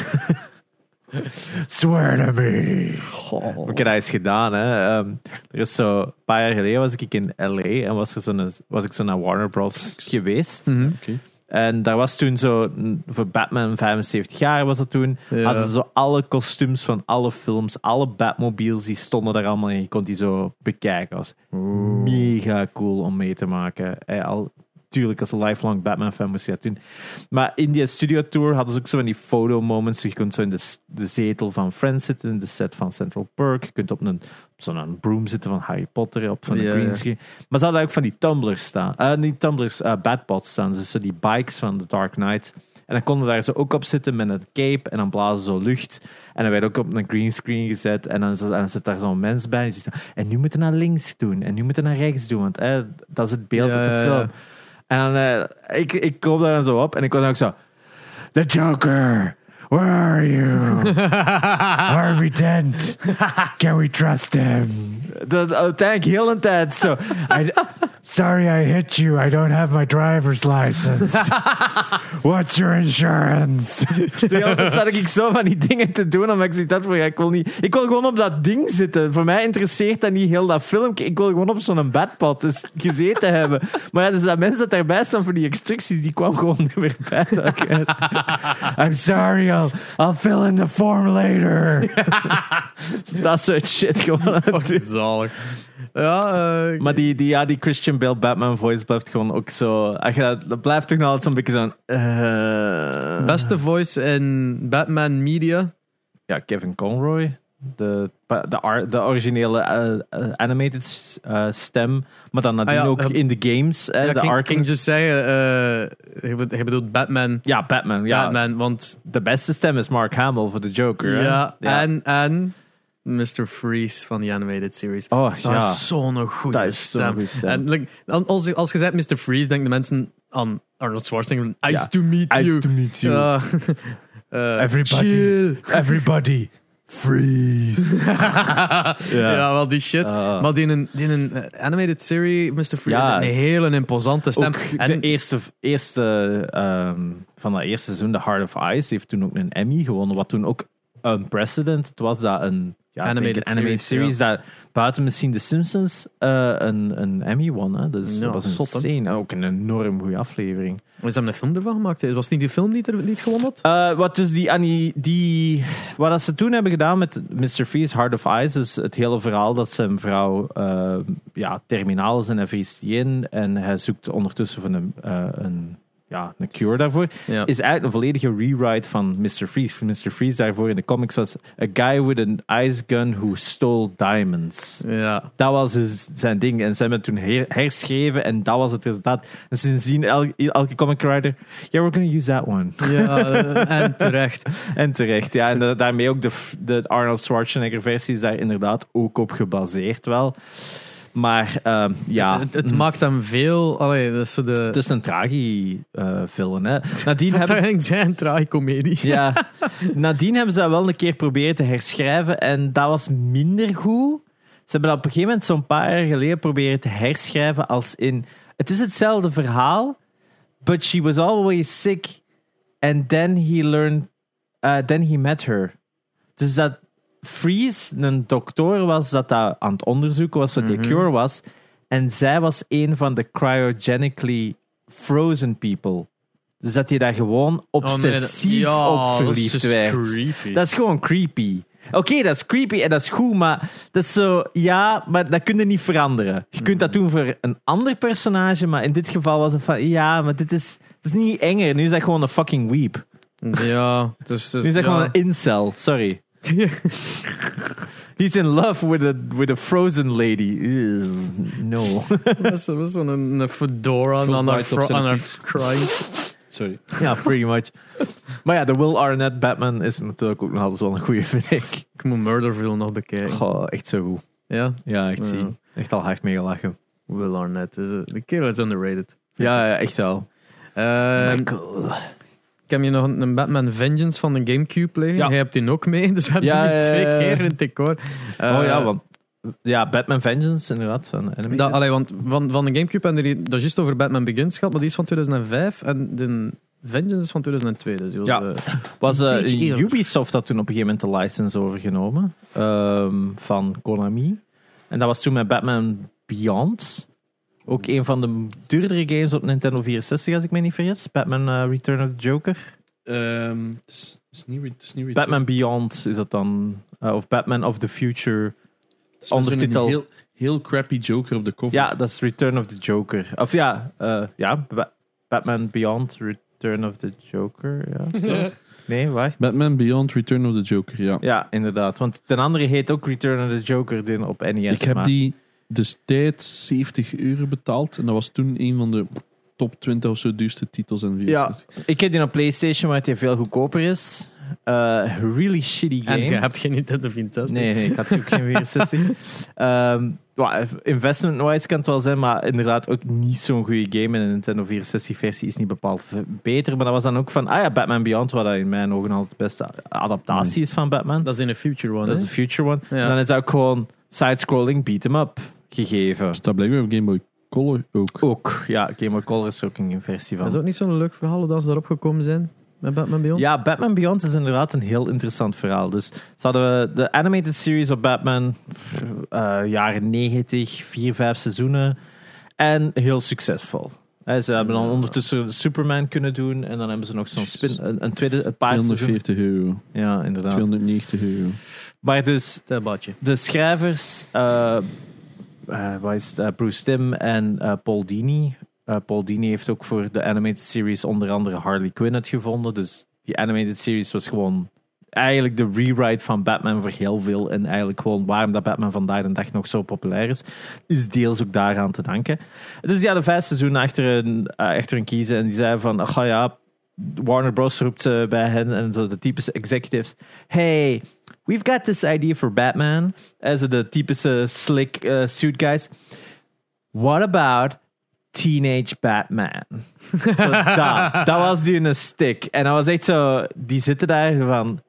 Swear to me. Oh. Oké, dat is gedaan. Hè. Er is zo, een paar jaar geleden was ik in LA en was ik zo naar Warner Bros. geweest. Mhm. Oké. En daar was toen zo, voor Batman 75 jaar was dat toen, Ja. hadden ze zo alle kostuums van alle films, alle Batmobiles, die stonden daar allemaal in. Je kon die zo bekijken. Dat was mega cool om mee te maken. Tuurlijk, als een lifelong Batman-fan moest je dat doen. Maar in die studio tour hadden ze ook zo van die photo-moments. Je kunt zo in de zetel van Friends zitten, in de set van Central Park. Je kunt op zo'n broom zitten van Harry Potter, op zo'n Ja, green ja. screen. Maar ze hadden ook van die tumblers staan. Niet tumblers, Batpods staan. Dus zo die bikes van The Dark Knight. En dan konden daar zo ook op zitten met een cape en dan blazen zo lucht. En dan werd ook op een greenscreen gezet. En dan zit daar zo'n mens bij. En, die zegt, en nu moeten we naar links doen. En nu moeten we naar rechts doen. Want dat is het beeld Ja, uit de ja, film. ja. En dan, ik koop daar dan zo op. En ik was dan ook zo... The Joker! Where are you? Harvey Dent! Can we trust him? Uiteindelijk heel een tijd zo... Sorry I hit you. I don't have my driver's license. What's your insurance? De hele tijd zat ik zo van die dingen te doen. Omdat ik zoiets had van, ja, ik wil gewoon op dat ding zitten. Voor mij interesseert dat niet heel dat filmpje. Ik wil gewoon op zo'n badpad dus gezeten hebben. Maar ja, dus dat mensen dat daarbij staan voor die instructies, die kwam gewoon niet meer bij. I'm sorry, I'll fill in the form later. Dat soort shit gewoon. Zalig. Ja, Maar die Christian Bale Batman voice blijft gewoon ook zo... Dat blijft toch nog altijd zo'n beetje zo'n... beste voice in Batman Media. Ja, Kevin Conroy. De originele animated stem. Maar dan nadien Ah ja, ook in de games. Ja, de ik Arkham... ging dus zeggen, je bedoelt Batman. Ja, Batman. Ja. Batman, want... De beste stem is Mark Hamill voor de Joker. hè? Ja, en Mr. Freeze van die animated series. Oh, Dat ja. is zo'n goede Dat is zo'n stem. goede stem. En like, als je zegt Mr. Freeze, denken de mensen aan Arnold Schwarzenegger. Nice Ja. to meet Nice you. to meet you. Everybody. Chill. Everybody. Freeze. Ja, wel die shit. Maar die een animated serie, Mr. Freeze, Ja, heeft een hele imposante stem. Ook de eerste van dat eerste seizoen, The Heart of Ice, heeft toen ook een Emmy gewonnen, wat toen ook unprecedented was, dat een animated series dat buiten misschien The Simpsons een Emmy won. Hè? Dus dat was insane. Ook een enorm goede aflevering. Ze hebben een film ervan gemaakt. Was het niet die film die het gewonnen had? Wat dus wat ze toen hebben gedaan met Mr. Freeze, Heart of Ice, is het hele verhaal dat zijn vrouw terminaal is en hij vriest die in en hij zoekt ondertussen van een cure daarvoor, Ja. is eigenlijk een volledige rewrite van Mr. Freeze. Mr. Freeze daarvoor in de comics was a guy with an ice gun who stole diamonds. Ja. Dat was dus zijn ding. En ze hebben het toen herschreven en dat was het resultaat. En sindsdien elke comic writer, yeah, we're gonna use that one. Ja, en terecht. En terecht, ja. En daarmee ook de Arnold Schwarzenegger versie is daar inderdaad ook op gebaseerd wel. Maar ja... Het maakt hem veel... Allee, dat is zo de... Het is een tragi-film, hè. Nadien dat hebben ging zijn tragicomedie. Ja, nadien hebben ze dat wel een keer proberen te herschrijven en dat was minder goed. Ze hebben dat op een gegeven moment zo'n paar jaar geleden proberen te herschrijven als in... Het is hetzelfde verhaal, but she was always sick and then he met her. Dus dat Freeze een dokter was dat aan het onderzoeken was wat die cure was en zij was een van de cryogenically frozen people. Dus dat hij daar gewoon obsessief op verliefd werd. Creepy. Dat is gewoon creepy. Oké, dat is creepy en dat is goed, maar dat is zo... Ja, maar dat kun je niet veranderen. Je kunt dat doen voor een ander personage, maar in dit geval was het van... Ja, maar dit is niet enger. Nu is dat gewoon een fucking weep. Ja. Dus, Nu is dat gewoon een incel. Sorry. He's in love with a frozen lady. Ew, no. Dat is een fedora aan haar crying. Sorry. Ja, pretty much. Maar ja, de Will Arnett Batman is natuurlijk ook nog altijd wel een goede, vind ik. Ik moet Murderville nog bekijken. Goh, echt zo goed. Ja? Ja, echt zien. Echt al hard mee gelachen. Will Arnett. De kerel is underrated. Ja, echt wel. Michael. Ik heb hier nog een Batman Vengeance van de Gamecube liggen. Ja. Jij hebt die ook mee, dus we hebben die 2 keer in het decor. Want... Ja, Batman Vengeance, inderdaad. Van Allee, want van de Gamecube hebben we dat juist over Batman Begins gehad, maar die is van 2005 en de Vengeance is van 2002. Dus die was, was Ubisoft had toen op een gegeven moment de license overgenomen van Konami. En dat was toen met Batman Beyond. Ook een van de duurdere games op Nintendo 64, als ik me niet vergis. Batman Return of the Joker. Het is niet Batman Beyond is dat dan. Of Batman of the Future. Ondertitel. Een heel crappy Joker op de cover. Ja, dat is Return of the Joker. Of Batman Beyond Return of the Joker. Ja, nee, wacht. Batman Beyond Return of the Joker, ja. Ja, inderdaad. Want ten andere heet ook Return of the Joker op NES. Ik heb die destijds €70 betaald. En dat was toen een van de top 20 of zo duurste titels en video's. Ja, ik heb die op PlayStation, waar het veel goedkoper is. Really shitty game. En je hebt geen Nintendo 64. Nee, ik had ook geen 64. Investment-wise kan het wel zijn, maar inderdaad ook niet zo'n goede game. En de Nintendo 64-versie is niet bepaald beter. Maar dat was dan ook van, Batman Beyond, wat in mijn ogen altijd de beste adaptatie is van Batman. Dat is in de Future One. Dat is de Future One. Ja. En dan is dat ook gewoon side-scrolling beat-em-up gegeven. Dus dat blijkbaar op Game Boy Color ook. Ook, ja. Game Boy Color is er ook een versie van. Dat is ook niet zo'n leuk verhaal dat ze daarop gekomen zijn. Met Batman Beyond? Ja, Batman Beyond is inderdaad een heel interessant verhaal. Dus ze hadden de animated series op Batman, jaren 90, 4, 5 seizoenen. En heel successueel. Ze hebben dan ondertussen de Superman kunnen doen. En dan hebben ze nog zo'n een tweede, een paar seizoenen. €240. Ja, inderdaad. €290. Maar dus, Badje. de schrijvers, Bruce Timm en Paul Dini. Paul Dini heeft ook voor de animated series onder andere Harley Quinn uitgevonden. Dus die animated series was gewoon eigenlijk de rewrite van Batman voor heel veel. En eigenlijk gewoon waarom dat Batman vandaag de dag nog zo populair is deels ook daaraan te danken. Dus die hadden 5 seizoenen achter hun kiezen. En die zeiden van, Warner Bros. Roept bij hen en zo de typische executives. Hey, we've got this idea for Batman. As de typische slick suit guys. What about Teenage Batman? So dat was die een stick. En dat was echt zo, die zitten daar van...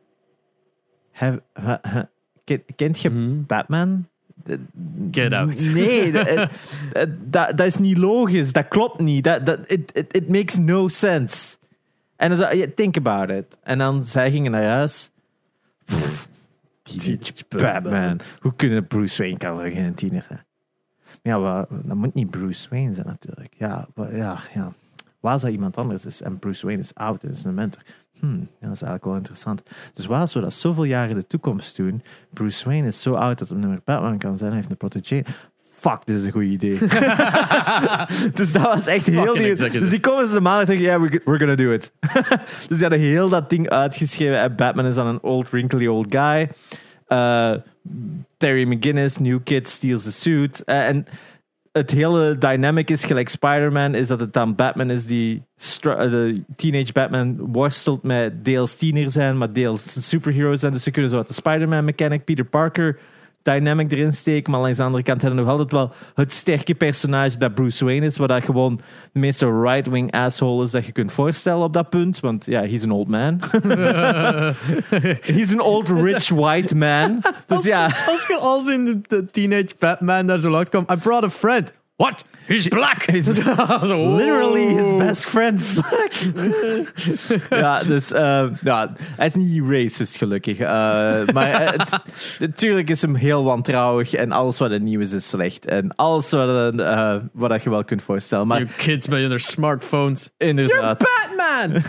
Kent je Batman? Get out. Nee, dat is niet logisch. Dat klopt niet. It makes no sense. En dan zei think about it. En dan zij gingen naar huis. Teenage Batman. Hoe kunnen Bruce Wayne kan er geen tiener zijn? Ja, dat moet niet Bruce Wayne zijn natuurlijk. Ja. Waar is dat iemand anders is? En Bruce Wayne is oud en is een mentor. Ja, dat is eigenlijk wel interessant. Dus waar zullen we dat zoveel jaren in de toekomst doen? Bruce Wayne is zo oud dat hij niet meer Batman kan zijn. Hij heeft een protégé. Fuck, dit is een goed idee. Dus dat was echt heel... Dus die komen ze de maand en zeggen, yeah, we're gonna do it. Dus die hadden heel dat ding uitgeschreven. En Batman is dan een wrinkly old guy. Terry McGinnis, new kid, steals the suit. En het hele dynamic is gelijk Spider-Man, is dat het dan Batman is die de teenage Batman worstelt met deels tiener zijn, maar deels superhero zijn. Dus ze kunnen zo wat de Spider-Man mechanic, Peter Parker dynamic erin steken, maar langs de andere kant hebben we nog altijd wel het sterke personage dat Bruce Wayne is, waar dat gewoon de meeste right-wing asshole is dat je kunt voorstellen op dat punt, want ja, he's an old man. He's an old rich white man. Dus als in de Teenage Batman daar zo uitkomt, I brought a friend. What? He's black. Literally his best friend is black. Ja, dus hij is niet racist gelukkig. Maar natuurlijk is hem heel wantrouwig en alles wat er nieuw is slecht. En alles wat je wel kunt voorstellen. Maar you kids met hun smartphones. Inderdaad. You're Batman!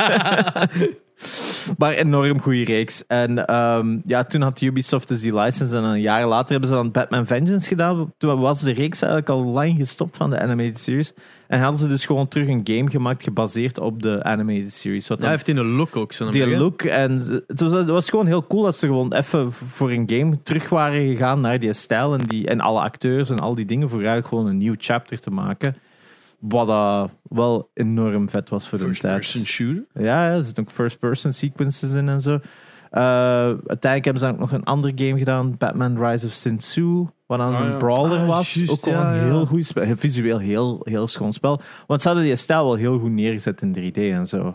Maar enorm goede reeks. En toen had Ubisoft dus die license. En een jaar later hebben ze dan Batman Vengeance gedaan. Toen was de reeks eigenlijk al lang gestopt van de animated series. En hadden ze dus gewoon terug een game gemaakt gebaseerd op de animated series. Hij heeft in een look ook zo'n die look. En het was gewoon heel cool dat ze gewoon even voor een game terug waren gegaan naar die stijl. En alle acteurs en al die dingen. Voor eigenlijk gewoon een nieuw chapter te maken. Wat wel enorm vet was voor de tijd. First-person shooter? Ja, er zitten ook first-person sequences in en zo. Uiteindelijk hebben ze ook nog een andere game gedaan. Batman Rise of Sin Tzu. Wat dan een brawler was. Just, ook wel een heel goed spel. Visueel heel schoon spel. Want ze hadden die stijl wel heel goed neergezet in 3D en zo.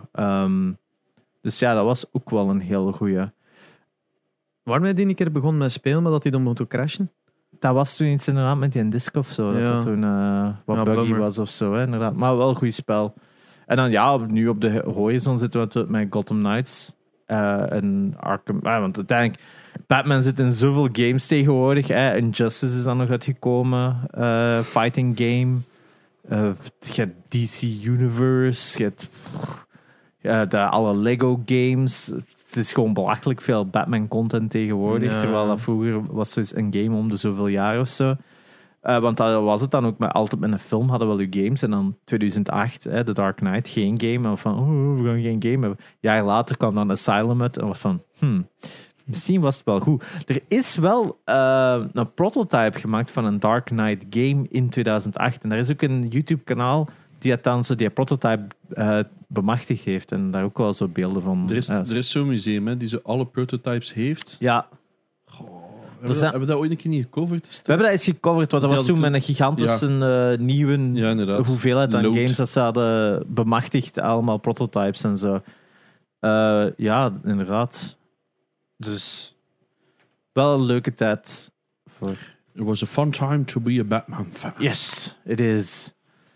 Dus ja, dat was ook wel een heel goeie. Waarom heb je die een keer begonnen met spelen, maar dat hij dan moet crashen? Dat was toen iets inderdaad met die disc of zo. Dat toen wat buggy bummer. was of zo. Hè, inderdaad. Maar wel een goed spel. En dan nu op de horizon zitten we met Gotham Knights. En Arkham. Want uiteindelijk, Batman zit in zoveel games tegenwoordig. Injustice is dan nog uitgekomen. Fighting game. Je hebt DC Universe. Je hebt alle Lego games. Het is gewoon belachelijk veel Batman content tegenwoordig. Ja. Terwijl dat vroeger was dus een game om de zoveel jaar of zo. Want dat was het dan ook altijd met een film hadden we wel uw games. En dan 2008, The Dark Knight, geen game. En van, we gaan geen game hebben. Een jaar later kwam dan Asylum uit. En was van, misschien was het wel goed. Er is wel een prototype gemaakt van een Dark Knight game in 2008. En daar is ook een YouTube kanaal die het dan zo die prototype bemachtigd heeft. En daar ook wel zo beelden van. Er is zo'n museum hè, die zo alle prototypes heeft. Ja. Hebben we dat ooit een keer niet gecoverd? We hebben dat eens gecoverd, want dat was toen met een gigantische nieuwe hoeveelheid aan games dat ze hadden bemachtigd, allemaal prototypes en zo. Ja, inderdaad. Dus wel een leuke tijd voor. It was a fun time to be a Batman fan. Yes, it is.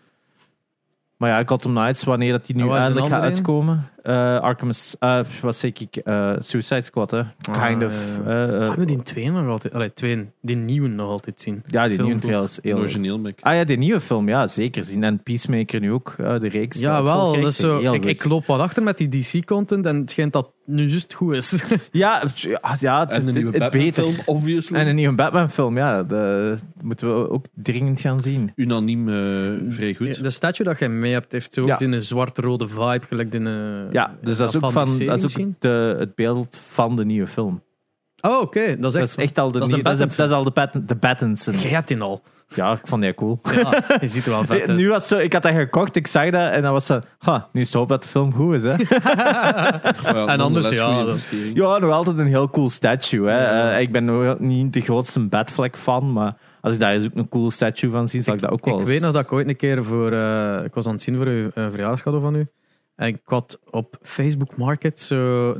Maar ja, Gotham Knights, wanneer dat die nu eindelijk gaat uitkomen. Arkham was zeker Suicide Squad, hè. Kind of. Gaan we die twee nog altijd... die nieuwe nog altijd zien? Ja, die nieuwe trouwens. Origineel, Mick. Ja, die nieuwe film, ja, zeker zien. En Peacemaker nu ook, de reeks. Ja, wel. Dat is zo, ik loop wat achter met die DC-content en het schijnt dat nu juist goed is. Ja, en een nieuwe Batman-film, obviously. En een nieuwe Batman-film, ja. Dat moeten we ook dringend gaan zien. Unaniem vrij goed. De statue dat jij mee hebt, heeft zo ook in een zwart-rode vibe, gelijk in een... Ja, dus dat is ook, het beeld van de nieuwe film. Oh, oké. Dat Dat is echt al de dat is de dat is Pattinson. al de Pattinson. Jij hebt die al. Ja, ik vond die cool. Ja, je ziet er wel vet uit. Nu was zo, ik had dat gekocht, ik zag dat en dan was zo, nu is het hoop dat de film goed is. Hè? Ja, En anders, nonetheless, ja, goede dat- investering. Ja, nog altijd een heel cool statue. Hè? Ik ben nog niet de grootste Batfleck fan, maar als ik daar eens ook een coole statue van zie, zal ik dat ook wel Ik eens... weet nog dat ik ooit een keer voor... ik was aan het zien voor een verjaardagscadeau van u. En ik had op Facebook Market zo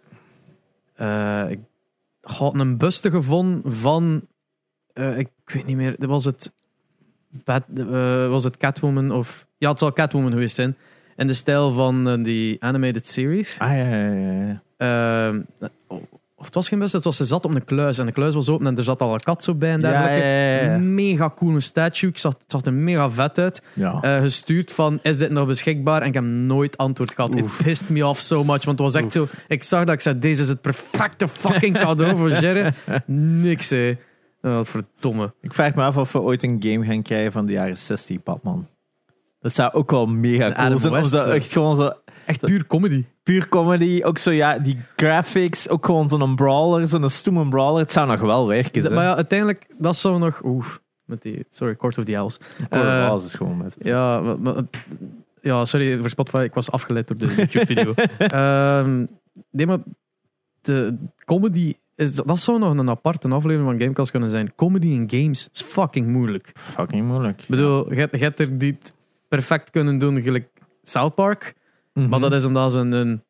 ik had een buste gevonden van... ik weet niet meer, was het Catwoman of... Ja, het zal Catwoman geweest zijn. In de stijl van die animated series. Ah, ja. Of het was geen buste, ze zat op een kluis. En de kluis was open en er zat al een kat zo bij en dergelijke. Ja. Mega coole statue. Het zag er mega vet uit. Ja. Gestuurd van, is dit nog beschikbaar? En ik heb nooit antwoord gehad. It pissed me off so much. Want het was echt zo... Ik zag dat ik zei, deze is het perfecte fucking cadeau voor Jerry. Niks, hè. Oh, wat verdomme. Ik vraag me af of we ooit een game gaan krijgen van de jaren 60, Batman. Dat zou ook wel mega De cool Adam zijn. Of West, dat zo. echt gewoon zo... Echt puur comedy. Puur comedy. Ook zo, ja, die graphics. Ook gewoon zo'n brawler, zo'n stoeme brawler. Het zou nog wel werken. Maar ja, uiteindelijk, dat zou nog... met die... Sorry, Court of the Owls. Is gewoon met... Ja, ja, sorry voor Spotify. Ik was afgeleid door de YouTube-video. Nee, maar de comedy... Dat zou nog een aparte aflevering van Gamecast kunnen zijn. Comedy in games is fucking moeilijk. Fucking moeilijk. Ik bedoel, je hebt er die het perfect kunnen doen, gelijk South Park. Maar dat is omdat ze een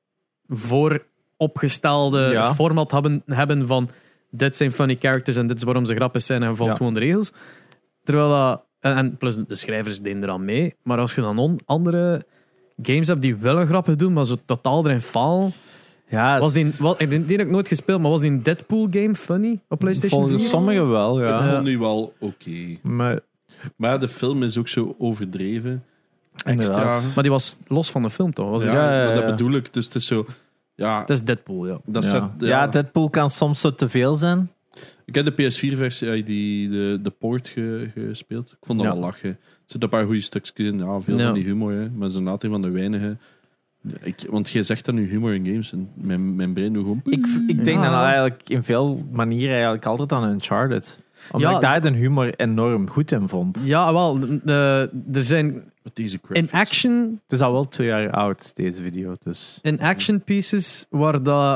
vooropgestelde format hebben van dit zijn funny characters en dit is waarom ze grappig zijn en je volgt gewoon de regels. Terwijl dat... En plus de schrijvers deden er aan mee. Maar als je dan andere games hebt die wel grappig doen, maar zo totaal erin falen... Ja, Die heb ik nooit gespeeld, maar was die Deadpool game funny op PlayStation 4? volgens sommigen wel, ja. Ik vond die wel oké. Maar Maar de film is ook zo overdreven. Inderdaad. Extra. Maar die was los van de film, toch? Was Ja, die- maar dat bedoel ik. Dus het is zo... Ja, Het is Deadpool, ja. dat ja. zet, Ja, Deadpool kan soms zo te veel zijn. Ik heb de PS4-versie, de port gespeeld. Ik vond dat wel lachen. Er zitten een paar goede stukjes in. Ja, veel van die humor. Hè. Maar dat is inderdaad een van de weinige. Want jij zegt dat nu humor in games. En mijn brein doet gewoon... Ik denk dan eigenlijk in veel manieren eigenlijk altijd aan Uncharted. Omdat Ja, ik daar de humor enorm goed in vond. Ja, wel. Er zijn Met deze graphics. in Het is al wel 2 jaar oud, deze video. Dus. action pieces waar dat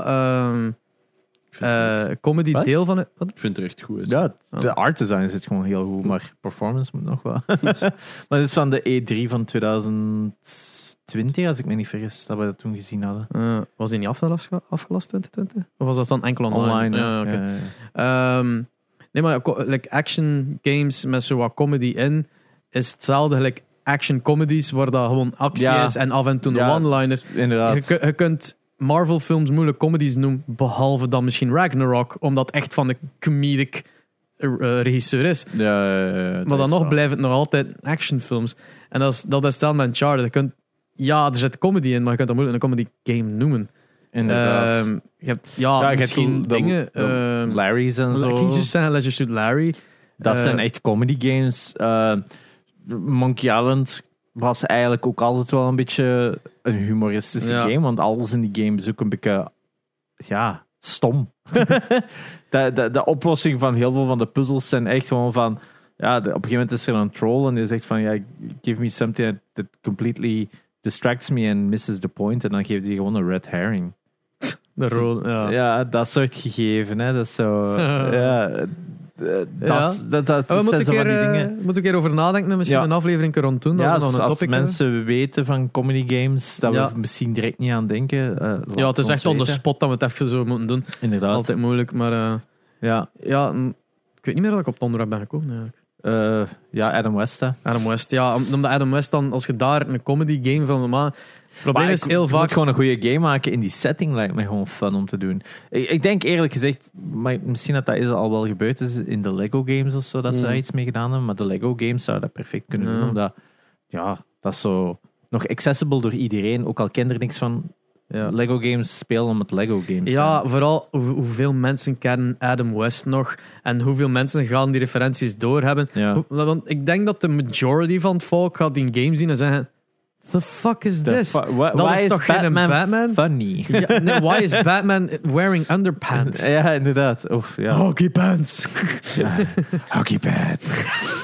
comedy Wat? deel van het... Wat? Ik vind het er echt goed uit. Ja, de art design zit gewoon heel goed, maar performance moet nog wel. Maar het is van de E3 van 2020, als ik me niet vergis, dat we dat toen gezien hadden. Was die niet afgelast 2020? Of was dat dan enkel online? Online. Ja, oké. Nee, maar like action games met zo wat comedy in is hetzelfde gelijk action comedies waar dat gewoon actie is en af en toe een one-liner. Inderdaad. Je kunt Marvel films moeilijk comedies noemen, behalve dan misschien Ragnarok, omdat het echt van de comedic regisseur is. Maar dan nog blijft het nog altijd actionfilms. En dat is hetzelfde met Uncharted. Er zit comedy in, maar je kunt dat moeilijk een comedy game noemen. Inderdaad. Je hebt misschien dingen... Larry's en zo. Ik ging juist zeggen Leisure Suit Larry. Dat zijn echt comedy games. Monkey Island was eigenlijk ook altijd wel een beetje een humoristische game, want alles in die game is ook een beetje stom. de oplossing van heel veel van de puzzels zijn echt gewoon van op een gegeven moment is er een troll en die zegt van give me something that completely distracts me and misses the point en dan geeft hij gewoon een red herring. Ja, dat soort gegeven, hè. Dat is zo... Dat zijn zo van die dingen. Moet een keer over nadenken en misschien een aflevering rond doen. Ja, nog een als topic mensen weten van comedy games, dat we misschien direct niet aan denken. Het is echt on the spot dat we het even zo moeten doen. Inderdaad. Altijd moeilijk, maar... ik weet niet meer dat ik op het onderwerp ben gekomen, eigenlijk. Adam West, hè. Adam West, omdat Adam West dan, als je daar een comedy game van maakt... Het probleem is heel vaak... moet gewoon een goede game maken in die setting, lijkt me gewoon fun om te doen. Ik denk eerlijk gezegd, maar misschien dat is al wel gebeurd is in de Lego games of zo, dat ze daar iets mee gedaan hebben, maar de Lego games zouden dat perfect kunnen doen, omdat dat is zo nog accessible door iedereen, ook al kent er niks van. Lego games spelen om het Lego games. Vooral hoeveel mensen kennen Adam West nog en hoeveel mensen gaan die referenties doorhebben. Want ik denk dat de majority van het volk gaat die game zien en zeggen The fuck is The this? Dat why is is toch geen Batman? funny? Ja, nee, why is Batman wearing underpants? Ja, inderdaad. Oef, ja. Hockey pants. Ja. Hockey pad.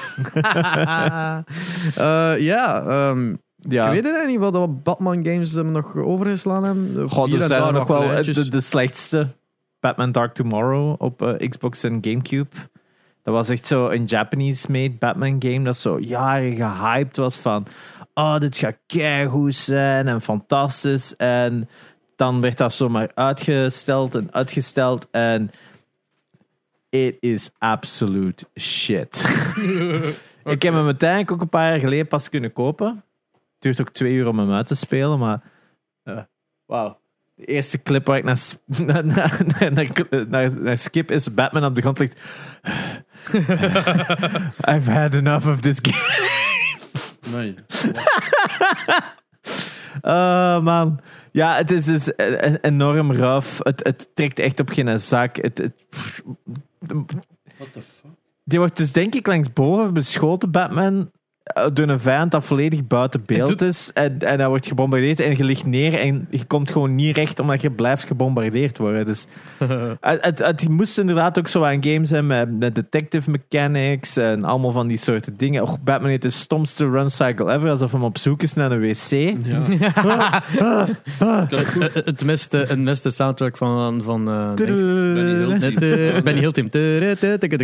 Ik weet het niet wat Batman games nog overgeslaan hebben. Goh, Hier er en zijn daar er nog nog wel kleintjes. de slechtste. Batman Dark Tomorrow op Xbox en Gamecube. Dat was echt zo een Japanese-made Batman game dat zo jaren gehyped was van dit gaat keigoed zijn en fantastisch. En dan werd dat zomaar uitgesteld en it is absolute shit. Ik heb hem uiteindelijk ook een paar jaar geleden pas kunnen kopen. Het duurt ook 2 uur om hem uit te spelen, maar wauw. De eerste clip waar ik naar skip is Batman op de grond ligt. I've had enough of this game. Nee. Man. Ja, het is dus enorm rough. Het trekt echt op geen zak. What the fuck? Die wordt dus denk ik langs boven beschoten, Batman, door een vijand dat volledig buiten beeld is. En hij wordt gebombardeerd en je ligt neer en je komt gewoon niet recht omdat je blijft gebombardeerd worden. Dus het moest inderdaad ook zo aan games zijn met detective mechanics en allemaal van die soorten dingen. Och, Batman heeft de stomste run cycle ever, alsof hem op zoek is naar een wc. Ja. Het miste soundtrack van Benny Hill team.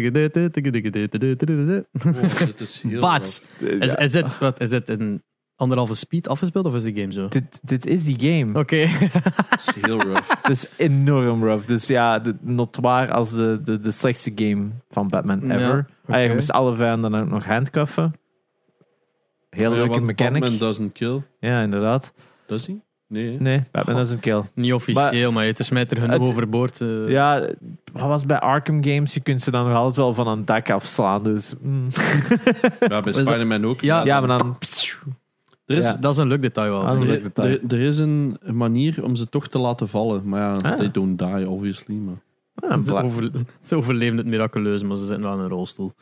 Team. Dit is heel Bats. Is het een 1,5 speed afgespeeld of is die game zo? Dit is die game. Oké. Het is heel rough. Het is enorm rough. Dus ja, notoire als de slechtste game van Batman Ja, ever. oké. Je moest alle vijanden dan ook nog handcuffen. Heel leuke want mechanic. Batman doesn't kill. Ja, inderdaad. Does hij? Nee. hè? Nee, Batman is een kill. Niet officieel, maar het is mij er genoeg Het- overboord. Ja, wat was bij Arkham Games? Je kunt ze dan nog altijd wel van een dak afslaan. Dus, Ja, bij Spider-Man ook. Ja. ja, maar dan... Er is, Ja. Dat is een leuk detail wel. Ah, vind ik. leuk detail. er is een manier om ze toch te laten vallen. Maar ja, Ah. they don't die, obviously. Maar. Ze overleven het miraculeus, maar ze zitten wel in een rolstoel.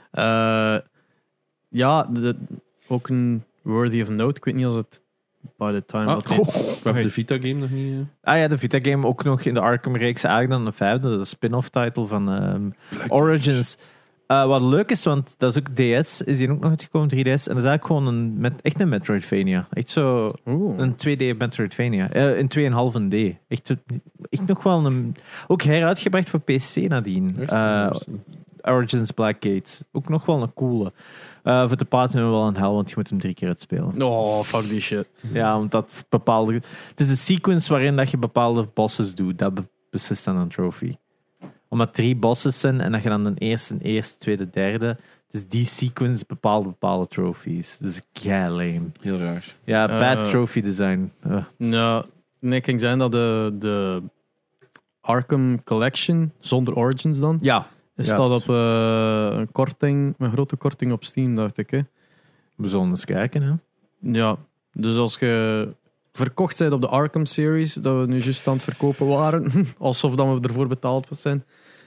Ook een worthy of note. Ik weet niet als het by the time... Ah, dat we hebben de Vita-game nog niet. Ja, de Vita-game ook nog in de Arkham-reeks eigenlijk dan een 5e. Dat is een spin-off-title van Origins. Wat leuk is, want dat is ook DS, is die ook nog uitgekomen, 3DS. En dat is eigenlijk gewoon echt een Metroidvania. Echt zo een 2D Metroidvania. In 2,5D. Echt nog wel een... Ook heruitgebracht voor PC nadien. Origins Blackgate. Ook nog wel een coole. Voor de platinum wel een hel, want je moet hem 3 keer uitspelen. Oh, fuck die shit. Ja, omdat bepaalde... Het is een sequence waarin dat je bepaalde bosses doet. Dat beslist dan een trophy. Omdat 3 bosses zijn en dat je dan de eerste, tweede, derde... Dus die sequence bepaalt bepaalde trophies. Dus kei lame. Heel raar. Ja, bad trophy design. Ja, nee, ik ging zeggen dat de Arkham Collection, zonder Origins dan, Ja. staat op een grote korting op Steam, dacht ik. Hè? We zullen eens kijken, hè. Ja, dus als je verkocht bent op de Arkham series, dat we nu juist aan het verkopen waren, alsof dat we ervoor betaald zijn,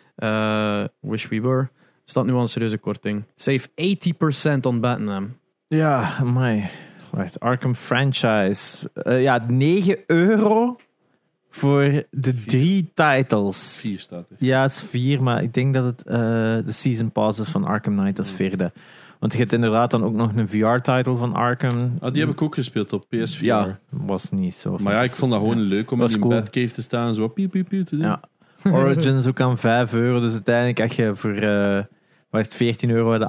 wish we were, staat nu aan een serieuze korting. Save 80% on Batman. Ja, amai. Wacht, Arkham franchise. Ja, €9 voor de 3 titles. 4 staat er. Ja, het is 4, maar ik denk dat het de season pass is van Arkham Knight als 4e. Want je hebt inderdaad dan ook nog een VR-title van Arkham. Die heb ik ook gespeeld op PS4. Ja, was niet zo. Maar ja, ik vond dat gewoon leuk om in Was die cool. Batcave te staan en zo piep piep piep te doen. Ja. Origins ook aan €5. Dus uiteindelijk als je voor wat is het, €14 hadden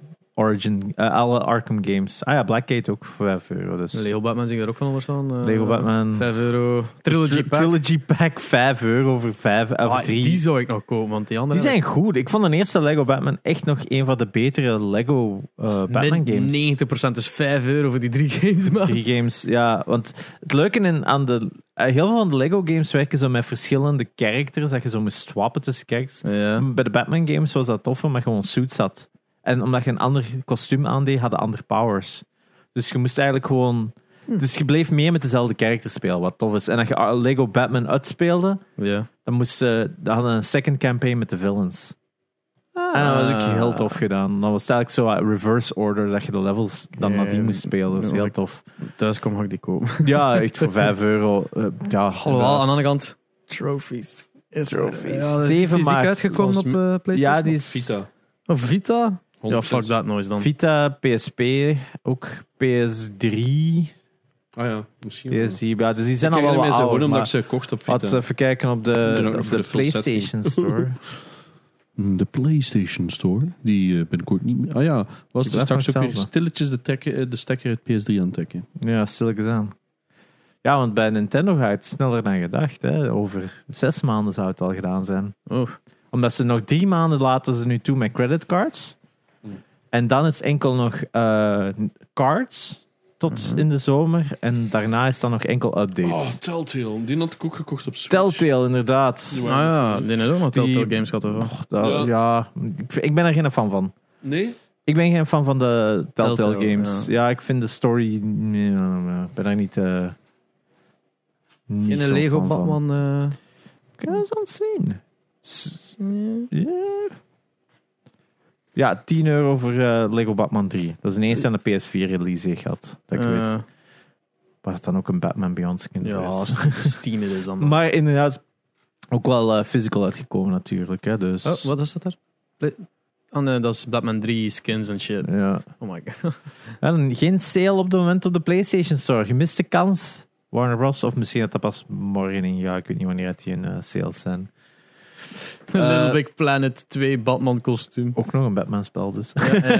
alle Arkham games. Ah ja, Blackgate ook voor €5. Dus. Lego Batman zie ik er ook van onder staan. Lego Batman. €5. Trilogy Pack. Trilogy Pack €5 voor 5 of 3. Die zou ik nog kopen, want die andere... Die zijn goed. Ik vond de eerste Lego Batman echt nog een van de betere Lego Batman games. 90% is €5 voor die 3 games, man. 3 games, ja. Want het leuke aan de... heel veel van de Lego games werken zo met verschillende characters, dat je zo moest swappen tussen characters. Ja. Bij de Batman games was dat tof, omdat je gewoon suits had. En omdat je een ander kostuum aandeed, hadden andere powers. Dus je moest eigenlijk gewoon... Dus je bleef meer met dezelfde characters spelen, wat tof is. En als je Lego Batman uitspeelde, Ja. dan hadden we een second campaign met de villains. En dat was ook heel tof gedaan. Dan was het eigenlijk zo wat reverse order, dat je de levels dan nadien moest spelen. Dat was heel tof. Thuis kom ga ik die kopen. Ja, echt voor €5. Ja, Alhoewel, aan de andere kant, trophies. Trophies. Ja, 7 fysiek maart uitgekomen op PlayStation? Ja, die is Vita. Of Vita? Ja, 100%. fuck that noise dan. Vita, PSP, ook PS3, Ah ja, misschien. wel. PS4. Ja, dus die zijn Ik al wel herinner wat me ze gewoon ouder. omdat Maar ik ze kocht op laten we Vita. even kijken op Bedankt de voor de full set. PlayStation Store. De PlayStation Store, die binnenkort niet meer... Ah ja, was Die er blijft straks ook weer hetzelfde. stilletjes de stekker uit PS3 aan het trekken. Ja, stilletjes aan. Ja, want bij Nintendo gaat het sneller dan gedacht. Hè. Over 6 maanden zou het al gedaan zijn. Oh. Omdat ze nog 3 maanden laten ze nu toe met creditcards. En dan is enkel nog cards tot in de zomer. En daarna is dan nog enkel updates. Oh, Telltale. Die had ik ook gekocht op Switch. Telltale, inderdaad. Die Ah waren ja, die heeft ook nog Die- Telltale Games gehad. Of? Ja, ik ben er geen fan van. Nee? Ik ben geen fan van de Telltale Telltale, games. Ja. Ik vind de story... Ik ben daar niet In zo een Lego fan van. Batman... Ik ga eens aan het zien. Ja. Ja, €10 voor Lego Batman 3. Dat is een eerste aan de PS4-release heeft gehad. Dat ik weet. Waar het dan ook een Batman Beyond skin Ja, is. als het Steam is dan. Maar inderdaad, ook wel physical uitgekomen natuurlijk. Hè, dus, Oh, wat is dat daar? Oh nee, dat is Batman 3 skins en shit. Ja. Oh my god. En geen sale op het moment op de PlayStation Store. Gemiste kans. Warner Bros. Of misschien dat pas morgen in. Ja, ik weet niet wanneer het die in sales zijn. Little Big Planet 2 Batman kostuum. Ook nog een Batman spel dus.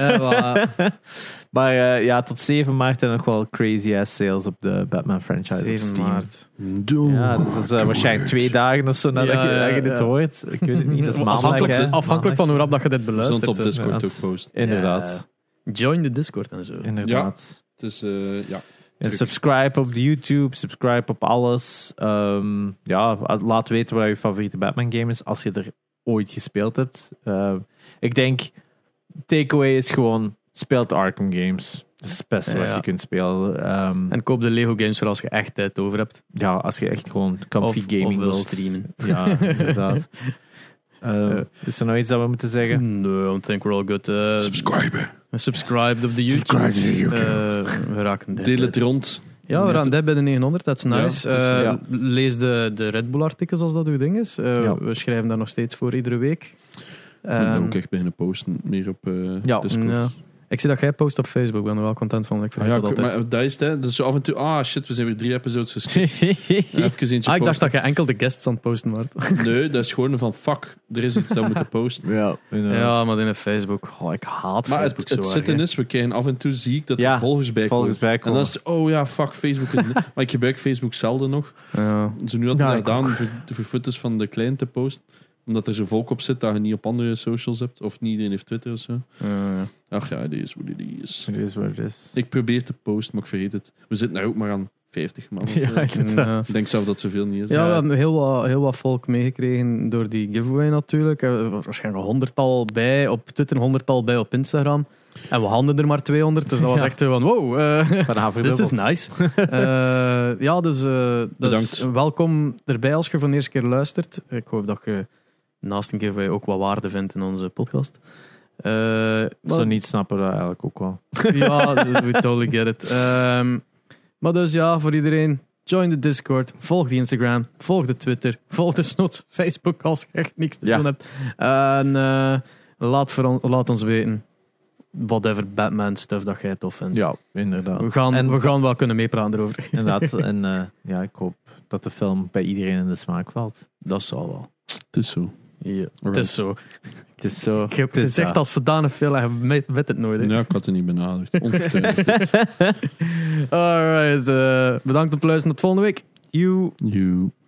Maar Maar ja, tot 7 maart en nog wel crazy ass sales op de Batman franchise op 7 Steam. maart. Ja, dus dat is waarschijnlijk 2 dagen of zo nadat je dit hoort. Ik weet het niet, dat is maandag. hè. Afhankelijk van hoe rap dat je dit We zullen beluistert. het op Discord Ja, ook het- posten. Inderdaad. Join de Discord en zo. Inderdaad. Dus ja. En subscribe op de YouTube, subscribe op alles. Ja, laat weten wat je favoriete Batman game is als je er ooit gespeeld hebt. Ik denk, takeaway is gewoon, speelt Arkham games. Dat is het beste wat Ja. je kunt spelen. En koop de Lego games voor als je echt tijd over hebt. Ja, als je echt gewoon comfy Of gaming wil wilt. streamen. Ja, inderdaad. Is er nog iets dat we moeten zeggen? No, I think we're all good. Subscriben. Subscribe op de YouTube. Subscribe to the YouTube. We raken dit. Deel het rond. Ja, we raken dit bij de 900. Dat is Ja, nice. het is, ja. Lees de Red Bull artikels als dat uw ding is. Ja. We schrijven daar nog steeds voor iedere week. Ik moet ook echt beginnen posten. Meer op Ja. Discord. Ja. Ik zie dat jij post op Facebook. Ik ben er wel content van. Ik Ah, vergeet ja, dat altijd. maar dat is het, hè. Dus zo af en toe... Ah, shit, we zijn weer 3 episodes geskipt. Even eentje ik dacht posten. dat je enkel de guests aan het posten wordt. Nee, dat is gewoon van... Fuck, er is iets dat we moeten posten. Ja, Ja, maar in de Facebook. Oh, ik haat Maar Facebook het zo zitten erg, is, we krijgen af en toe zie ik dat Ja, er volgers bij komen. volgens bij En dan is het, oh ja, fuck, Facebook is... maar ik gebruik Facebook zelden nog. hè. Ja. Dus nu had ik Ja, dat ik gedaan ook. voor foto's van de client te posten. Omdat er zo volk op zit dat je niet op andere socials hebt. Of niet iedereen heeft Twitter of zo. Ach ja, dit is hoe dit is. Het is wat het is. Ik probeer te posten, maar ik vergeet het. We zitten nou ook maar aan 50 man. of zo. Ja, inderdaad. Ik denk zelf dat zoveel niet is. Ja, we hebben heel wat volk meegekregen door die giveaway natuurlijk. Waarschijnlijk 100-tal bij op Twitter, 100-tal bij op Instagram. En we hadden er maar 200, dus dat was Ja. echt zo van wow, Vanavond dit is nice. Ja, dus Bedankt. welkom erbij als je voor de eerste keer luistert. Ik hoop dat je naast een giveaway ook wat waarde vindt in onze podcast. Zo niet snappen dat eigenlijk ook wel. Ja, we totally get it. Maar dus ja, voor iedereen, join de Discord, volg de Instagram, volg de Twitter, volg de snot Facebook als je echt niks te Ja. doen hebt. En laat ons weten whatever Batman stuff dat jij tof vindt. Ja, inderdaad. We gaan wel kunnen meepraten erover. Inderdaad. En ja, ik hoop dat de film bij iedereen in de smaak valt. Dat zal wel. Het is zo. Ja, het Alright. is zo. Het is zo. Ik heb het is gezegd dat. als zodanig veel en je weet het nooit. Hè. Ja, ik had het niet benaderd. Onvertuigd. Alright, bedankt om te luisteren. Tot volgende week. You. You.